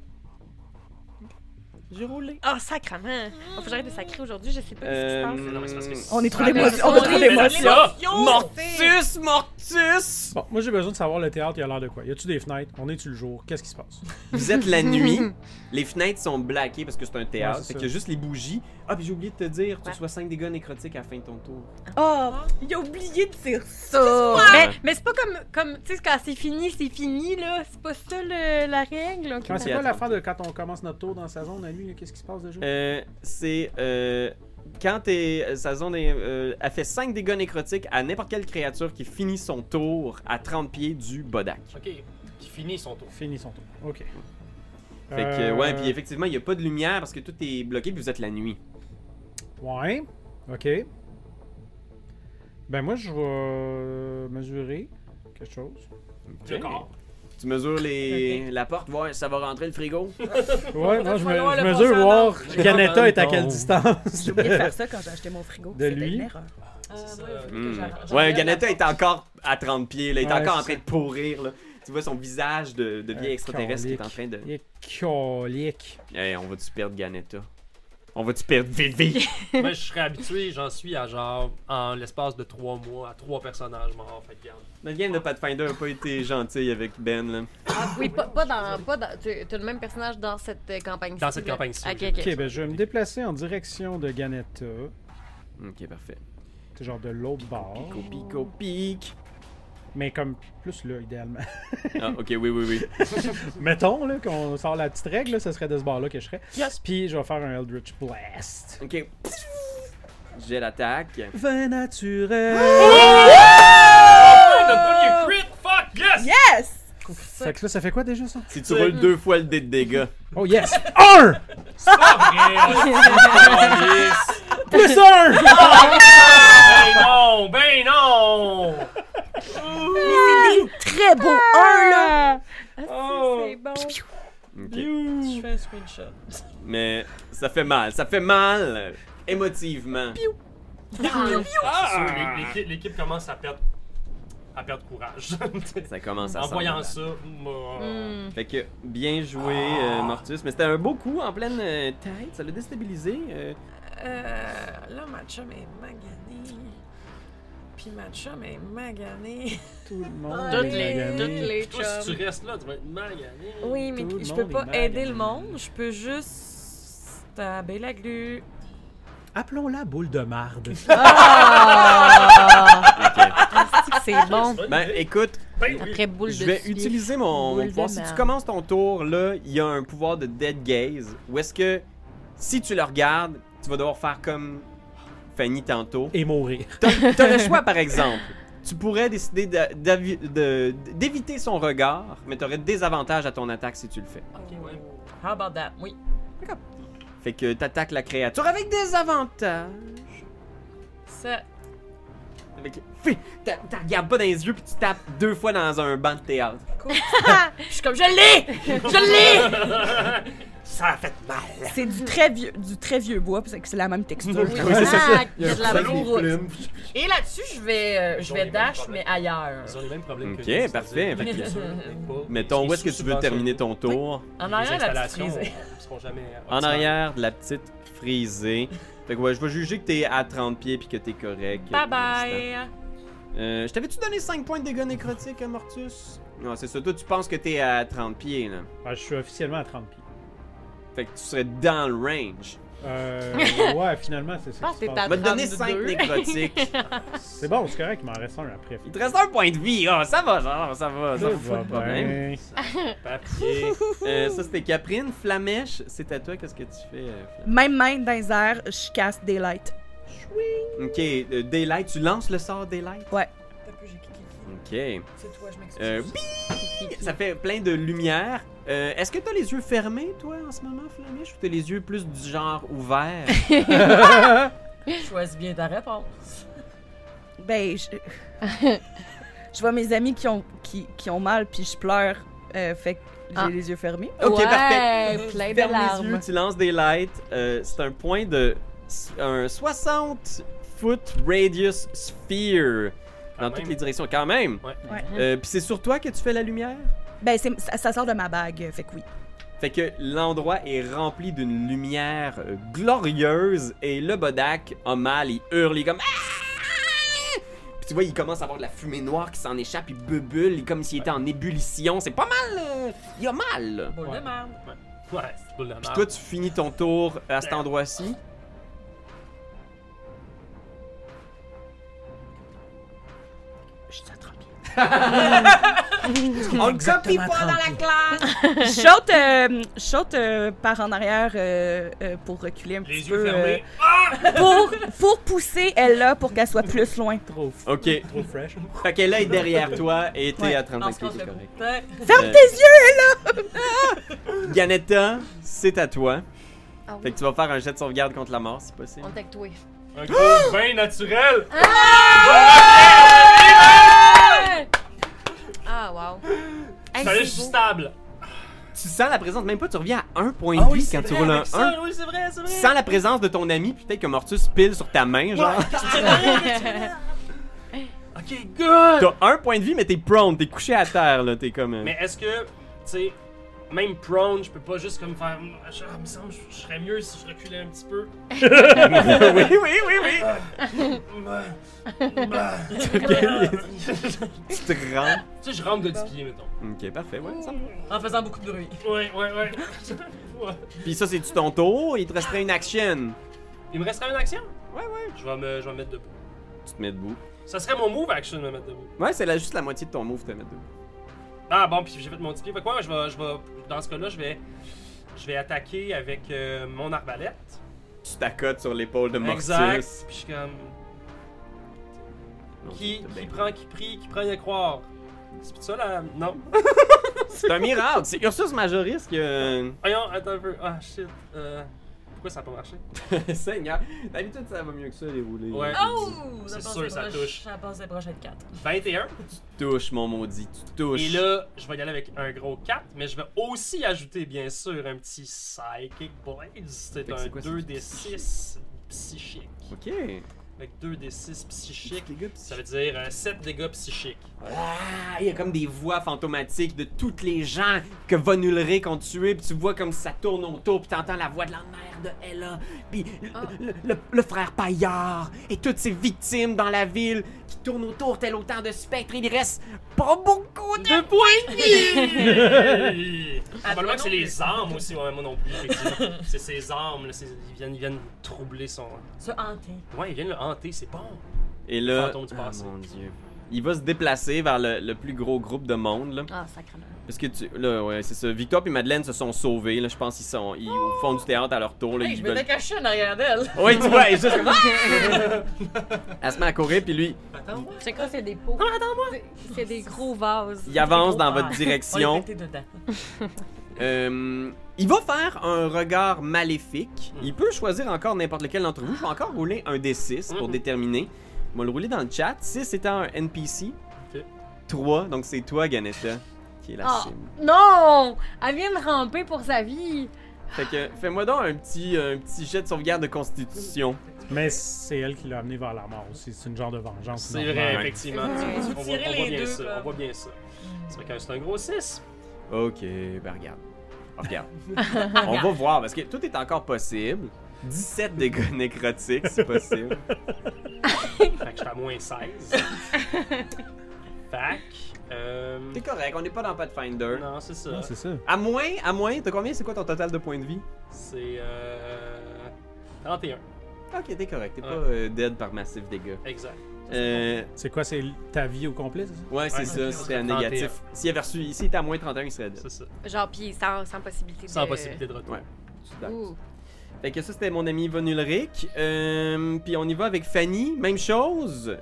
Speaker 1: J'ai roulé.
Speaker 3: Ah, sacrement! Faut que j'arrête de sacrer aujourd'hui, je sais pas ce qui se passe.
Speaker 5: Non, mais c'est parce que
Speaker 6: On est trop
Speaker 5: Ah,
Speaker 6: d'émotions.
Speaker 5: mais-
Speaker 6: On a trop d'émotions.
Speaker 1: Mortus! Mortus!
Speaker 2: Bon, moi j'ai besoin de savoir le théâtre, il a l'air de quoi? Y a-tu des fenêtres? On est-tu le jour? Qu'est-ce qui se passe?
Speaker 1: Vous êtes la nuit. Les fenêtres sont blackées parce que c'est un théâtre.
Speaker 2: Ouais, c'est
Speaker 1: fait
Speaker 2: ça.
Speaker 1: qu'il y a juste les bougies. Ah, puis j'ai oublié de te dire, tu
Speaker 3: Ouais.
Speaker 1: reçois 5 dégâts nécrotiques à la fin de ton tour.
Speaker 6: Oh, il a oublié de dire ça.
Speaker 3: Mais c'est pas comme tu sais, quand c'est fini, là. C'est pas ça la règle. ok?
Speaker 2: Quand c'est
Speaker 1: c'est
Speaker 2: quoi
Speaker 1: à
Speaker 2: l'affaire de quand on commence notre tour dans sa zone à lui? Là, qu'est-ce qui se passe déjà?
Speaker 1: C'est quand sa zone elle fait 5 dégâts nécrotiques à n'importe quelle créature qui finit son tour à 30 pieds du Bodak.
Speaker 5: Ok, qui finit son tour.
Speaker 2: Fini son tour. Ok.
Speaker 1: Fait que, ouais, puis effectivement, il n'y a pas de lumière parce que tout est bloqué puis vous êtes la nuit.
Speaker 2: Ouais. Ok. Ben moi je vais mesurer quelque chose.
Speaker 5: Le corps.
Speaker 1: Tu mesures la porte, voir si ça va rentrer le frigo.
Speaker 2: Ouais, moi je
Speaker 4: falloir le
Speaker 2: mesure
Speaker 4: passer
Speaker 2: voir
Speaker 5: en
Speaker 2: Ganetta est à
Speaker 5: Non.
Speaker 2: quelle distance.
Speaker 6: J'ai oublié de faire ça quand j'ai acheté mon frigo.
Speaker 2: De
Speaker 6: C'était
Speaker 2: lui?
Speaker 6: une erreur.
Speaker 1: Ouais, Ganetta est encore à 30 pieds, là. Il est
Speaker 2: Ouais,
Speaker 1: encore en
Speaker 2: c'est-
Speaker 1: train de pourrir, là. Tu vois son visage de vieil extraterrestre qui est en train de...
Speaker 2: Il est colique.
Speaker 1: Hey, on va-tu perdre Ganetta? On va-tu perdre Vivi?
Speaker 5: Moi, je serais habitué, j'en suis à genre, en l'espace de 3 mois, à 3 personnages morts. Fait que, regarde.
Speaker 1: Notre game de Pathfinder n'a pas été gentil avec Ben, là.
Speaker 3: Ah, oui, pas dans t'as le même personnage dans cette campagne-ci.
Speaker 5: Dans cette
Speaker 3: là.
Speaker 5: campagne-ci,
Speaker 3: Ok,
Speaker 5: oui.
Speaker 3: ok.
Speaker 2: Ok, ben je vais me déplacer en direction de Ganetta.
Speaker 1: Ok, parfait.
Speaker 2: C'est genre de l'autre bord.
Speaker 1: Pico, pico, pique.
Speaker 2: Mais comme plus là, idéalement.
Speaker 1: Ah, ok, oui.
Speaker 2: Mettons là qu'on sort la petite règle, là, ce serait de ce bord-là que je serais.
Speaker 6: Yes.
Speaker 2: Puis je vais faire un Eldritch Blast.
Speaker 1: Ok. J'ai l'attaque.
Speaker 2: Vin naturel!
Speaker 5: Le premier crit! Fuck! Yes!
Speaker 6: Yes!
Speaker 2: Fait que là, ça fait quoi déjà ça?
Speaker 1: Si tu roules 2 fois le dé de dégâts.
Speaker 2: Oh yes! 1!
Speaker 5: C'est pas vrai! Yes.
Speaker 2: Plus 1!
Speaker 5: Ben non!
Speaker 6: Mais c'est des très beaux 1 là!
Speaker 5: Oh.
Speaker 3: C'est bon.
Speaker 1: Ok.
Speaker 4: Je fais un screenshot.
Speaker 1: Mais ça fait mal, émotivement.
Speaker 5: C'est sûr, l'équipe commence à perdre courage.
Speaker 1: Ça commence à
Speaker 5: En voyant
Speaker 1: sembler.
Speaker 5: ça, moi...
Speaker 1: Fait que bien joué, Mortus. Mais c'était un beau coup en pleine tête. Ça l'a déstabilisé.
Speaker 4: Là, ma chum est maganée. Puis ma chum est maganée.
Speaker 2: Tout le monde
Speaker 3: Toutes
Speaker 2: est
Speaker 3: les
Speaker 2: magané.
Speaker 5: Toi, si
Speaker 3: chums.
Speaker 5: tu restes là, tu vas être magané.
Speaker 4: Oui, mais
Speaker 2: Tout le
Speaker 4: je peux
Speaker 2: monde
Speaker 4: pas
Speaker 2: est magané.
Speaker 4: aider le monde. Je peux juste taber la glu.
Speaker 2: Appelons-la boule de marde.
Speaker 3: C'est bon.
Speaker 1: Ben écoute,
Speaker 5: Ben oui.
Speaker 3: Après boule de
Speaker 1: je vais
Speaker 3: suif.
Speaker 1: utiliser mon
Speaker 3: Boule de
Speaker 1: pouvoir. Si tu
Speaker 3: merde.
Speaker 1: commences ton tour, là, il y a un pouvoir de Dead Gaze. Où est-ce que si tu le regardes, tu vas devoir faire comme Fanny tantôt.
Speaker 2: Et mourir.
Speaker 1: T'as le choix, par exemple. Tu pourrais décider d'éviter son regard, mais t'aurais des avantages à ton attaque si tu le fais.
Speaker 5: Ok, ouais.
Speaker 4: How about that? Oui.
Speaker 1: Fait que t'attaques la créature avec des avantages.
Speaker 4: Ça.
Speaker 1: T'as regardes pas dans les yeux puis tu tapes 2 fois dans un banc de théâtre.
Speaker 4: Je suis comme, je l'ai! Je l'ai!
Speaker 1: Ça a fait mal.
Speaker 6: C'est du très vieux bois, parce que c'est la même texture.
Speaker 1: Oui, c'est ça.
Speaker 3: Ah, il y a de la
Speaker 1: Avec des
Speaker 3: bourre.
Speaker 1: plumes.
Speaker 4: Et là-dessus, je vais
Speaker 5: Ils ont les mêmes
Speaker 4: dash,
Speaker 5: problèmes.
Speaker 4: mais ailleurs.
Speaker 5: Ils ont les mêmes problèmes que
Speaker 1: Ok,
Speaker 5: nous, c'est-à-dire
Speaker 1: parfait.
Speaker 5: la culture n'est pas-
Speaker 1: Mettons, où est-ce que tu veux
Speaker 5: sous-subventionné.
Speaker 1: terminer ton tour?
Speaker 4: En
Speaker 5: Les
Speaker 4: arrière, la petite
Speaker 5: installations
Speaker 4: frisée.
Speaker 5: seront jamais
Speaker 1: En
Speaker 5: optimales.
Speaker 1: arrière de la petite frisée. Fait que ouais, je vais juger que t'es à 30 pieds puis que t'es correct.
Speaker 4: Bye
Speaker 1: pour l'instant.
Speaker 4: bye!
Speaker 1: Je t'avais-tu donné 5 points de dégâts nécrotiques, Mortus? Non, c'est ça. Toi, tu penses que t'es à 30 pieds, là.
Speaker 2: Ah, je suis officiellement à 30 pieds.
Speaker 1: Fait que tu serais dans le range.
Speaker 2: Ouais, finalement, c'est ça.
Speaker 3: pense
Speaker 2: qui se
Speaker 3: que
Speaker 2: passe.
Speaker 1: Je vais te donner
Speaker 3: 32.
Speaker 1: 5 nécrotiques.
Speaker 2: C'est bon, c'est correct, il m'en reste un après.
Speaker 1: Il te reste un point de vie. Ah, ça va, genre, ça va. Ça
Speaker 2: Ça
Speaker 1: va pas de problème.
Speaker 2: bien.
Speaker 5: Papier.
Speaker 1: Ça, c'était Caprine. Flamèche, c'est à toi. Qu'est-ce que tu fais, Flamèche?
Speaker 6: Même main dans les airs, je casse Daylight.
Speaker 1: Ok, Daylight. Tu lances le sort Daylight?
Speaker 6: Ouais.
Speaker 4: T'as plus, j'ai cliqué.
Speaker 1: Ok.
Speaker 4: C'est toi, je m'excuse.
Speaker 1: Ça fait plein de lumière. Est-ce que t'as les yeux fermés, toi, en ce moment, Flamèche? Ou t'as les yeux plus du genre ouverts?
Speaker 4: Choisis bien ta réponse.
Speaker 6: Ben, je vois mes amis qui ont mal, puis je pleure. Fait que j'ai les yeux fermés.
Speaker 1: Ok,
Speaker 3: ouais,
Speaker 1: parfait.
Speaker 3: plein de
Speaker 1: Ferme les
Speaker 3: larmes.
Speaker 1: yeux, tu lances des lights. C'est un point de... un 60 foot radius sphere.
Speaker 5: Quand
Speaker 1: Dans
Speaker 5: même.
Speaker 1: toutes les directions, quand même.
Speaker 5: Ouais.
Speaker 1: Puis c'est sur toi que tu fais la lumière?
Speaker 6: Ben, ça sort de ma bague, fait que oui.
Speaker 1: Fait que l'endroit est rempli d'une lumière glorieuse et le Bodak a mal, il hurle, il est comme... Ah! Puis tu vois, il commence à avoir de la fumée noire qui s'en échappe, il bubule, il est comme s'il était en ébullition. C'est pas mal, il a mal.
Speaker 4: Boule de
Speaker 5: Ouais.
Speaker 4: merde.
Speaker 5: Ouais, c'est boule de
Speaker 1: Puis
Speaker 5: merde.
Speaker 1: toi, tu finis ton tour à cet endroit-ci.
Speaker 6: Je suis tranquille.
Speaker 1: On ne copie pas dans la classe!
Speaker 6: Je saute par en arrière pour reculer un petit
Speaker 5: Les yeux
Speaker 6: peu.
Speaker 5: fermés.
Speaker 6: Pour pousser elle-là pour qu'elle soit plus loin.
Speaker 2: Trop,
Speaker 1: Ok.
Speaker 2: trop fresh.
Speaker 1: Fait qu'elle est derrière toi et t'es
Speaker 6: Ouais.
Speaker 1: à
Speaker 4: On
Speaker 1: 35
Speaker 4: se
Speaker 1: pieds,
Speaker 4: casse
Speaker 1: t'es
Speaker 4: le
Speaker 1: correct.
Speaker 4: bout. Ouais.
Speaker 6: Ferme
Speaker 1: Euh,
Speaker 6: tes yeux!
Speaker 1: Ganetta, c'est à toi.
Speaker 3: Ah oui.
Speaker 1: Fait que tu vas faire un jet de sauvegarde contre la mort si possible.
Speaker 3: On est avec toi.
Speaker 5: Un gros vin naturel.
Speaker 3: Ah, wow. Hey,
Speaker 5: Fallait
Speaker 3: c'est
Speaker 5: juste
Speaker 3: beau.
Speaker 5: stable.
Speaker 1: Tu sens la présence, même pas, tu reviens à 1 point
Speaker 5: Ah
Speaker 1: de
Speaker 5: oui,
Speaker 1: vie
Speaker 5: c'est
Speaker 1: quand tu
Speaker 5: vrai,
Speaker 1: roules un
Speaker 5: avec
Speaker 1: 1.
Speaker 5: ça, oui, c'est vrai, c'est vrai.
Speaker 1: Tu sens la présence de ton ami, puis peut-être que Mortus pile sur ta main, genre.
Speaker 5: Ok, good.
Speaker 1: T'as 1 point de vie, mais t'es prone, t'es couché à terre, là, t'es comme...
Speaker 5: Mais est-ce que, tu sais, même prone, je peux pas juste comme faire. Ah, me semble, je serais mieux si je reculais un petit peu.
Speaker 1: oui. Tu te rends.
Speaker 5: Tu sais, je rentre de 10 pieds, mettons.
Speaker 1: Ok, parfait, ouais, ça.
Speaker 4: En faisant beaucoup de bruit.
Speaker 5: Ouais.
Speaker 1: Puis ça, c'est-tu ton tour? Il te resterait une action.
Speaker 5: Il me resterait une action?
Speaker 1: Ouais.
Speaker 5: Je vais me mettre debout.
Speaker 1: Tu te mets debout.
Speaker 5: Ça serait mon move action de me mettre debout.
Speaker 1: Ouais, c'est juste la moitié de ton move, te mettre debout.
Speaker 5: Ah bon, puis j'ai fait mon 10 pieds. Fait quoi, je vais, dans ce cas-là, je vais attaquer avec mon arbalète.
Speaker 1: Tu t'accotes sur l'épaule de Mortus.
Speaker 5: Exact. Puis je suis comme.
Speaker 1: Non,
Speaker 5: Qui
Speaker 1: c'est bien.
Speaker 5: prend y croire? C'est ça là? Non.
Speaker 1: C'est un miracle, c'est Ursus Majoris que...
Speaker 5: Voyons, attends un peu. Ah shit. Pourquoi ça a pas marché?
Speaker 1: Seigneur, d'habitude ça va mieux que ça, les roulés.
Speaker 5: Ouais.
Speaker 4: Oh!
Speaker 5: C'est sûr, ça touche.
Speaker 4: Ça passe les prochaines 4.
Speaker 5: 21.
Speaker 1: Tu touches, mon maudit, tu touches.
Speaker 5: Et là, je vais y aller avec un gros 4, mais je vais aussi ajouter, bien sûr, un petit Psychic Blaze. C'est
Speaker 1: Fait que
Speaker 5: un
Speaker 1: c'est quoi, ça?
Speaker 5: 2d6 psychique.
Speaker 1: Ok.
Speaker 5: Avec 2d6 psychique,
Speaker 1: Les gars,
Speaker 5: ça veut dire 7 dégâts psychiques.
Speaker 1: Ah, il y a comme des voix fantomatiques de toutes les gens que Von Ulrich ont tués, puis tu vois comme ça tourne autour, puis t'entends la voix de la mère de Ella, puis le frère Paillard, et toutes ces victimes dans la ville qui tournent autour tel autant de spectres. Il reste pas beaucoup de points de vie!
Speaker 5: Probablement que c'est les armes aussi, ouais, moi non plus, effectivement. C'est ces armes, là, ils viennent troubler son...
Speaker 4: Se hanter.
Speaker 5: Ouais, ils viennent le hanter, c'est bon.
Speaker 1: Et là,
Speaker 5: Fantôme du passé.
Speaker 1: mon dieu. Il va se déplacer vers le plus gros groupe de monde, là.
Speaker 3: Ah, sacrément.
Speaker 1: Parce que là, ouais, c'est ça. Victor et Madeleine se sont sauvés, là. Je pense qu'ils font du théâtre à leur tour, là.
Speaker 4: Hey,
Speaker 1: Ils
Speaker 4: je
Speaker 1: veulent...
Speaker 4: m'étais caché en arrière d'elle.
Speaker 1: Oui, tu vois, elle est juste comme... Elle se met à courir, puis lui,
Speaker 5: Attends-moi.
Speaker 3: C'est quoi, c'est des pots? C'est des gros vases.
Speaker 1: il avance
Speaker 4: gros
Speaker 1: dans
Speaker 4: verre.
Speaker 1: votre
Speaker 4: On est
Speaker 1: direction.
Speaker 4: pété dedans.
Speaker 1: Il va faire un regard maléfique. Il peut choisir encore n'importe lequel d'entre vous. Je vais encore rouler un D6 pour déterminer. On va le rouler dans le chat. 6 étant un NPC.
Speaker 5: Ok.
Speaker 1: 3, donc c'est toi, Ganetta, qui est la
Speaker 3: Ah,
Speaker 1: cible.
Speaker 3: non! Elle vient de ramper pour sa vie.
Speaker 1: Fait que, fais-moi donc un petit jet de sauvegarde de constitution.
Speaker 2: Mais c'est elle qui l'a amené vers la mort aussi. C'est une genre de vengeance.
Speaker 5: C'est
Speaker 2: normale.
Speaker 5: vrai,
Speaker 1: Ouais.
Speaker 5: effectivement.
Speaker 3: Ouais.
Speaker 5: On voit
Speaker 4: Tirez les
Speaker 5: bien
Speaker 4: deux,
Speaker 5: ça.
Speaker 4: comme.
Speaker 5: On voit bien ça. C'est un gros 6.
Speaker 1: Ok, ben regarde. Regarde. On va voir, parce que tout est encore possible. 17 dégâts nécrotiques, c'est possible.
Speaker 5: Fait que j'étais à moins 16. Fac.
Speaker 1: C'est correct, on n'est pas dans Pathfinder.
Speaker 5: Non, c'est ça.
Speaker 2: Ouais, c'est ça.
Speaker 1: À moins, t'as combien? C'est quoi ton total de points de vie?
Speaker 5: C'est 31.
Speaker 1: Ok, t'es correct, t'es
Speaker 5: Ouais.
Speaker 1: pas dead par massif dégâts.
Speaker 5: Exact.
Speaker 2: C'est quoi, c'est ta vie au complet, c'est ça?
Speaker 1: Ouais, c'est
Speaker 5: Ouais,
Speaker 1: ça,
Speaker 5: ok,
Speaker 1: c'était un
Speaker 5: 31.
Speaker 1: négatif. S'il avait reçu, ici, il était à moins 31, il serait dead.
Speaker 5: C'est ça.
Speaker 3: Genre, pis sans possibilité de...
Speaker 5: Sans possibilité de retour.
Speaker 1: Ouais. Je suis d'accord.
Speaker 3: Ouh.
Speaker 1: Fait que ça, c'était mon ami Von Ulrich. Puis on y va avec Fanny, même chose.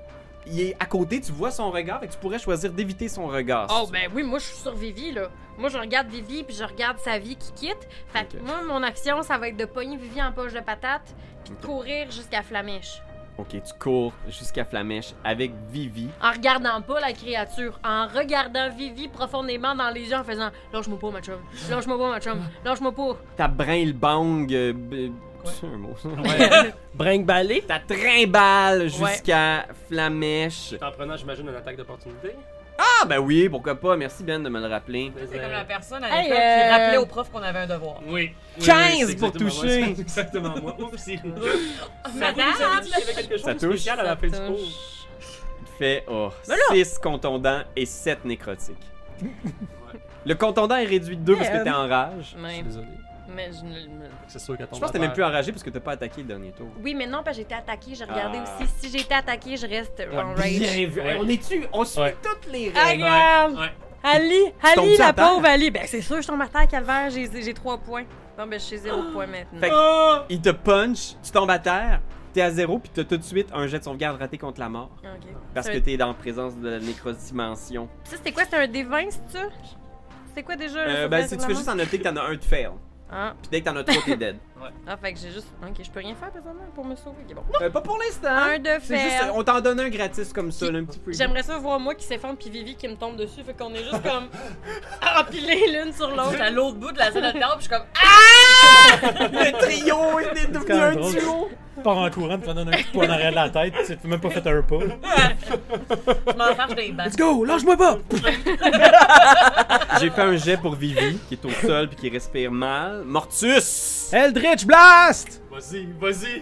Speaker 1: il est à côté, tu vois son regard, et tu pourrais choisir d'éviter son regard. si
Speaker 3: Oh,
Speaker 1: tu
Speaker 3: ben oui, moi, je suis sur Vivi, là. Moi, je regarde Vivi, puis je regarde sa vie qui quitte. Fait que
Speaker 1: Ok.
Speaker 3: moi, mon action, ça va être de pogner Vivi en poche de patate, puis de courir jusqu'à Flamèche.
Speaker 1: Ok, tu cours jusqu'à Flamèche avec Vivi.
Speaker 3: En regardant pas la créature, en regardant Vivi profondément dans les yeux, en faisant « Lâche-moi pas, ma chum. Lâche-moi pas, ma chum. Lâche-moi pas.
Speaker 1: Ta brinle-bang...
Speaker 4: Quoi?
Speaker 1: c'est un mot, ça.
Speaker 5: Ouais.
Speaker 2: Brinque-ballé.
Speaker 1: Ta trimballe jusqu'à Flamèche.
Speaker 5: En prenant, j'imagine, une attaque d'opportunité.
Speaker 1: Ah, ben oui, pourquoi pas. Merci, Ben, de me le rappeler.
Speaker 4: C'est comme la personne à
Speaker 3: Hey,
Speaker 4: l'école qui rappelait au prof qu'on avait un devoir.
Speaker 5: Oui.
Speaker 1: 15
Speaker 5: c'est
Speaker 1: pour
Speaker 5: exactement
Speaker 1: toucher.
Speaker 5: moi, c'est exactement moi. Moi aussi.
Speaker 3: Madame!
Speaker 5: Il y avait quelque chose
Speaker 1: Ça
Speaker 5: de
Speaker 1: touche.
Speaker 5: spécial à la fin du cours.
Speaker 1: Il fait 6 contondants et 7 nécrotiques. Le contondant est réduit de 2 parce que t'es en rage.
Speaker 5: Je
Speaker 3: Mais,
Speaker 5: suis désolé.
Speaker 3: mais je ne...
Speaker 5: C'est sûr qu'à ton
Speaker 1: Je pense que t'es même plus enragé parce que t'as pas attaqué le dernier tour.
Speaker 3: Oui, mais non, parce que j'ai été attaquée. J'ai regardé
Speaker 1: Ah.
Speaker 3: aussi. Si j'ai été attaquée, je reste en rage.
Speaker 1: Bien vu.
Speaker 5: Ouais.
Speaker 1: On suit
Speaker 5: Ouais.
Speaker 1: toutes les
Speaker 3: Ah,
Speaker 1: règles.
Speaker 3: regarde!
Speaker 5: Ouais.
Speaker 3: Ali,
Speaker 1: tombes-tu
Speaker 3: la
Speaker 1: à terre?
Speaker 3: pauvre Ali. Ben, c'est sûr, je tombe à terre, Calvaire. J'ai 3 points. Bon, ben, je suis 0 points maintenant.
Speaker 1: Fait que, il te punch, tu tombes à terre, t'es à 0, puis t'as tout de suite un jet de sauvegarde raté contre la mort.
Speaker 3: Ok.
Speaker 1: Parce
Speaker 3: Ça
Speaker 1: que
Speaker 3: va-
Speaker 1: t'es dans la présence de la nécrodimension.
Speaker 3: Ça, c'était quoi? C'était un D20, c'est ça? C'est quoi déjà? le
Speaker 1: Ben,
Speaker 3: sauvegarde
Speaker 1: si tu
Speaker 3: sur
Speaker 1: fais
Speaker 3: la
Speaker 1: juste en noter que t'en as un de fail.
Speaker 3: Ah.
Speaker 1: Puis dès que t'en as 3, t'es dead.
Speaker 3: Ah, fait que j'ai juste. Ok, je peux rien faire présentement pour me sauver. Ok, bon.
Speaker 1: Pas pour l'instant.
Speaker 3: Un de
Speaker 1: C'est juste,
Speaker 3: fail.
Speaker 1: on t'en donne un gratis comme ça, là, un petit peu.
Speaker 3: J'aimerais ça voir moi qui s'effondre puis Vivi qui me tombe dessus. Fait qu'on est juste comme empilés l'une sur
Speaker 4: Je
Speaker 3: l'autre.
Speaker 4: suis à l'autre bout de la salle de théâtre, puis je suis comme
Speaker 1: Le trio est devenu
Speaker 2: quand
Speaker 1: un
Speaker 2: même drôle.
Speaker 1: duo.
Speaker 2: Tu pars en courant, tu te donnes un coup de poing en arrière de la tête, tu t'as même pas fait un pas.
Speaker 4: je m'en fâche des bancs.
Speaker 2: Let's go, lâche-moi pas!
Speaker 1: J'ai fait un jet pour Vivi, qui est au sol puis qui respire mal. Mortus!
Speaker 2: Eldritch Blast!
Speaker 5: Vas-y, vas-y.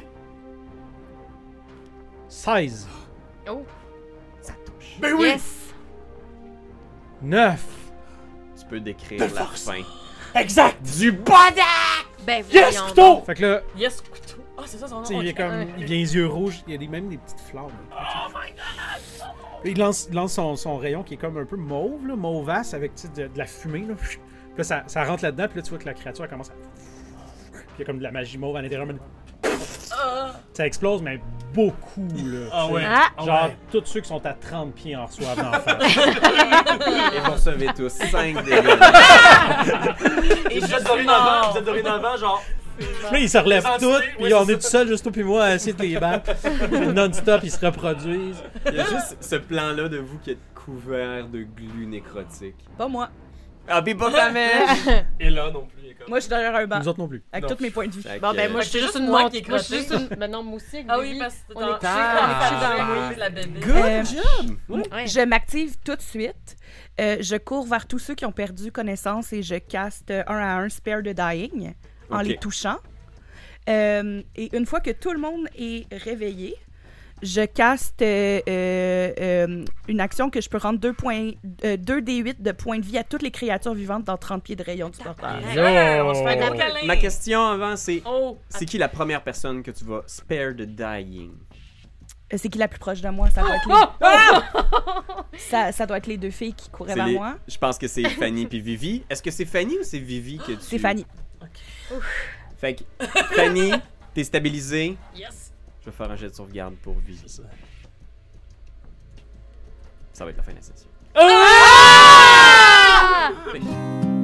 Speaker 2: 16.
Speaker 3: Oh,
Speaker 1: Ça touche.
Speaker 5: Ben oui.
Speaker 3: yes!
Speaker 2: 9.
Speaker 1: Tu peux décrire la fin.
Speaker 2: Exact!
Speaker 1: Du bonheur!
Speaker 3: Ben,
Speaker 2: Yes,
Speaker 3: voyons
Speaker 2: couteau!
Speaker 3: donc.
Speaker 2: Fait que là,
Speaker 4: Yes, couteau. Ah, c'est ça son nom.
Speaker 2: tu sais, il est
Speaker 4: ok.
Speaker 2: comme. Il vient les yeux rouges, il y a même des petites flammes. Oh my god! Il lance son rayon qui est comme un peu mauve, là, mauvasse, avec tu sais, de la fumée. Là. Puis là, ça rentre là-dedans, puis là, tu vois que la créature elle commence à. Puis il y a comme de la magie mauve à l'intérieur. Ça explose, mais beaucoup, là.
Speaker 5: Ah
Speaker 2: tu sais.
Speaker 5: ouais.
Speaker 3: Ah!
Speaker 5: Ah
Speaker 2: Genre,
Speaker 5: ouais.
Speaker 2: tous ceux qui sont à 30 pieds en reçoivent d'en face.
Speaker 1: Et vous recevez tous 5 dégâts.
Speaker 4: Et
Speaker 5: Vous
Speaker 4: je
Speaker 5: êtes
Speaker 4: suis
Speaker 5: dorénavant,
Speaker 4: mort.
Speaker 5: vous êtes dorénavant, genre.
Speaker 2: Puis là, ils se relèvent
Speaker 5: Les
Speaker 2: tous,
Speaker 5: entités,
Speaker 2: puis
Speaker 5: ouais,
Speaker 2: on
Speaker 5: c'est
Speaker 2: est tout
Speaker 5: ça.
Speaker 2: seul, juste toi puis moi, à essayer de les battre. Non-stop, ils se reproduisent.
Speaker 1: Il y a juste ce plan-là de vous qui êtes couvert de glu nécrotique.
Speaker 6: Pas moi.
Speaker 1: Ah, pis pas Flamèche!
Speaker 5: Et là non plus. il est comme-
Speaker 6: Moi, je suis derrière un banc.
Speaker 2: Nous autres non plus.
Speaker 6: Avec
Speaker 5: Non.
Speaker 6: tous mes points de vie.
Speaker 1: Fait
Speaker 3: Bon,
Speaker 1: que,
Speaker 3: ben, moi, je
Speaker 4: c'est
Speaker 3: suis juste
Speaker 4: juste
Speaker 3: une
Speaker 4: moi
Speaker 3: montre.
Speaker 4: qui est
Speaker 3: Moi, je suis
Speaker 4: crottée.
Speaker 3: juste une. Ben non, moi aussi, avec
Speaker 4: Ah oui,
Speaker 3: Vivi.
Speaker 4: parce que
Speaker 3: On
Speaker 4: t'es
Speaker 3: est
Speaker 4: en
Speaker 3: couchés
Speaker 1: Ah.
Speaker 3: dans
Speaker 4: de la bébé.
Speaker 1: Good
Speaker 6: Euh,
Speaker 1: job!
Speaker 3: Ouais.
Speaker 6: Je m'active tout de suite. Je cours vers tous ceux qui ont perdu connaissance et je caste un à un Spare the Dying en
Speaker 1: Ok.
Speaker 6: les touchant. Et une fois que tout le monde est réveillé, je caste une action que je peux rendre 2 D8 de points de vie à toutes les créatures vivantes dans 30 pieds de rayon du portail.
Speaker 4: Ouais, on se fait un gros
Speaker 3: Oh.
Speaker 4: câlin.
Speaker 1: Ma question avant, c'est
Speaker 3: Oh!
Speaker 1: c'est qui la première personne que tu vas spare the dying?
Speaker 6: C'est qui la plus proche de moi? Ça doit être ça doit être les deux filles qui couraient
Speaker 1: C'est
Speaker 6: vers
Speaker 1: les-
Speaker 6: moi.
Speaker 1: Je pense que c'est Fanny puis Vivi. Est-ce que c'est Fanny ou c'est Vivi que tu...
Speaker 6: C'est Fanny.
Speaker 1: Fait que Fanny, t'es stabilisée.
Speaker 4: Yes.
Speaker 1: Je vais faire un jet de sauvegarde pour Vivi.
Speaker 5: C'est ça.
Speaker 1: Ça va être la fin de la session.
Speaker 3: Ah!